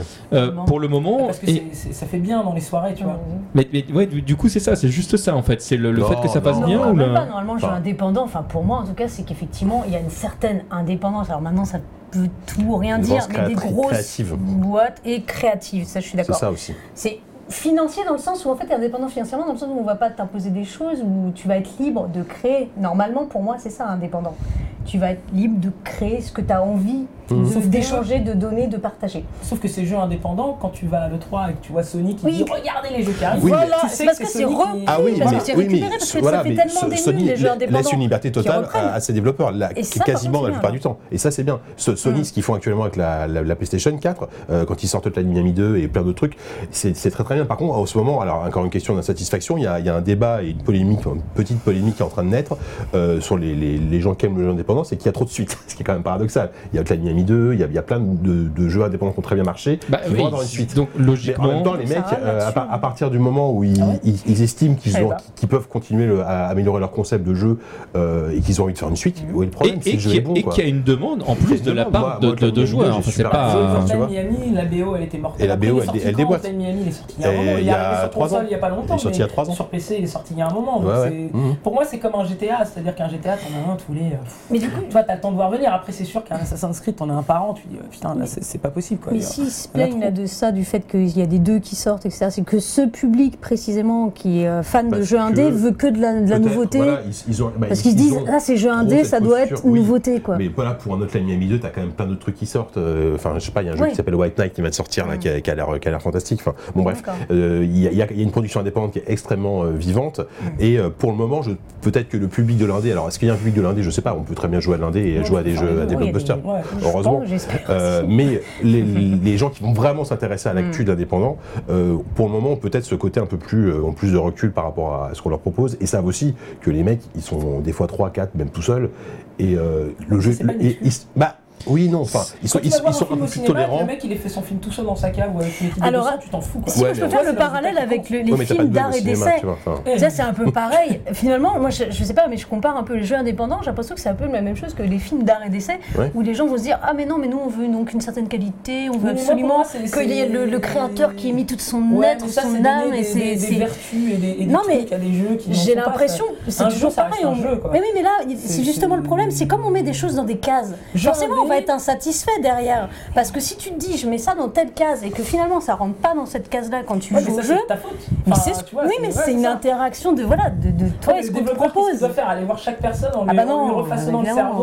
pour le moment. Parce que ça fait bien dans les soirées, tu vois. Ouais, du coup c'est ça, c'est juste ça en fait, c'est le fait que ça passe bien ou pas, normalement le jeu indépendant, enfin pour moi en tout cas, c'est qu'effectivement il y a une certaine indépendance. Alors maintenant ça peut tout ou rien dire, mais des grosses boîtes et créatives, ça je suis d'accord. C'est ça aussi. C'est financier dans le sens où en fait tu es indépendant financièrement, dans le sens où on va pas t'imposer des choses, où tu vas être libre de créer. Normalement pour moi c'est ça indépendant. Tu vas être libre de créer ce que tu as envie, d'échanger, de donner, de partager. Sauf que ces jeux indépendants, quand tu vas à l'E3 et que tu vois Sony qui dit regardez les jeux qui arrivent, voilà, tu sais parce que c'est repris, parce que c'est récupéré, parce que ça fait tellement des nuls les jeux indépendants. Laisse une liberté totale à ses développeurs, quasiment la plupart du temps. Et ça c'est bien. Sony, ce qu'ils font actuellement avec la PlayStation 4, quand ils sortent Hotline Miami 2 et plein d'autres trucs, c'est très très bien. Par contre, en ce moment, alors encore une question d'insatisfaction, il y a un débat et une petite polémique qui est en train de naître sur les gens qui aiment le jeu indépendant. C'est qu'il y a trop de suites, ce qui est quand même paradoxal. Il y a Hotline Miami 2, il y a plein de jeux indépendants qui ont très bien marché, qui vont avoir une suite. Donc logiquement, mais en même temps, les mecs, à partir du moment où ils estiment qu'ils peuvent continuer à améliorer leur concept de jeu et qu'ils ont envie de faire une suite, le problème c'est que le jeu est bon. Et qu'il y a une demande en plus de la part de joueurs. C'est pas. Hotline Miami, la BO elle était mortelle. Et la BO elle déboîte. Hotline Miami il est sorti il y a un moment. Il est sur console il y a pas longtemps. Il est sorti il y a 3 ans. Sur PC il est sorti il y a un moment. Pour moi c'est comme un GTA, c'est-à-dire qu'un GTA t'en as un tous les. Mais du coup, tu vois, t'as le temps de voir venir. Après, c'est sûr qu'un Assassin's Creed, t'en as un par an, tu dis putain, là, c'est pas possible. Quoi. Mais s'ils se plaignent là de ça, du fait qu'il y a des 2 qui sortent, etc., c'est que ce public précisément qui est fan de jeux indés veut que de la nouveauté. Voilà, parce qu'ils se disent, c'est jeux indés, ça doit être une nouveauté. Quoi. Mais voilà, pour un Hotline Miami 2, t'as quand même plein d'autres trucs qui sortent. Enfin, je sais pas, il y a un jeu qui s'appelle White Knight qui vient de sortir, là, qui a l'air fantastique. Enfin, bon, bref, il y a une production indépendante qui est extrêmement vivante. Et pour le moment, peut-être que le public de l'indé, alors est-ce qu'il y a un public de l'indé ? Je sais pas, on peut très bien jouer à l'indé et jouer à des jeux, à des blockbusters, heureusement. Mais les gens qui vont vraiment s'intéresser à l'actu de l'indépendant, pour le moment, ont peut-être ce côté un peu plus, en plus de recul par rapport à ce qu'on leur propose, et savent aussi que les mecs, ils sont des fois 3, 4, même tout seuls, et le jeu... Oui, non, enfin, ils sont un peu plus tolérants. Le mec, il fait son film tout seul dans sa cave ou avec une équipe de 200, tu t'en fous. Si je peux faire le parallèle avec les films d'art et d'essai, ça c'est un peu pareil. Finalement, moi je sais pas, mais je compare un peu les jeux indépendants, j'ai l'impression que c'est un peu la même chose que les films d'art et d'essai, où les gens vont se dire ah mais non, mais nous on veut donc une certaine qualité, on veut absolument qu'il y ait le créateur qui ait mis toute son être, son âme, et c'est des vertus et des trucs à des jeux qui j'ai l'impression c'est toujours pareil. Mais oui, mais là c'est justement le problème, c'est comme on met des choses dans des cases. Forcément on va pas être insatisfait derrière. Parce que si tu te dis, je mets ça dans telle case et que finalement ça rentre pas dans cette case-là quand tu joues au jeu. C'est ta faute. C'est une interaction de toi et ce qu'on te propose. Tu dois faire aller voir chaque personne en lui refaçonnant le cerveau,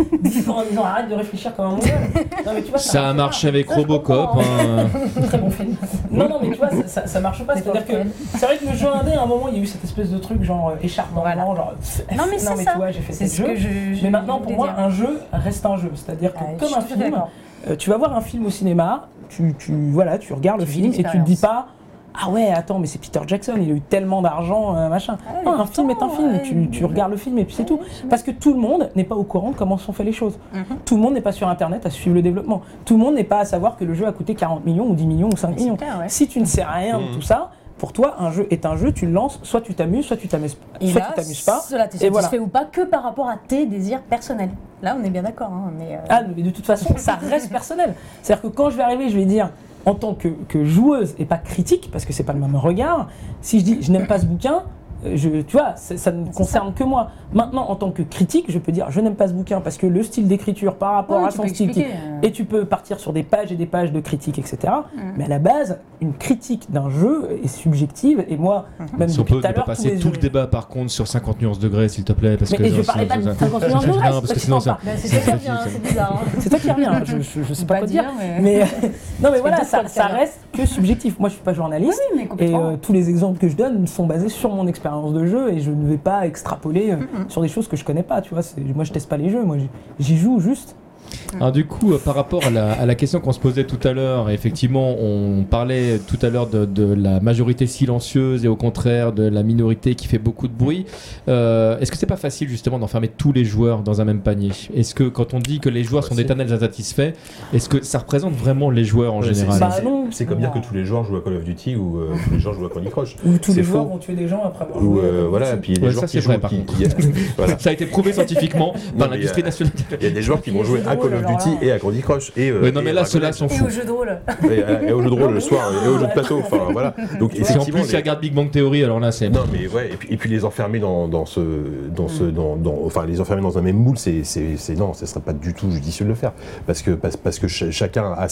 en disant arrête de réfléchir comme un mongol. Ça a marché avec Robocop. Très bon film. Non, mais tu vois, ça marche pas. C'est-à-dire que c'est vrai que le jeu indé, à un moment, il y a eu cette espèce de truc genre écharpe dans le vent, genre. Non, mais c'est ça. Tu vois, j'ai fait ce jeu. Mais maintenant, pour moi, un jeu reste un jeu. C'est-à-dire que comme un film, tu vas voir un film au cinéma, tu regardes le film et tu te dis pas. Ah ouais, attends, mais c'est Peter Jackson, il a eu tellement d'argent, machin. Non, un film est un film, tu regardes le film et puis c'est tout. Parce que tout le monde n'est pas au courant de comment sont faites les choses. Tout le monde n'est pas sur Internet à suivre le développement. Tout le monde n'est pas à savoir que le jeu a coûté 40 millions ou 10 millions ou 5 millions. Clair, Si tu ne sais rien de tout ça, pour toi, un jeu est un jeu, tu le lances, soit tu t'amuses, soit tu t'amuses pas. Cela t'es satisfait ou pas que par rapport à tes désirs personnels. Là, on est bien d'accord. Mais de toute façon, ça reste personnel. C'est-à-dire que quand je vais arriver, je vais dire... En tant que joueuse et pas critique, parce que c'est pas le même regard, si je dis je n'aime pas ce bouquin, tu vois, ça ne concerne que moi. Maintenant, en tant que critique, je peux dire je n'aime pas ce bouquin parce que le style d'écriture par rapport à son style, et tu peux partir sur des pages et des pages de critique, etc. Mais à la base, une critique d'un jeu est subjective, et moi, même depuis tout à l'heure, on peut passer tout le débat par contre sur 50 nuances degrés, s'il te plaît, parce que je parlais pas de 50 nuances degrés, parce que sinon ça. C'est toi qui reviens, c'est bizarre. C'est toi qui reviens. Je sais pas quoi dire, mais non, mais voilà, ça reste que subjectif. Moi, je suis pas journaliste, et tous les exemples que je donne sont basés sur mon expérience de jeu, et je ne vais pas extrapoler sur des choses que je connais pas, tu vois. Moi, je teste pas les jeux, moi j'y joue juste. Alors du coup, par rapport à la question qu'on se posait tout à l'heure, effectivement, on parlait tout à l'heure de la majorité silencieuse et au contraire de la minorité qui fait beaucoup de bruit. Est-ce que c'est pas facile justement d'enfermer tous les joueurs dans un même panier ? Est-ce que quand on dit que les joueurs sont d'éternels insatisfaits, est-ce que ça représente vraiment les joueurs en général ? C'est comme dire que tous les joueurs jouent à Call of Duty ou tous les joueurs jouent à Candy Crush. Ou tous les joueurs vont tuer des gens après avoir joué. Voilà, puis il y a des joueurs qui jouent. Ça a été prouvé scientifiquement par l'industrie nationale. Il y a des joueurs qui vont jouer à Call of Duty et à Candy Crush. Non mais là, ceux-là sont fous. Et au jeu de rôle. Et au jeu de rôle le soir, et au jeu de plateau. Enfin voilà. Donc si en plus ils regardent Big Bang Theory, alors là c'est. Non mais ouais. Et puis les enfermer enfin les enfermer dans un même moule, non, ce serait pas du tout judicieux de le faire, parce que chacun a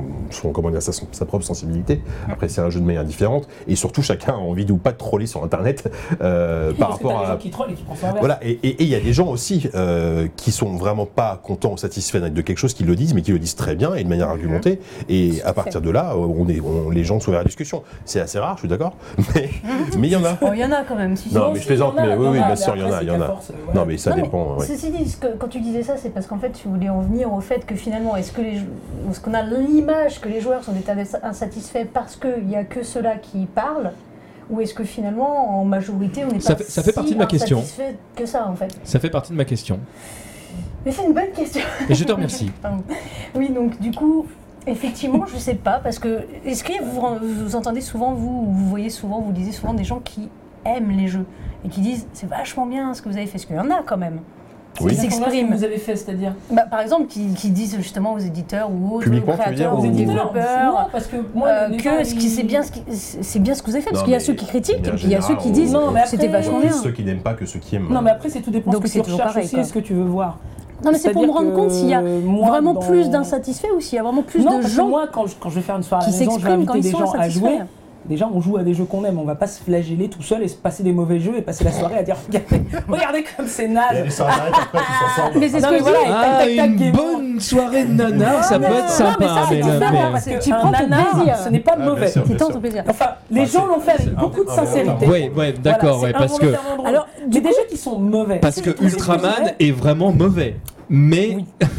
sa propre sensibilité. Après c'est un jeu de manière différente, et surtout chacun a envie ou pas de troller sur Internet par rapport à. Qui trollent et qui pensent l'inverse. Voilà. Et il y a des gens aussi qui sont vraiment pas contents ou satisfaits de quelque chose, qui le disent, mais qui le disent très bien et de manière argumentée. Et à partir de là, les gens sont ouverts à la discussion. C'est assez rare, je suis d'accord, mais il y en a. Il y en a quand même. Non, mais je plaisante, mais oui, bien sûr, il y en a. Non, mais ça dépend. Ceci dit, quand tu disais ça, c'est parce qu'en fait, tu voulais en venir au fait que finalement, est-ce qu'on a l'image que les joueurs sont insatisfaits parce qu'il n'y a que ceux-là qui parlent, ou est-ce que finalement, en majorité, on n'est pas ça fait partie de ma question. Insatisfait que ça, en fait. Ça fait partie de ma question. Mais c'est une bonne question. Et je te remercie. Oui, donc du coup, effectivement, je sais pas, parce que est-ce que vous entendez souvent, vous voyez souvent, vous lisez souvent des gens qui aiment les jeux et qui disent c'est vachement bien ce que vous avez fait, parce qu'il y en a quand même. Oui. Qui s'expriment. Que vous avez fait, c'est-à-dire par exemple, qui disent justement aux éditeurs ou aux créateurs, aux développeurs, parce que moi, c'est bien ce que vous avez fait, parce qu'il y a ceux qui critiquent et puis il y a ceux qui disent non, mais c'était vachement bien. Ceux qui n'aiment pas que ceux qui aiment. Non, mais après, c'est tout dépend de ce que tu recherches aussi et ce que tu veux voir. Non, mais c'est pour me rendre compte s'il y a vraiment plus d'insatisfaits ou s'il y a vraiment plus de gens. Moi, quand je vais faire une soirée à la maison, je vais inviter des gens à jouer. Déjà, on joue à des jeux qu'on aime, on va pas se flageller tout seul et se passer des mauvais jeux et passer la soirée à dire regardez comme c'est naze. Mais c'est ce que je dis. Une bonne soirée de nanar, ça peut être sympa. Mais tu prends ton plaisir. Ce n'est pas mauvais. Tu tends ton plaisir. Enfin, les gens l'ont fait avec beaucoup de sincérité. Oui, d'accord, parce que. Alors, il y a des jeux qui sont mauvais. Parce que Ultraman est vraiment mauvais. Mais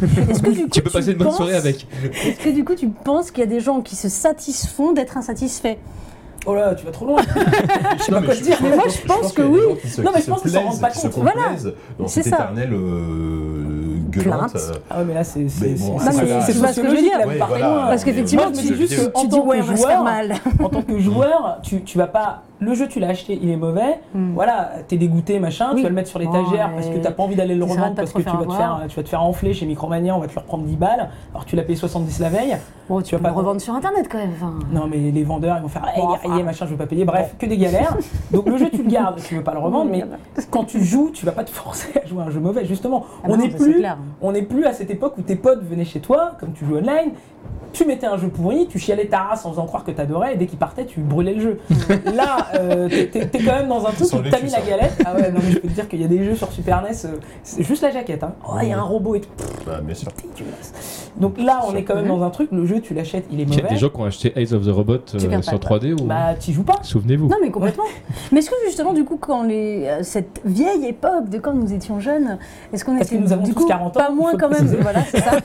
tu peux passer une bonne soirée avec. Est-ce que du coup tu penses qu'il y a des gens qui se satisfont d'être insatisfaits ? Oh là, tu vas trop loin. Je sais pas quoi te dire. Mais moi je pense que oui. Non, mais je pense qu'ils s'en rendent pas compte. Voilà. Dans cette éternelle gueulante. Ah ouais, mais là c'est ce que je veux dire. Parce qu'effectivement tu dis ouais, on va se faire mal. En tant que joueur, tu vas pas le jeu tu l'as acheté, il est mauvais, voilà, t'es dégoûté, machin, tu vas le mettre sur l'étagère parce que t'as pas envie d'aller le revendre parce que tu vas te faire enfler chez Micromania, on va te le reprendre 10 balles, alors tu l'as payé 70 la veille. Bon, tu vas pas le revendre sur internet quand même. Enfin... Non, mais les vendeurs ils vont faire machin, je veux pas payer, bref, que des galères. Donc le jeu tu le gardes, tu veux pas le revendre, mais quand tu joues, tu vas pas te forcer à jouer à un jeu mauvais, justement. On n'est plus à cette époque où tes potes venaient chez toi, comme tu joues online. Tu mettais un jeu pourri, tu chialais ta race en faisant croire que t'adorais et dès qu'il partait, tu brûlais le jeu. Là, t'es quand même dans un truc où t'as mis la galette. Ah ouais, non mais je peux te dire qu'il y a des jeux sur Super NES, c'est juste la jaquette. Hein. Oh, il y a un robot et tout. Bah, bien sûr. Donc là, on est quand même dans un truc, le jeu, tu l'achètes, il est mauvais. Il y a des gens qui ont acheté Ace of the Robot sur 3D ou... Bah, t'y joues pas. Souvenez-vous. Non mais complètement. Mais est-ce que justement, du coup, quand cette vieille époque de quand nous étions jeunes, est-ce qu'on était nous avons tous 40 ans, pas moins quand même, voilà, c'est ça.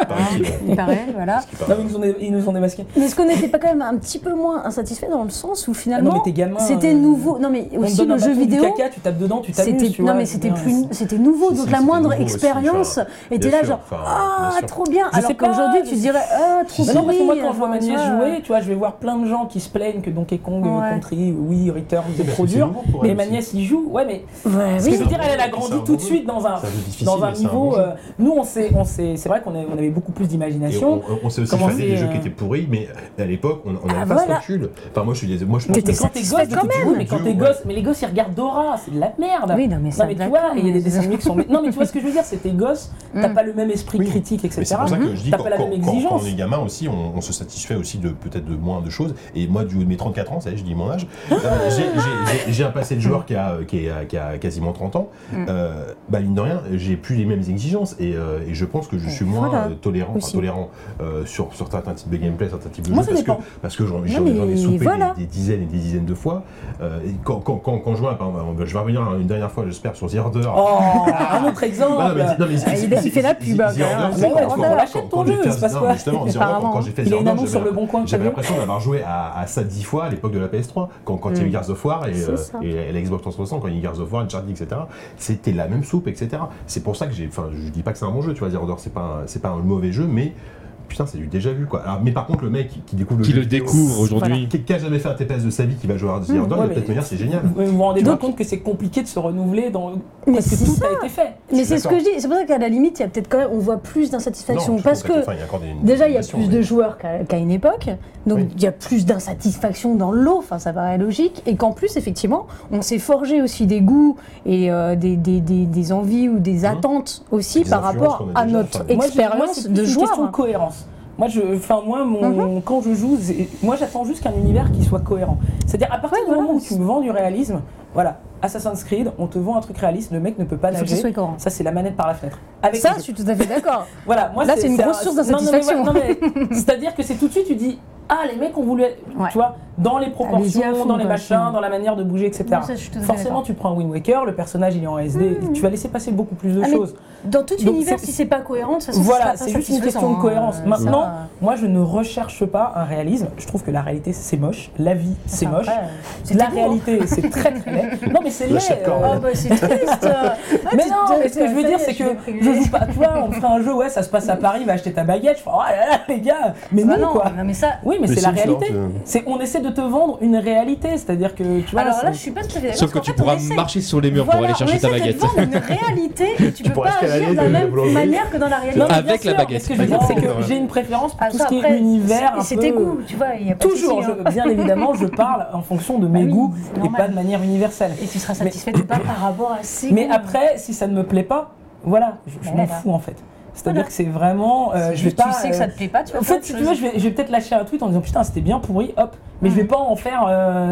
Il paraît, voilà. Ils nous ont démasqués. Mais est-ce qu'on n'était pas quand même un petit peu moins insatisfait dans le sens où finalement c'était nouveau. Non mais aussi le jeu vidéo. Du caca, tu tapes dedans, tu t'amuses. Non mais c'était nouveau, donc la moindre expérience était là genre trop bien. Alors qu'aujourd'hui tu dirais trop bien. Non parce que moi quand je vois ma nièce jouer, tu vois, je vais voir plein de gens qui se plaignent que Donkey Kong Country, Return, c'est trop dur. Et ma nièce y joue, ouais mais ce que je veux dire, elle a grandi tout de suite dans un niveau. Nous c'est vrai qu'on avait beaucoup plus d'imagination. On sait aussi faire des jeux qui étaient pourris, mais à l'époque, on n'avait pas ce recul. Enfin, moi, je pense que quand t'es gosse, quand t'es gosse, mais les gosses, ils regardent Dora, c'est de la merde. Oui, non, mais tu vois, il y a des dessins animés qui sont... Non, mais tu vois ce que je veux dire, c'est tes gosses, t'as pas le même esprit critique, etc. C'est pour ça que je dis, t'as pas la même exigence. Quand on est gamin aussi, on se satisfait aussi peut-être de moins de choses. Et moi, du haut de mes 34 ans, ça y est, je dis mon âge, j'ai un passé de joueur qui a quasiment 30 ans. Bah, mine de rien, j'ai plus les mêmes exigences. Et je pense que je suis moins tolérant sur certains types de gameplay, certains types de jeux, parce que j'en ai soupé des dizaines et des dizaines de fois. Quand je vois, je vais revenir une dernière fois, j'espère, sur The Order. Oh, un autre exemple. Il fait la pub. On l'achète ton jeu, ça se passe quoi? Justement, quand j'ai fait The Order, j'avais bon l'impression d'avoir joué à ça 10 fois à l'époque de la PS3, quand il y a eu Gears of War et la Xbox 360, quand il y a eu Gears of War, Uncharted, etc. C'était la même soupe, etc. C'est pour ça que je dis pas que c'est un bon jeu, tu vois, The Order, c'est pas un mauvais jeu, mais putain, c'est du déjà vu quoi. Alors, mais par contre, le mec qui découvre le découvre aujourd'hui, qui a jamais fait un TPS de sa vie, qui va jouer à The Order, il va peut-être me dire c'est génial. Vous vous rendez bien compte que c'est compliqué de se renouveler parce que tout a été fait. Mais c'est ce que je dis. C'est pour ça qu'à la limite, il y a peut-être quand même, on voit plus d'insatisfaction parce que déjà il y a plus de joueurs qu'à une époque, donc il y a plus d'insatisfaction dans l'eau. Enfin, ça paraît logique. Et qu'en plus, effectivement, on s'est forgé aussi des goûts et des envies ou des attentes aussi par rapport à notre expérience de joueur. C'est une question de cohérence. Moi, quand je joue, moi j'attends juste qu'un univers qui soit cohérent. C'est-à-dire à partir du moment où tu me vends du réalisme, voilà, Assassin's Creed, on te vend un truc réaliste, le mec ne peut pas nager. Ça, c'est la manette par la fenêtre. Ça, je suis tout à fait d'accord. Voilà, moi, là, c'est une grosse source d'insatisfaction. C'est-à-dire que c'est tout de suite, tu dis, les mecs ont voulu, tu vois, dans les proportions, dans les machins, dans la manière de bouger, etc. Forcément, tu prends un Wind Waker, le personnage il est en SD, tu vas laisser passer beaucoup plus de choses. Dans tout univers, si c'est pas cohérent, ça voilà, c'est juste une question de cohérence. Maintenant, moi, je ne recherche pas un réalisme. Je trouve que la réalité, c'est moche. La vie, c'est moche. La réalité, c'est très très laid. Non, mais c'est laid. C'est triste. Mais non, ce que je veux dire, c'est que je joue pas. Tu vois, on ferait un jeu, ça se passe à Paris, va acheter ta baguette. Je fais, oh là là, les gars. Mais non, quoi. Oui, mais c'est la réalité. On essaie de te vendre une réalité, c'est-à-dire que tu vois. Alors là, je suis pas tout à fait d'accord. Sauf que tu pourras marcher sur les murs pour aller chercher ta baguette. On essaie de te vendre une réalité et tu peux pas agir de la même manière que dans la réalité. Avec la baguette. Ce que je veux dire, c'est que j'ai une préférence pour tout ce qui est univers. C'est tes goûts, tu vois. Toujours, bien évidemment, je parle en fonction de mes goûts et pas de manière universelle. Et tu seras satisfait ou pas par rapport à ces goûts. Mais après, si ça ne me plaît pas, voilà, je m'en fous en fait. C'est-à-dire que c'est vraiment. Je vais pas. Tu sais que ça te plaît pas, tu vois. En fait, si tu veux, je vais peut-être lâcher un tweet en disant putain, c'était bien pourri, hop. Mais je vais pas en faire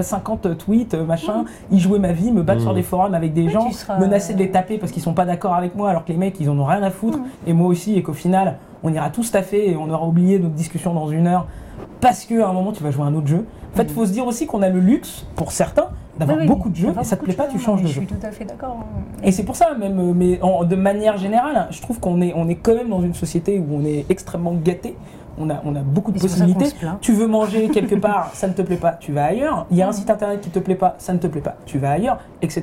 50 tweets, machin, y jouer ma vie, me battre sur des forums avec des gens, menacer de les taper parce qu'ils sont pas d'accord avec moi, alors que les mecs, ils en ont rien à foutre, et moi aussi, et qu'au final, on ira tous taffer et on aura oublié notre discussion dans 1 heure parce qu'à un moment, tu vas jouer à un autre jeu. En fait, il faut se dire aussi qu'on a le luxe, pour certains, d'avoir beaucoup de jeux, et ça te plaît pas, tu changes de jeu. Je suis tout à fait d'accord. Et c'est pour ça, même, mais de manière générale, je trouve qu'on est quand même dans une société où on est extrêmement gâté. On a beaucoup de possibilités. Tu veux manger quelque part, ça ne te plaît pas, tu vas ailleurs. Il y a un site internet qui te plaît pas, ça ne te plaît pas, tu vas ailleurs, etc.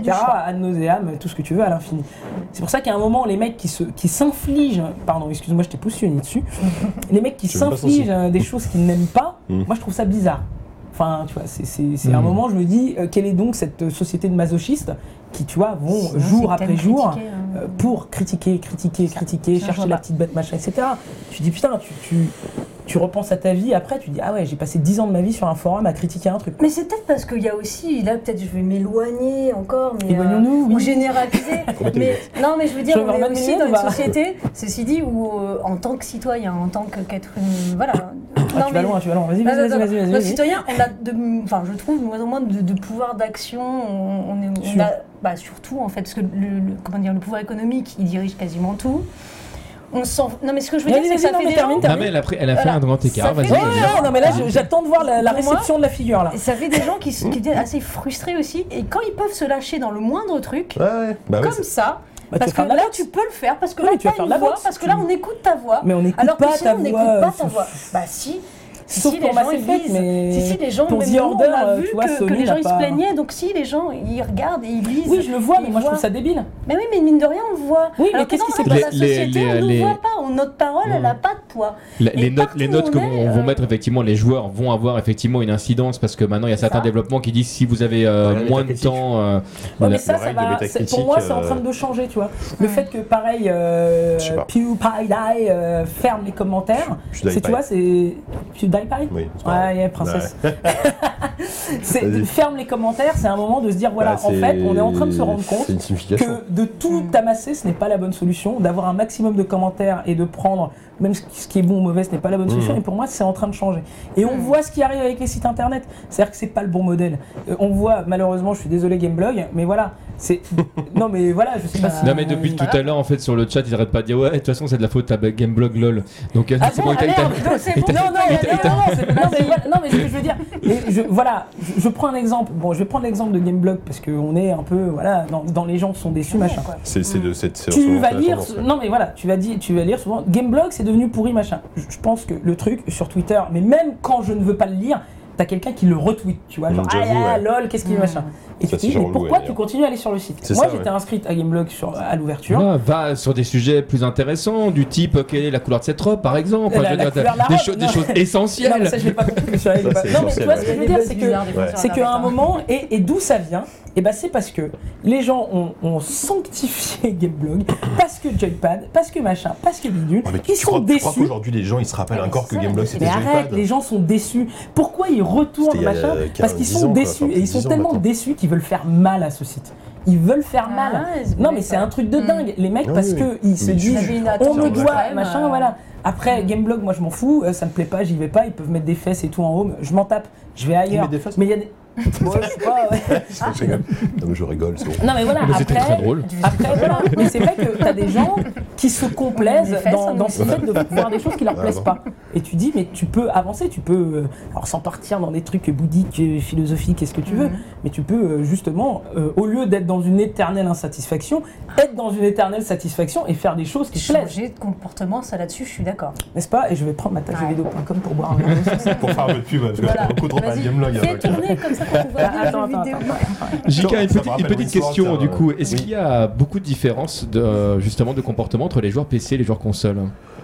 Ad nauseam, tout ce que tu veux à l'infini. C'est pour ça qu'à un moment, les mecs qui s'infligent, pardon, excuse-moi, je t'ai poussé dessus, les mecs qui s'infligent des choses qu'ils n'aiment pas, moi je trouve ça bizarre. Enfin, tu vois, c'est un moment, je me dis, quelle est donc cette société de masochistes qui, tu vois, vont jour après jour pour critiquer, chercher la petite bête, machin, etc. Tu dis, putain, tu repenses à ta vie, après tu dis, ah ouais, j'ai passé 10 ans de ma vie sur un forum à critiquer un truc. Mais c'est peut-être parce qu'il y a aussi, là peut-être je vais m'éloigner encore, mais éloignons-nous, ou généraliser. Mais non, mais je veux dire, on est aussi dans une société, ceci dit, où en tant que citoyen, en tant qu'être humain, voilà. Tu vas loin, vas-y. Citoyen, on a, je trouve, de moins en moins de pouvoir d'action. On a, surtout en fait, parce que le pouvoir économique, il dirige quasiment tout. On sent... Non mais ce que je veux dire c'est que ça fait des gens... Non mais elle a fait un grand écart, vas-y. Non mais là j'attends de voir la réception de la figure là. Ça fait des gens qui deviennent assez frustrés aussi, et quand ils peuvent se lâcher dans le moindre truc, comme ça... Parce que là, tu peux le faire, parce que là, tu as une voix, parce que là, on écoute ta voix. Mais on n'écoute pas ta voix. Bah si. Sauf pour Mass Effect, mais si les gens, pour même The nous, Order, on a vu tu vois, que les gens ils se plaignaient, donc si les gens ils regardent et ils lisent. Oui, je le vois, mais moi je trouve ça débile. Mais oui, mais mine de rien, on le voit. Oui, mais qu'est-ce qui s'est passé dans la société, on ne voit pas, notre parole, elle n'a pas de poids. Les notes que vont mettre effectivement les joueurs vont avoir effectivement une incidence, parce que maintenant il y a certains développemps qui disent si vous avez moins de temps. Mais ça va. Pour moi, c'est en train de changer, tu vois. Le fait que pareil, PewDiePie ferme les commentaires, tu vois, c'est PewDiePie. Ouais, princesse. Ferme les commentaires, c'est un moment de se dire voilà, en fait, on est en train de se rendre compte que de tout amasser, ce n'est pas la bonne solution, d'avoir un maximum de commentaires et de prendre même ce qui est bon ou mauvais, ce n'est pas la bonne solution. Et pour moi, c'est en train de changer. Et on voit ce qui arrive avec les sites internet. C'est-à-dire que c'est pas le bon modèle. On voit, malheureusement, je suis désolé Gameblog, mais voilà, c'est. Non, mais voilà, je sais pas si. Non, mais depuis tout à l'heure, en fait, sur le chat, ils arrêtent pas de dire ouais, de toute façon, c'est de la faute à Gameblog lol. Donc, c'est bon, non, mais ce que je veux dire, voilà, je prends un exemple. Bon, je vais prendre l'exemple de Gameblog parce qu'on est un peu, voilà, dans les gens sont déçus, machin. Tu vas lire, non, mais voilà, tu vas lire souvent. Gameblog, c'est devenu pourri, machin. Je pense que le truc sur Twitter, mais même quand je ne veux pas le lire, t'as quelqu'un qui le retweet, tu vois, genre lol, qu'est-ce qu'il machin. Et tu te dis, mais pourquoi tu continues à aller sur le site? Moi, j'étais inscrite à Gameblog à l'ouverture. Va sur des sujets plus intéressants, du type quelle est la couleur de cette robe, par exemple. Des choses essentielles. Non, mais ça, je l'ai pas compris. Non, mais tu vois, ce que je veux dire, c'est qu'à un moment, et d'où ça vient, et ben c'est parce que les gens ont sanctifié Gameblog, parce que Joypad, parce que machin, parce que bidule, ils sont déçus. Je crois qu'aujourd'hui, les gens, ils se rappellent encore que Gameblog, c'était Joypad. Mais arrête, les gens sont déçus. Pourquoi ils retournent, machin? Parce qu'ils sont déçus, et ils sont tellement déçus qu'ils veulent faire mal à ce site. Ils veulent faire mal. Non, mais c'est un truc de dingue. Les mecs, parce qu'ils se disent, on me doit, machin, voilà. Après, Gameblog, moi je m'en fous, ça me plaît pas, j'y vais pas, ils peuvent mettre des fesses et tout en home, je m'en tape, je vais ailleurs. Mais il y a des... Moi, je sais pas, Non, mais je rigole, c'est bon. Non, mais voilà, c'était très drôle. Après, voilà. Mais c'est vrai que t'as des gens qui se complaisent dans ce fait de voir des choses qui leur plaisent pas. Et tu dis, mais tu peux avancer, tu peux, alors sans partir dans des trucs bouddhiques, philosophiques, qu'est-ce que tu veux, mais tu peux justement, au lieu d'être dans une éternelle insatisfaction, être dans une éternelle satisfaction et faire des choses qui te plaisent. Changer de comportement, ça là-dessus, je suis d'accord. N'est-ce pas? Et je vais prendre ma tachevideo.com pour boire un verre. Pour faire un peu de pub, parce que c'est beaucoup trop à Gameblog. Fais tourner comme ça. Attends. Jika, une petite question du coup. Est-ce qu'il y a beaucoup de différences justement de comportement entre les joueurs PC et les joueurs console?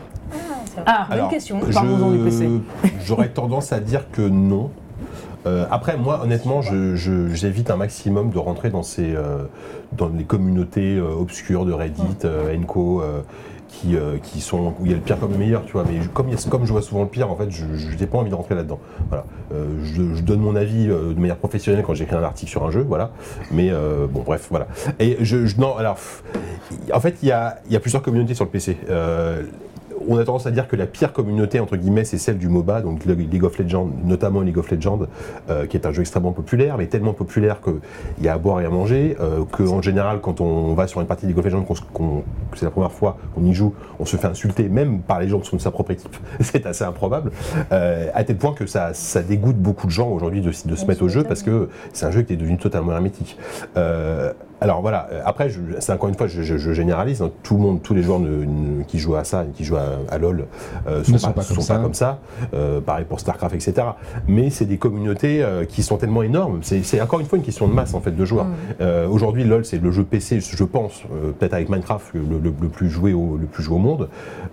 Bonne question. Parlons-en du PC. J'aurais tendance à dire que non. Après, moi, honnêtement, j'évite un maximum de rentrer dans les communautés obscures de Reddit, Enco, qui sont où il y a le pire comme le meilleur, tu vois. Mais comme je vois souvent le pire, en fait, je n'ai pas envie de rentrer là-dedans. Voilà. Je donne mon avis de manière professionnelle quand j'écris un article sur un jeu, voilà. Mais bon, bref, voilà. Et non, alors, en fait, il y a plusieurs communautés sur le PC. On a tendance à dire que la pire communauté, entre guillemets, c'est celle du MOBA, donc League of Legends, notamment League of Legends, qui est un jeu extrêmement populaire, mais tellement populaire qu'il y a à boire et à manger, qu'en général, quand on va sur une partie de League of Legends, que c'est la première fois qu'on y joue, on se fait insulter, même par les gens qui sont de sa propre équipe. C'est assez improbable, à tel point que ça dégoûte beaucoup de gens aujourd'hui de se mettre au jeu, parce que c'est un jeu qui est devenu totalement hermétique. Alors voilà, après, c'est encore une fois, je généralise, hein, tout le monde, tous les joueurs qui jouent à ça, qui jouent à LoL, sont pas comme ça. Pareil pour StarCraft, etc. Mais c'est des communautés qui sont tellement énormes. C'est encore une fois une question de masse en fait de joueurs. Aujourd'hui, LoL, c'est le jeu PC, je pense, peut-être avec Minecraft, le plus joué au monde.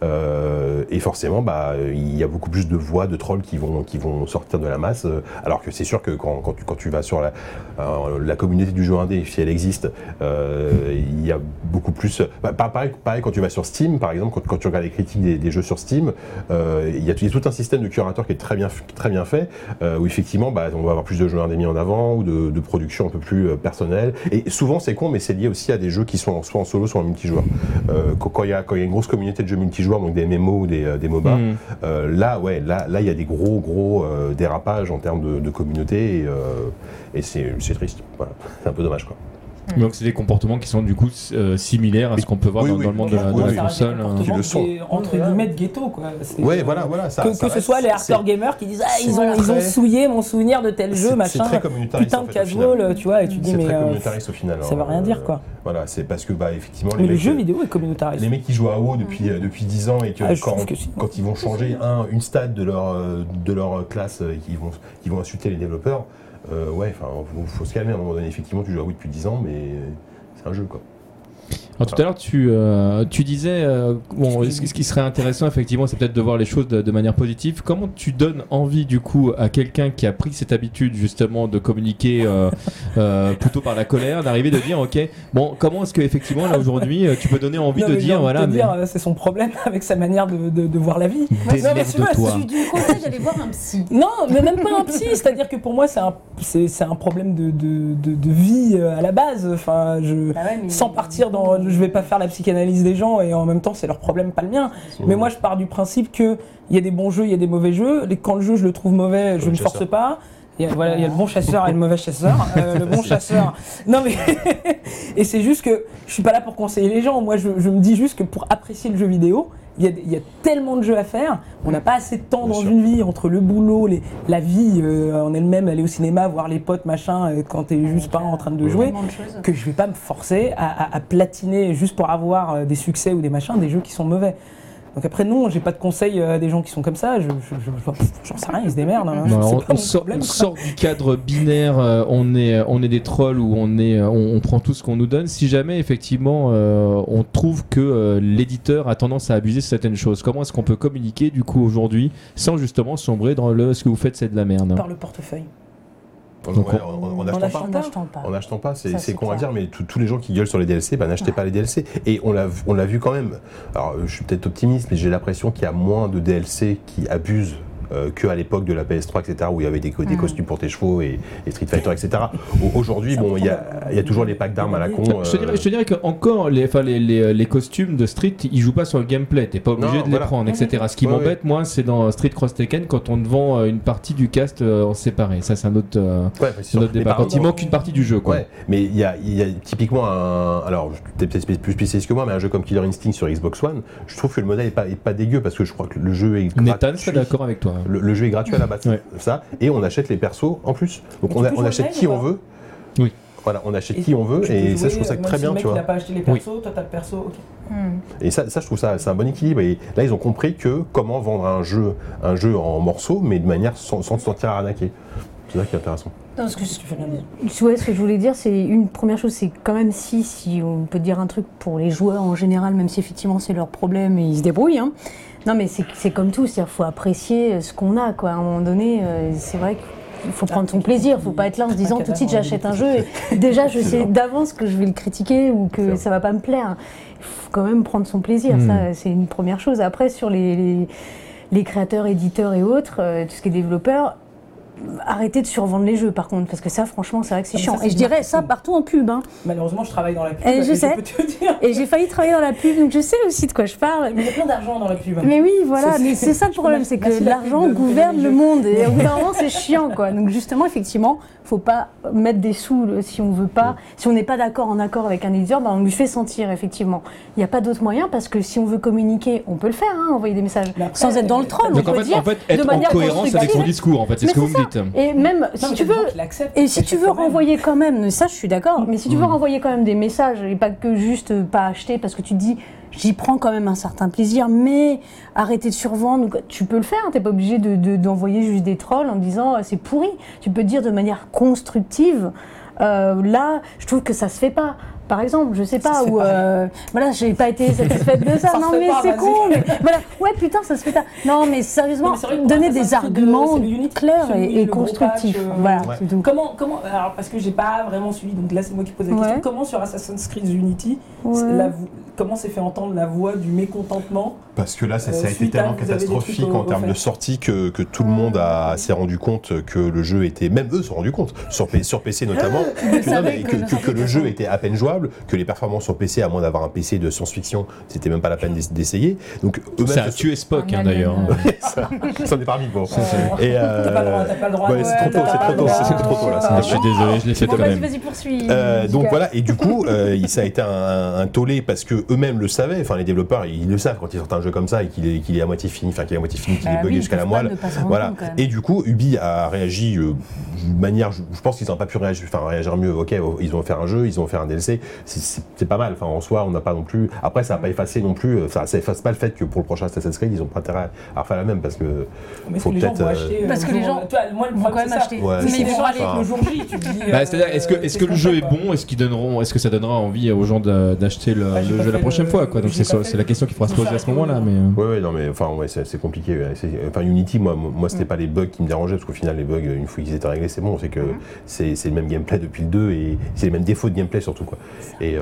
Et forcément, il y a beaucoup plus de voix de trolls qui vont sortir de la masse. Alors que c'est sûr que quand tu vas sur la communauté du jeu indé, si elle existe, il y a beaucoup plus. Pareil quand tu vas sur Steam, par exemple, quand tu regardes les critiques des jeux sur Steam, il y a tout un système de curateur qui est très bien fait, où effectivement, on va avoir plus de jeux indés mis en avant ou de production un peu plus personnelle. Et souvent, c'est con, mais c'est lié aussi à des jeux qui sont soit en solo, soit en multijoueur. Quand il y a une grosse communauté de jeux multijoueurs, donc des MMO ou des MOBA, là, il y a des gros dérapages en termes de communauté et c'est triste. Voilà. C'est un peu dommage, quoi. Donc c'est des comportements qui sont du coup similaires à ce qu'on peut voir dans le monde de la console. Qui le sont. Entre guillemets de ghetto, quoi. Ouais, voilà. Que ce soit les hardcore gamers qui disent ils ont souillé mon souvenir de tel jeu, machin. C'est très communautariste. Putain de casual, tu vois, et tu dis mais. C'est très communautariste au final. Ça veut rien dire, quoi. Voilà, c'est parce que effectivement. Mais le jeu vidéo est communautariste. Les mecs qui jouent à WoW depuis 10 ans et que quand ils vont changer une stat de leur classe, qui vont insulter les développeurs. Faut se calmer à un moment donné. Effectivement, tu joues à WoW depuis 10 ans, mais c'est un jeu, quoi. Alors tout à l'heure, tu disais, ce qui serait intéressant, effectivement, c'est peut-être de voir les choses de manière positive. Comment tu donnes envie, du coup, à quelqu'un qui a pris cette habitude, justement, de communiquer plutôt par la colère, d'arriver de dire, ok, bon, comment est-ce que effectivement là aujourd'hui, tu peux donner envie de dire, voilà, c'est son problème avec sa manière de voir la vie. Démerde-toi. Du conseil d'aller voir un psy. Non, mais même pas un psy. C'est-à-dire que pour moi, c'est un problème de vie à la base. Enfin, sans partir dans. Je vais pas faire la psychanalyse des gens et en même temps c'est leur problème, pas le mien. Mais moi je pars du principe qu'il y a des bons jeux, il y a des mauvais jeux. Quand le jeu je le trouve mauvais, je ne force pas. Il y a le bon chasseur et le mauvais chasseur. Le bon chasseur. Non mais et c'est juste que je suis pas là pour conseiller les gens. Moi je me dis juste que pour apprécier le jeu vidéo, il y a tellement de jeux à faire. On n'a pas assez de temps dans une vie entre le boulot, la vie en elle-même, aller au cinéma, voir les potes, machin, quand t'es juste pas en train de jouer, que je vais pas me forcer à platiner juste pour avoir des succès ou des machins, des jeux qui sont mauvais. Donc après non, j'ai pas de conseils à des gens qui sont comme ça, j'en sais rien, ils se démerdent. Hein. Non, on sort du cadre binaire, on est des trolls ou on prend tout ce qu'on nous donne. Si jamais effectivement on trouve que l'éditeur a tendance à abuser de certaines choses, comment est-ce qu'on peut communiquer du coup aujourd'hui sans justement sombrer dans ce que vous faites c'est de la merde? Par le portefeuille. Donc en n'achetant pas, c'est con à dire, mais tous les gens qui gueulent sur les DLC, n'achetez pas les DLC. Et on l'a vu quand même. Alors je suis peut-être optimiste, mais j'ai l'impression qu'il y a moins de DLC qui abusent qu'à l'époque de la PS3, etc., où il y avait des costumes pour tes chevaux et Street Fighter, etc. Aujourd'hui, il y a toujours les packs d'armes à la con. Je te dirais qu'encore, les costumes de Street, ils jouent pas sur le gameplay, t'es pas obligé de les prendre, etc. Ce qui m'embête, moi, c'est dans Street Cross Tekken, quand on te vend une partie du cast en séparé. Ça, c'est un autre débat. Quand il manque une partie du jeu, quoi. Ouais, mais il y a typiquement alors, t'es peut-être plus spécialiste que moi, mais un jeu comme Killer Instinct sur Xbox One, je trouve que le modèle est pas dégueu, parce que je crois que le jeu est gratuit. Nathan, je suis d'accord avec toi. Le jeu est gratuit à la base, ça, et on achète les persos en plus. Donc on achète qui on veut. Oui. Voilà, on achète qui on veut, et ça, je trouve ça très bien, tu vois. Il n'a pas acheté les persos, toi t'as le perso, ok. Et ça, je trouve ça, c'est un bon équilibre. Et là, ils ont compris que comment vendre un jeu en morceaux, mais de manière sans se sentir arnaqué. C'est ça qui est intéressant. Non, ce que je voulais dire, c'est une première chose, c'est quand même si on peut dire un truc pour les joueurs en général, même si effectivement c'est leur problème et ils se débrouillent. Hein. Non, mais c'est comme tout, c'est-à-dire faut apprécier ce qu'on a, quoi. À un moment donné, c'est vrai qu'il faut prendre son plaisir, faut pas être là en se disant tout de suite j'achète un jeu et déjà je sais d'avance que je vais le critiquer ou que ça va pas me plaire. Il faut quand même prendre son plaisir, ça c'est une première chose. Après sur les créateurs, éditeurs et autres, tout ce qui est développeurs, arrêtez de survendre les jeux par contre, parce que ça franchement c'est vrai que c'est chiant. Et je dirais ça partout en pub. Hein. Malheureusement je travaille dans la pub. Et je sais. Et j'ai failli travailler dans la pub, donc je sais aussi de quoi je parle. Mais il y a plein d'argent dans la pub. Mais oui, voilà, mais c'est ça le problème, c'est que l'argent gouverne le monde et au bout d'un moment c'est chiant quoi. Donc justement effectivement, faut pas mettre des sous si on veut pas, si on n'est pas d'accord avec un éditeur, on lui fait sentir effectivement. Il n'y a pas d'autre moyen parce que si on veut communiquer, on peut le faire, hein, envoyer des messages sans être dans le troll. Donc en fait, être en cohérence avec son discours, en fait, c'est ce que vous me dites. suite. Et même si tu veux, renvoyer quand même, ça je suis d'accord, mais si tu veux renvoyer quand même des messages et pas que juste pas acheter parce que tu te dis j'y prends quand même un certain plaisir, mais arrêter de survendre, tu peux le faire, t'es pas obligé d'envoyer juste des trolls en disant c'est pourri. Tu peux dire de manière constructive, là je trouve que ça se fait pas. Par exemple, je sais pas, où voilà, j'ai pas été satisfaite de ça. Non mais c'est con, mais voilà, ouais putain ça se fait pas. Non mais sérieusement, donner des arguments clairs et constructifs. Voilà. Comment alors parce que j'ai pas vraiment suivi, donc là c'est moi qui pose la question. Comment sur Assassin's Creed Unity, comment s'est fait entendre la voix du mécontentement? Parce que là, ça a été tellement catastrophique en termes de sortie que tout le monde s'est rendu compte que le jeu était, même eux se sont rendus compte, sur PC notamment, que le jeu était à peine jouable, que les performances sur PC, à moins d'avoir un PC de science-fiction, c'était même pas la peine d'essayer. Donc eux-mêmes, ça a tué Spock d'ailleurs. Ça en est parmi bon. Et t'as pas le droit. Ouais, c'est trop tôt là. Je suis désolé, je l'ai fait quand même. Vas-y poursuis. Donc voilà, et du coup, ça a été un tollé parce que eux-mêmes le savaient. Enfin, les développeurs, ils le savent quand ils sortent un jeu comme ça et qu'il est à moitié fini, qu'il est buggé jusqu'à la moelle. Voilà. Et du coup, Ubi a réagi d'une manière, je pense qu'ils n'ont pas pu réagir mieux. Ok, ils ont fait un jeu, ils ont fait un DLC, c'est pas mal. Enfin, en soi, on n'a pas non plus. Après, ça n'a pas effacé non plus. Enfin, ça efface pas le fait que pour le prochain Assassin's Creed, ils n'ont pas intérêt à refaire la même parce que. Faut peut-être. Parce que les gens, moi, le problème c'est ça. Mais ils vont aller le jour J. C'est-à-dire, est-ce que le jeu est bon? Est-ce que ça donnera envie aux gens d'acheter le jeu la prochaine fois, quoi? Donc c'est la question qu'il faudra se poser à ce moment-là. Ouais, non, mais enfin, c'est compliqué. Enfin, Unity, moi, c'était pas les bugs qui me dérangeaient, parce qu'au final, les bugs, une fois qu'ils étaient réglés, c'est bon. C'est que c'est le même gameplay depuis le 2 et c'est les mêmes défauts de gameplay surtout, quoi. Et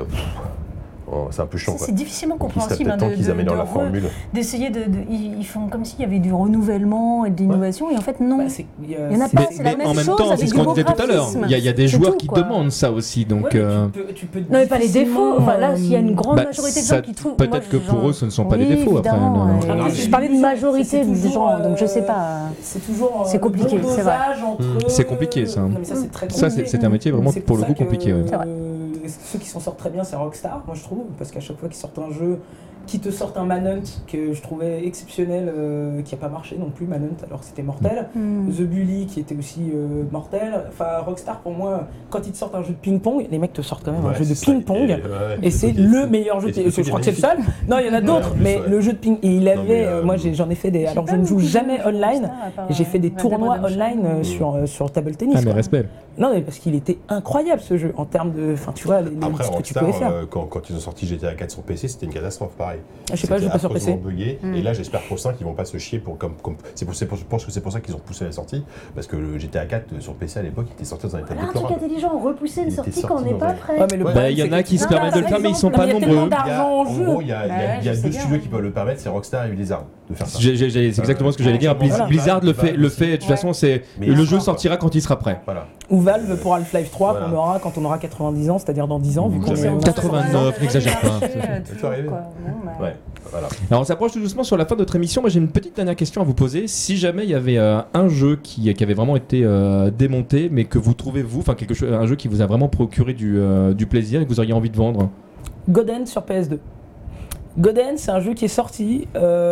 c'est un peu chiant. C'est difficilement compréhensible qu'ils améliorent la formule. D'essayer ils font comme s'il y avait du renouvellement et de l'innovation, et en fait, non. Il y en a pas, c'est la même chose. En même temps, c'est ce qu'on disait tout à l'heure. Il y a des joueurs qui demandent ça aussi. Donc, non, mais pas les défauts. Enfin, là, s'il y a une grande majorité de gens qui trouvent. Peut-être que pour eux, ce ne sont pas des défauts après. Je parlais de majorité des gens, donc je sais pas. C'est toujours. C'est compliqué, c'est vrai. C'est compliqué, ça. Ça, c'est un métier vraiment pour le coup compliqué. C'est vrai. Ceux qui s'en sortent très bien, c'est Rockstar, moi je trouve, parce qu'à chaque fois qu'ils sortent un jeu, qui te sortent un Manhunt que je trouvais exceptionnel, qui n'a pas marché non plus, Manhunt, alors que c'était mortel. The Bully qui était aussi mortel. Enfin, Rockstar, pour moi, quand ils te sortent un jeu de ping-pong, les mecs te sortent quand même un jeu de ping-pong, et c'est le meilleur jeu de ping-pong. Je crois que c'est le seul. Non, il y en a d'autres, mais le jeu de ping, et il avait, moi j'en ai fait des. Alors je ne joue jamais online, et j'ai fait des tournois online sur table tennis. Ah, mais respect. Non, mais parce qu'il était incroyable ce jeu en termes de. Enfin, tu vois, les après, que tu pouvais faire. Quand ils ont sorti GTA 4 sur PC, c'était une catastrophe, pareil. Je sais pas, je joue pas sur PC. Bugué, et là, j'espère pour 5 qu'ils vont pas se chier pour je pense que c'est pour ça qu'ils ont repoussé la sortie, parce que le GTA 4 sur PC à l'époque, il était sorti dans un état de Un truc intelligent, repousser une sortie quand on n'est pas prêt. Il y en a qui se permettent de le faire, mais ils sont pas nombreux. En gros, il y a deux studios qui peuvent le permettre, c'est Rockstar et Blizzard, de faire ça. C'est exactement ce que j'allais dire. Blizzard le fait. De toute façon, le jeu sortira quand il sera prêt. Ou Valve pour Half-Life 3 qu'on aura quand on aura 90 ans, c'est-à-dire dans 10 ans, vu qu'on est 89, n'exagère pas. Ça peut arriver. Ouais, voilà. Alors on s'approche tout doucement sur la fin de notre émission. Moi j'ai une petite dernière question à vous poser. Si jamais il y avait un jeu qui avait vraiment été démonté, mais que vous trouvez un jeu qui vous a vraiment procuré du plaisir et que vous auriez envie de vendre. Godend sur PS2. Godend, c'est un jeu qui est sorti,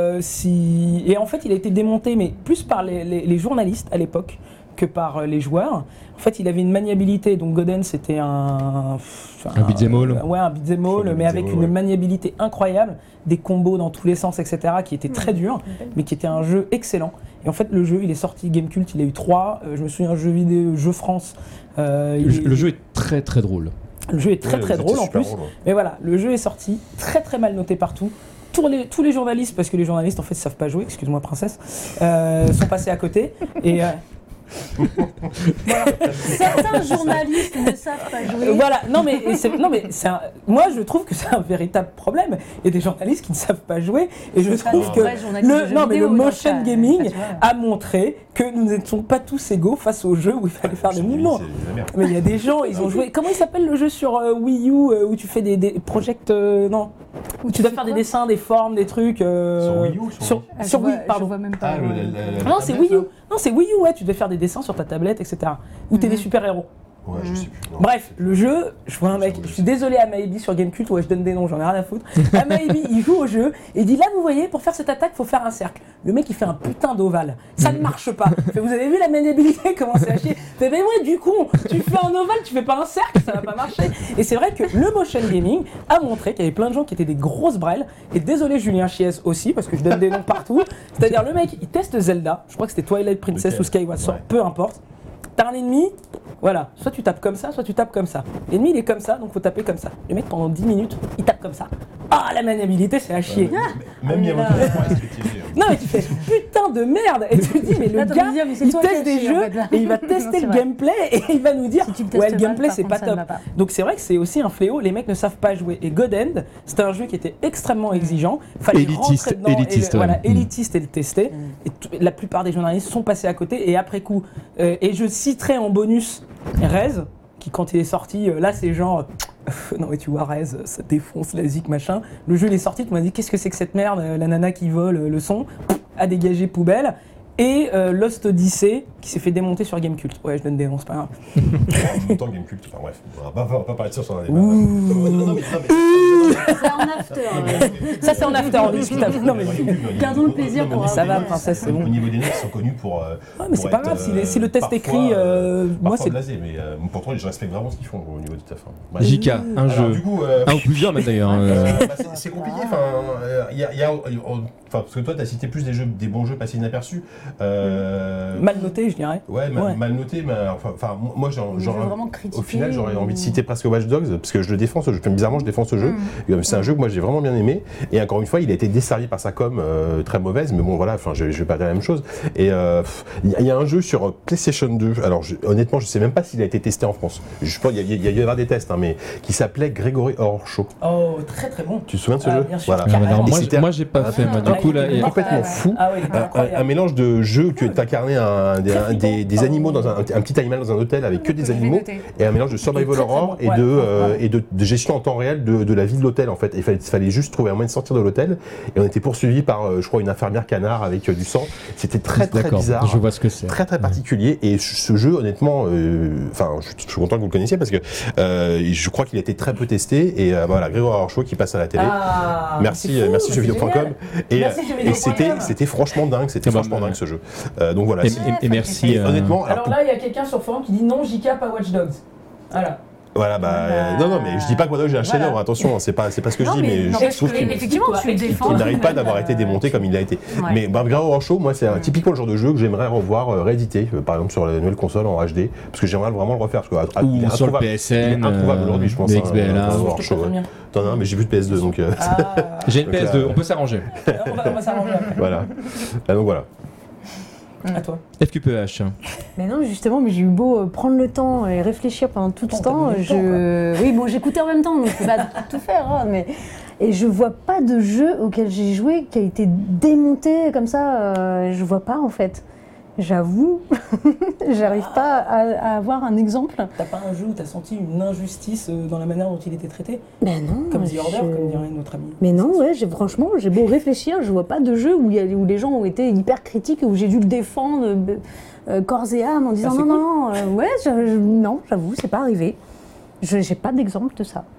et en fait il a été démonté, mais plus par les journalistes à l'époque que par les joueurs. En fait, il avait une maniabilité, donc Godend c'était un beat'em all. Ouais, un beat'em all, mais avec une maniabilité incroyable, des combos dans tous les sens, etc., qui était très dur, mais qui était un jeu excellent. Et en fait, le jeu, il est sorti Gamecult, il a eu 3. Je me souviens, jeu vidéo, jeu France. Le jeu est très très drôle. Le jeu est très drôle en plus. Mais voilà, le jeu est sorti, très très mal noté partout. Tous les journalistes, parce que les journalistes en fait savent pas jouer, excuse-moi princesse, sont passés à côté. Et certains journalistes ne savent pas jouer. Voilà, moi je trouve que c'est un véritable problème. Il y a des journalistes qui ne savent pas jouer, et je trouve que le motion gaming a montré que nous n'étions pas tous égaux face au jeu où il fallait faire des mouvements. Mais il y a des gens, ils ont joué. Comment il s'appelle le jeu sur Wii U où tu fais des projects non, où tu dois faire des dessins, des formes, des trucs. Sur Wii U sur Wii, pardon. Je vois même pas. Non, c'est Wii U. Non, c'est Wii U, ouais, tu devais faire des dessins sur ta tablette, etc. Où t'es des super-héros. Ouais, je sais plus. Non. Bref, le jeu, je vois un mec, je suis désolé à Maybe sur Gamecult, ouais je donne des noms, j'en ai rien à foutre. Maybe, il joue au jeu et il dit là vous voyez, pour faire cette attaque, faut faire un cercle. Le mec il fait un putain d'ovale, ça ne marche pas. Fait, vous avez vu la maniabilité, comment c'est à chier. Fait, mais ouais du coup, tu fais un ovale, tu fais pas un cercle, ça va pas marcher. Et c'est vrai que le motion gaming a montré qu'il y avait plein de gens qui étaient des grosses brêles. Et désolé Julien Chiez aussi, parce que je donne des noms partout. C'est-à-dire le mec il teste Zelda, je crois que c'était Twilight Princess ou Skyward Sword, peu importe. T'as un ennemi, voilà, soit tu tapes comme ça, soit tu tapes comme ça. L'ennemi il est comme ça, donc faut taper comme ça. Le mec pendant 10 minutes, il tape comme ça. Ah la maniabilité c'est à chier. Même Miyamoto Non mais tu fais putain de merde et tu te dis mais le gars il teste des jeux et il va tester le gameplay et il va nous dire ouais le gameplay c'est pas top. Donc c'est vrai que c'est aussi un fléau, les mecs ne savent pas jouer. Et God End, c'était un jeu qui était extrêmement exigeant, fallait rentrer dedans élitiste et le tester. Et la plupart des journalistes sont passés à côté et après coup, et je citerai en bonus Rez, qui quand il est sorti, là c'est genre non mais tu vois Rez, ça défonce la zik machin. Le jeu il est sorti, tu m'as dit qu'est-ce que c'est que cette merde, la nana qui vole le son, à dégager poubelle. Et Lost Odyssey qui s'est fait démonter sur Gamecult. Ouais, je donne des noms, c'est pas grave. Longtemps Gamecult, enfin bref, on va pas parler de ça sur un débat. Non, mais c'est en after. Ça c'est en after, on discute. Non mais gardons le plaisir pour ça va, princesse, c'est bon. Au niveau des noms, ils sont connus pour. Ouais, mais c'est pas grave, si le test écrit, moi c'est blasé, mais pourtant je respecte vraiment ce qu'ils font au niveau du taf. JK, un jeu. Du coup, un ou plusieurs même d'ailleurs. C'est compliqué, parce que toi, tu as cité plus des bons jeux passés inaperçus. Mal noté, je dirais. Ouais, mal noté, mais enfin, moi, au final, j'aurais envie de citer presque Watch Dogs, parce que je le défends ce jeu. Bizarrement, je défends ce jeu. C'est un jeu que moi, j'ai vraiment bien aimé. Et encore une fois, il a été desservi par sa com très mauvaise, mais bon, voilà, je vais pas dire la même chose. Et il y a un jeu sur PlayStation 2, alors honnêtement, je sais même pas s'il a été testé en France. Je pense qu'il y a eu des tests, hein, mais qui s'appelait Gregory Horror Show. Oh, très très bon. Tu te souviens de ce jeu? Bien sûr. Voilà. Alors, moi, j'ai pas fait, du coup, là, complètement fou. Un mélange de jeu que tu incarnais des animaux dans un petit animal dans un hôtel avec que des animaux, et un mélange de survival horror et de gestion en temps réel de la vie de l'hôtel en fait. Il fallait juste trouver un moyen de sortir de l'hôtel, et on était poursuivi par je crois une infirmière canard avec du sang. C'était très bizarre. Je vois ce que c'est. Très particulier, et ce jeu honnêtement, je suis content que vous le connaissiez parce que je crois qu'il a été très peu testé, et voilà, Grégoire Horror Show qui passe à la télé. Merci jeuxvideo.com, et c'était franchement dingue, ce jeu. Donc voilà. Et merci. Honnêtement. Alors là, il y a quelqu'un sur forum qui dit non, JK pas Watch Dogs. Voilà, non, mais je dis pas que j'ai un chef-d'œuvre, attention, c'est pas ce que je dis, mais je trouve qu'il n'arrive pas d'avoir été démonté comme il a été. Mais Grégoire Horror Show, moi, c'est typiquement le genre de jeu que j'aimerais revoir réédité, par exemple sur la nouvelle console en HD, parce que j'aimerais vraiment le refaire. Ou sur le PSN, introuvable aujourd'hui, je pense. Le XBLA. T'en as un, mais j'ai plus de PS2, donc. J'ai une PS2, on peut s'arranger. On va s'arranger. Voilà. Donc voilà. À toi. FQPH. Mais non, justement, mais j'ai eu beau prendre le temps et réfléchir pendant tout ce temps. Oui, bon, j'écoutais en même temps, donc je peux pas tout faire. Hein, mais... Et je vois pas de jeu auquel j'ai joué qui a été démonté comme ça. Je vois pas en fait. J'avoue, j'arrive pas à avoir un exemple. T'as pas un jeu où t'as senti une injustice dans la manière dont il était traité? Ben non. Comme The Order, comme dirait notre ami. Mais non, ouais, franchement, j'ai beau réfléchir, je vois pas de jeu où les gens ont été hyper critiques et où j'ai dû le défendre corps et âme en disant non, j'avoue, c'est pas arrivé. J'ai pas d'exemple de ça.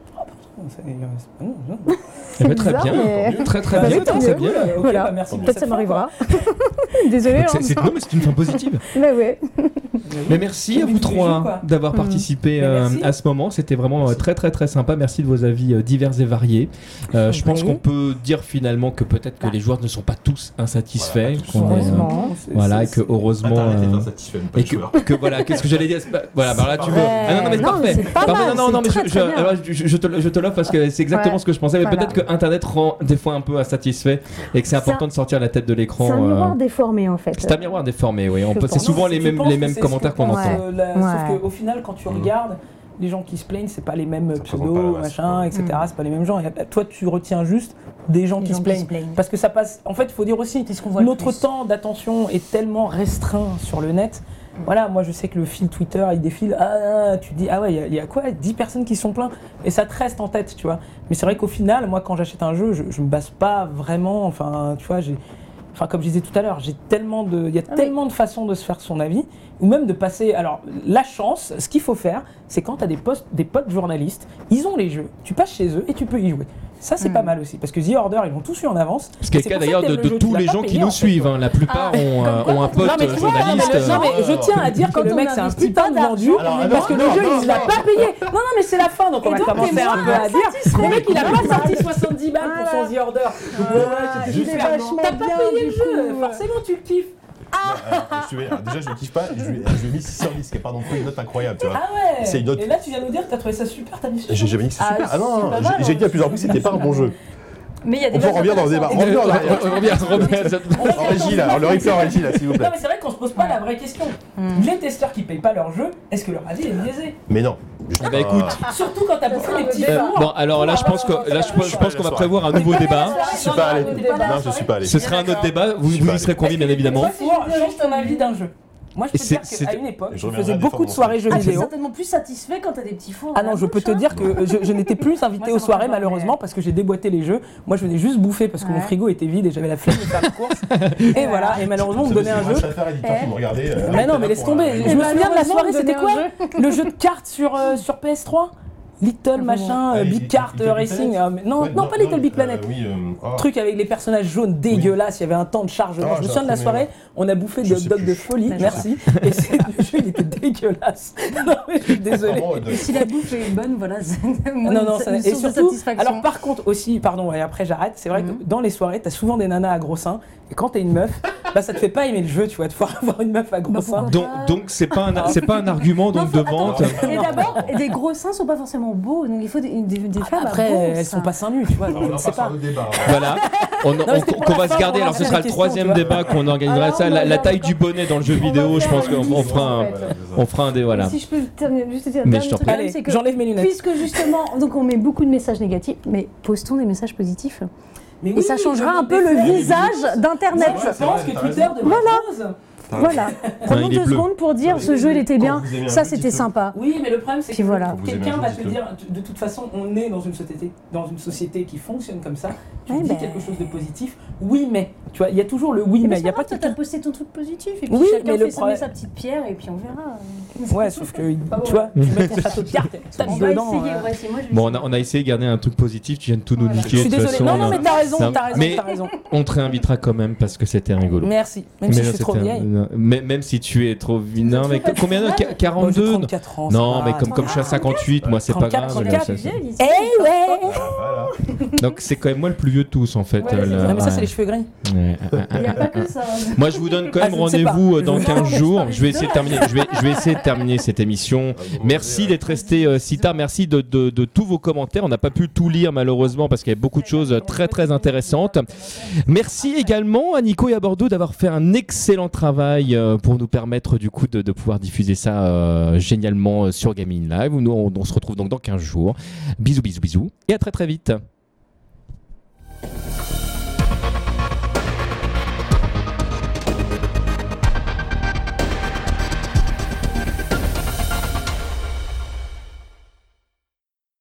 Très bien, très bien. Voilà, merci. Peut-être ça m'arrivera. Désolée. Non, mais c'est une fin positive. Mais merci à vous trois d'avoir participé à ce moment. C'était vraiment très sympa. Merci de vos avis divers et variés. Je pense qu'on peut dire finalement que peut-être que les joueurs ne sont pas tous insatisfaits. Voilà, et que heureusement. Et que voilà, qu'est-ce que j'allais dire? Voilà, là tu veux. Ah non, mais c'est parfait. Non, mais je te l'offre parce que c'est exactement ce que je pensais. Mais peut-être que Internet rend des fois un peu insatisfait et que c'est important de sortir la tête de l'écran. C'est un miroir déformé en fait. C'est un miroir déformé, oui. C'est souvent les mêmes commentaires qu'on entend. Sauf qu'au final, quand tu regardes, les gens qui se plaignent, c'est pas les mêmes pseudos, machin, etc. C'est pas les mêmes gens. Toi, tu retiens juste des gens qui se plaignent. Parce que ça passe. En fait, il faut dire aussi, notre temps d'attention est tellement restreint sur le net. Voilà, moi je sais que le fil Twitter il défile, tu dis il y a quoi 10 personnes qui sont plaintes et ça te reste en tête, tu vois. Mais c'est vrai qu'au final, moi quand j'achète un jeu, je me base pas vraiment, enfin tu vois, enfin comme je disais tout à l'heure, il y a tellement de façons de se faire son avis, ou même de passer. Alors la chance, ce qu'il faut faire, c'est quand tu as des potes journalistes, ils ont les jeux, tu passes chez eux et tu peux y jouer. Ça c'est pas mal aussi, parce que The Order ils l'ont tous eu en avance. Ce qui est le cas d'ailleurs de tous les gens qui nous suivent, la plupart ont un pote journaliste. Non mais je tiens à dire que le mec c'est un putain de vendu, parce que le jeu il l'a pas payé. Non mais c'est la fin, donc on va commencer un peu à dire. Le mec il a pas sorti 70 balles pour son The Order. T'as pas payé le jeu, forcément tu le kiffes. Déjà, je ne kiffe pas, je lui ai mis 6 sur 10, ce qui n'est pas non plus une note incroyable, tu vois. Ah ouais. C'est une note... Et là, tu viens nous dire que tu as trouvé ça super, t'as mis ça. J'ai jamais dit que c'est super. Ah non, j'ai dit à plusieurs reprises que c'était pas un bon jeu. Mais il y a des on peut revenir dans le débat. En régie, là, le replay en régie, là, s'il vous plaît. Non, mais c'est vrai qu'on se pose pas la vraie question. Les testeurs qui payent pas leur jeu, est-ce que leur avis est biaisé? Mais non. Bah écoute. Surtout quand t'as bouffé des petits fours. Bon, alors là, je pense qu'on va prévoir un nouveau débat. Je suis pas allé. Non, je suis pas allé. Ce sera un autre débat. Vous y serez conviés, bien évidemment. Change ton avis d'un jeu. Moi, je peux te dire qu'à une époque, je faisais beaucoup de soirées jeux vidéo. Tu es certainement plus satisfait quand tu as des petits fours. Ah non, je peux te dire que je n'étais plus invité aux soirées, malheureusement, parce que j'ai déboîté les jeux. Moi, je venais juste bouffer parce que mon frigo était vide et j'avais la flemme de faire les courses. Et voilà, et malheureusement, on me donnait un jeu. Mais non, mais laisse tomber. Je me souviens de la soirée, c'était quoi? Le jeu de cartes sur PS3? Little machin, Big Kart Racing. Non, pas Little Big Planet. Truc avec les personnages jaunes dégueulasses, il y avait un temps de chargement. Je me souviens de la soirée, on a bouffé des hot dogs de folie, merci. Et le jeu, il était dégueulasse. Non, mais je suis désolé. Et si la bouffe est bonne, voilà, c'est et surtout, alors par contre aussi, pardon, et après j'arrête, c'est vrai que dans les soirées, t'as souvent des nanas à gros seins, et quand t'es une meuf, bah ça te fait pas aimer le jeu, tu vois, de pouvoir avoir une meuf à gros seins. Donc c'est pas un argument de vente. Et d'abord, des gros seins sont pas forcément beaux, donc il faut des femmes. Après, elles sont pas seins nus, tu vois, je ne sais pas. Voilà, qu'on va se garder. Alors ce sera le troisième débat qu'on organisera. Ça, la taille du bonnet dans le jeu vidéo, je pense qu'on fera un débat. Voilà. Si je peux juste dire, mais je t'en prie. Allez, j'enlève mes lunettes. Puisque justement, donc on met beaucoup de messages négatifs, mais postons des messages positifs. Et ça changera un peu le visage d'Internet. Je pense que Twitter devrait Voilà, prenons 2 secondes pour dire ce jeu il était bien, ça c'était sympa. Oui, mais le problème c'est que voilà. quelqu'un va te dire, de toute façon on est dans une société qui fonctionne comme ça, tu dis quelque chose de positif, oui mais, tu vois, il y a toujours le oui mais, il n'y a pas toi t'as posté ton truc positif et puis oui, chacun fait sa petite pierre et puis on verra. Ouais, sauf que, tu vois, tu mets ton château de cartes, on va essayer, Bon, on a essayé de garder un truc positif, tu viens de tout nous niquer. Je suis désolée, non mais t'as raison. Mais on te réinvitera quand même parce que c'était rigolo. Merci, même si je suis trop vieille. Même si tu es trop vieille. Non, mais combien de 42 34 ans. Non, mais comme je suis à 58, moi c'est pas grave. 34, eh ouais. Donc c'est quand même moi le plus vieux de tous en fait. Mais ça c'est les cheveux gris. Il n'y a pas que ça. Moi je vous donne quand même rendez-vous dans 15 jours. Je vais essayer de terminer cette émission. Merci d'être resté si tard. Merci de tous vos commentaires. On n'a pas pu tout lire malheureusement parce qu'il y avait beaucoup de choses très très intéressantes. Merci également à Nico et à Bordeaux d'avoir fait un excellent travail pour nous permettre du coup de pouvoir diffuser ça génialement sur Gaming Live. Nous on se retrouve donc dans 15 jours. Bisous et à très très vite.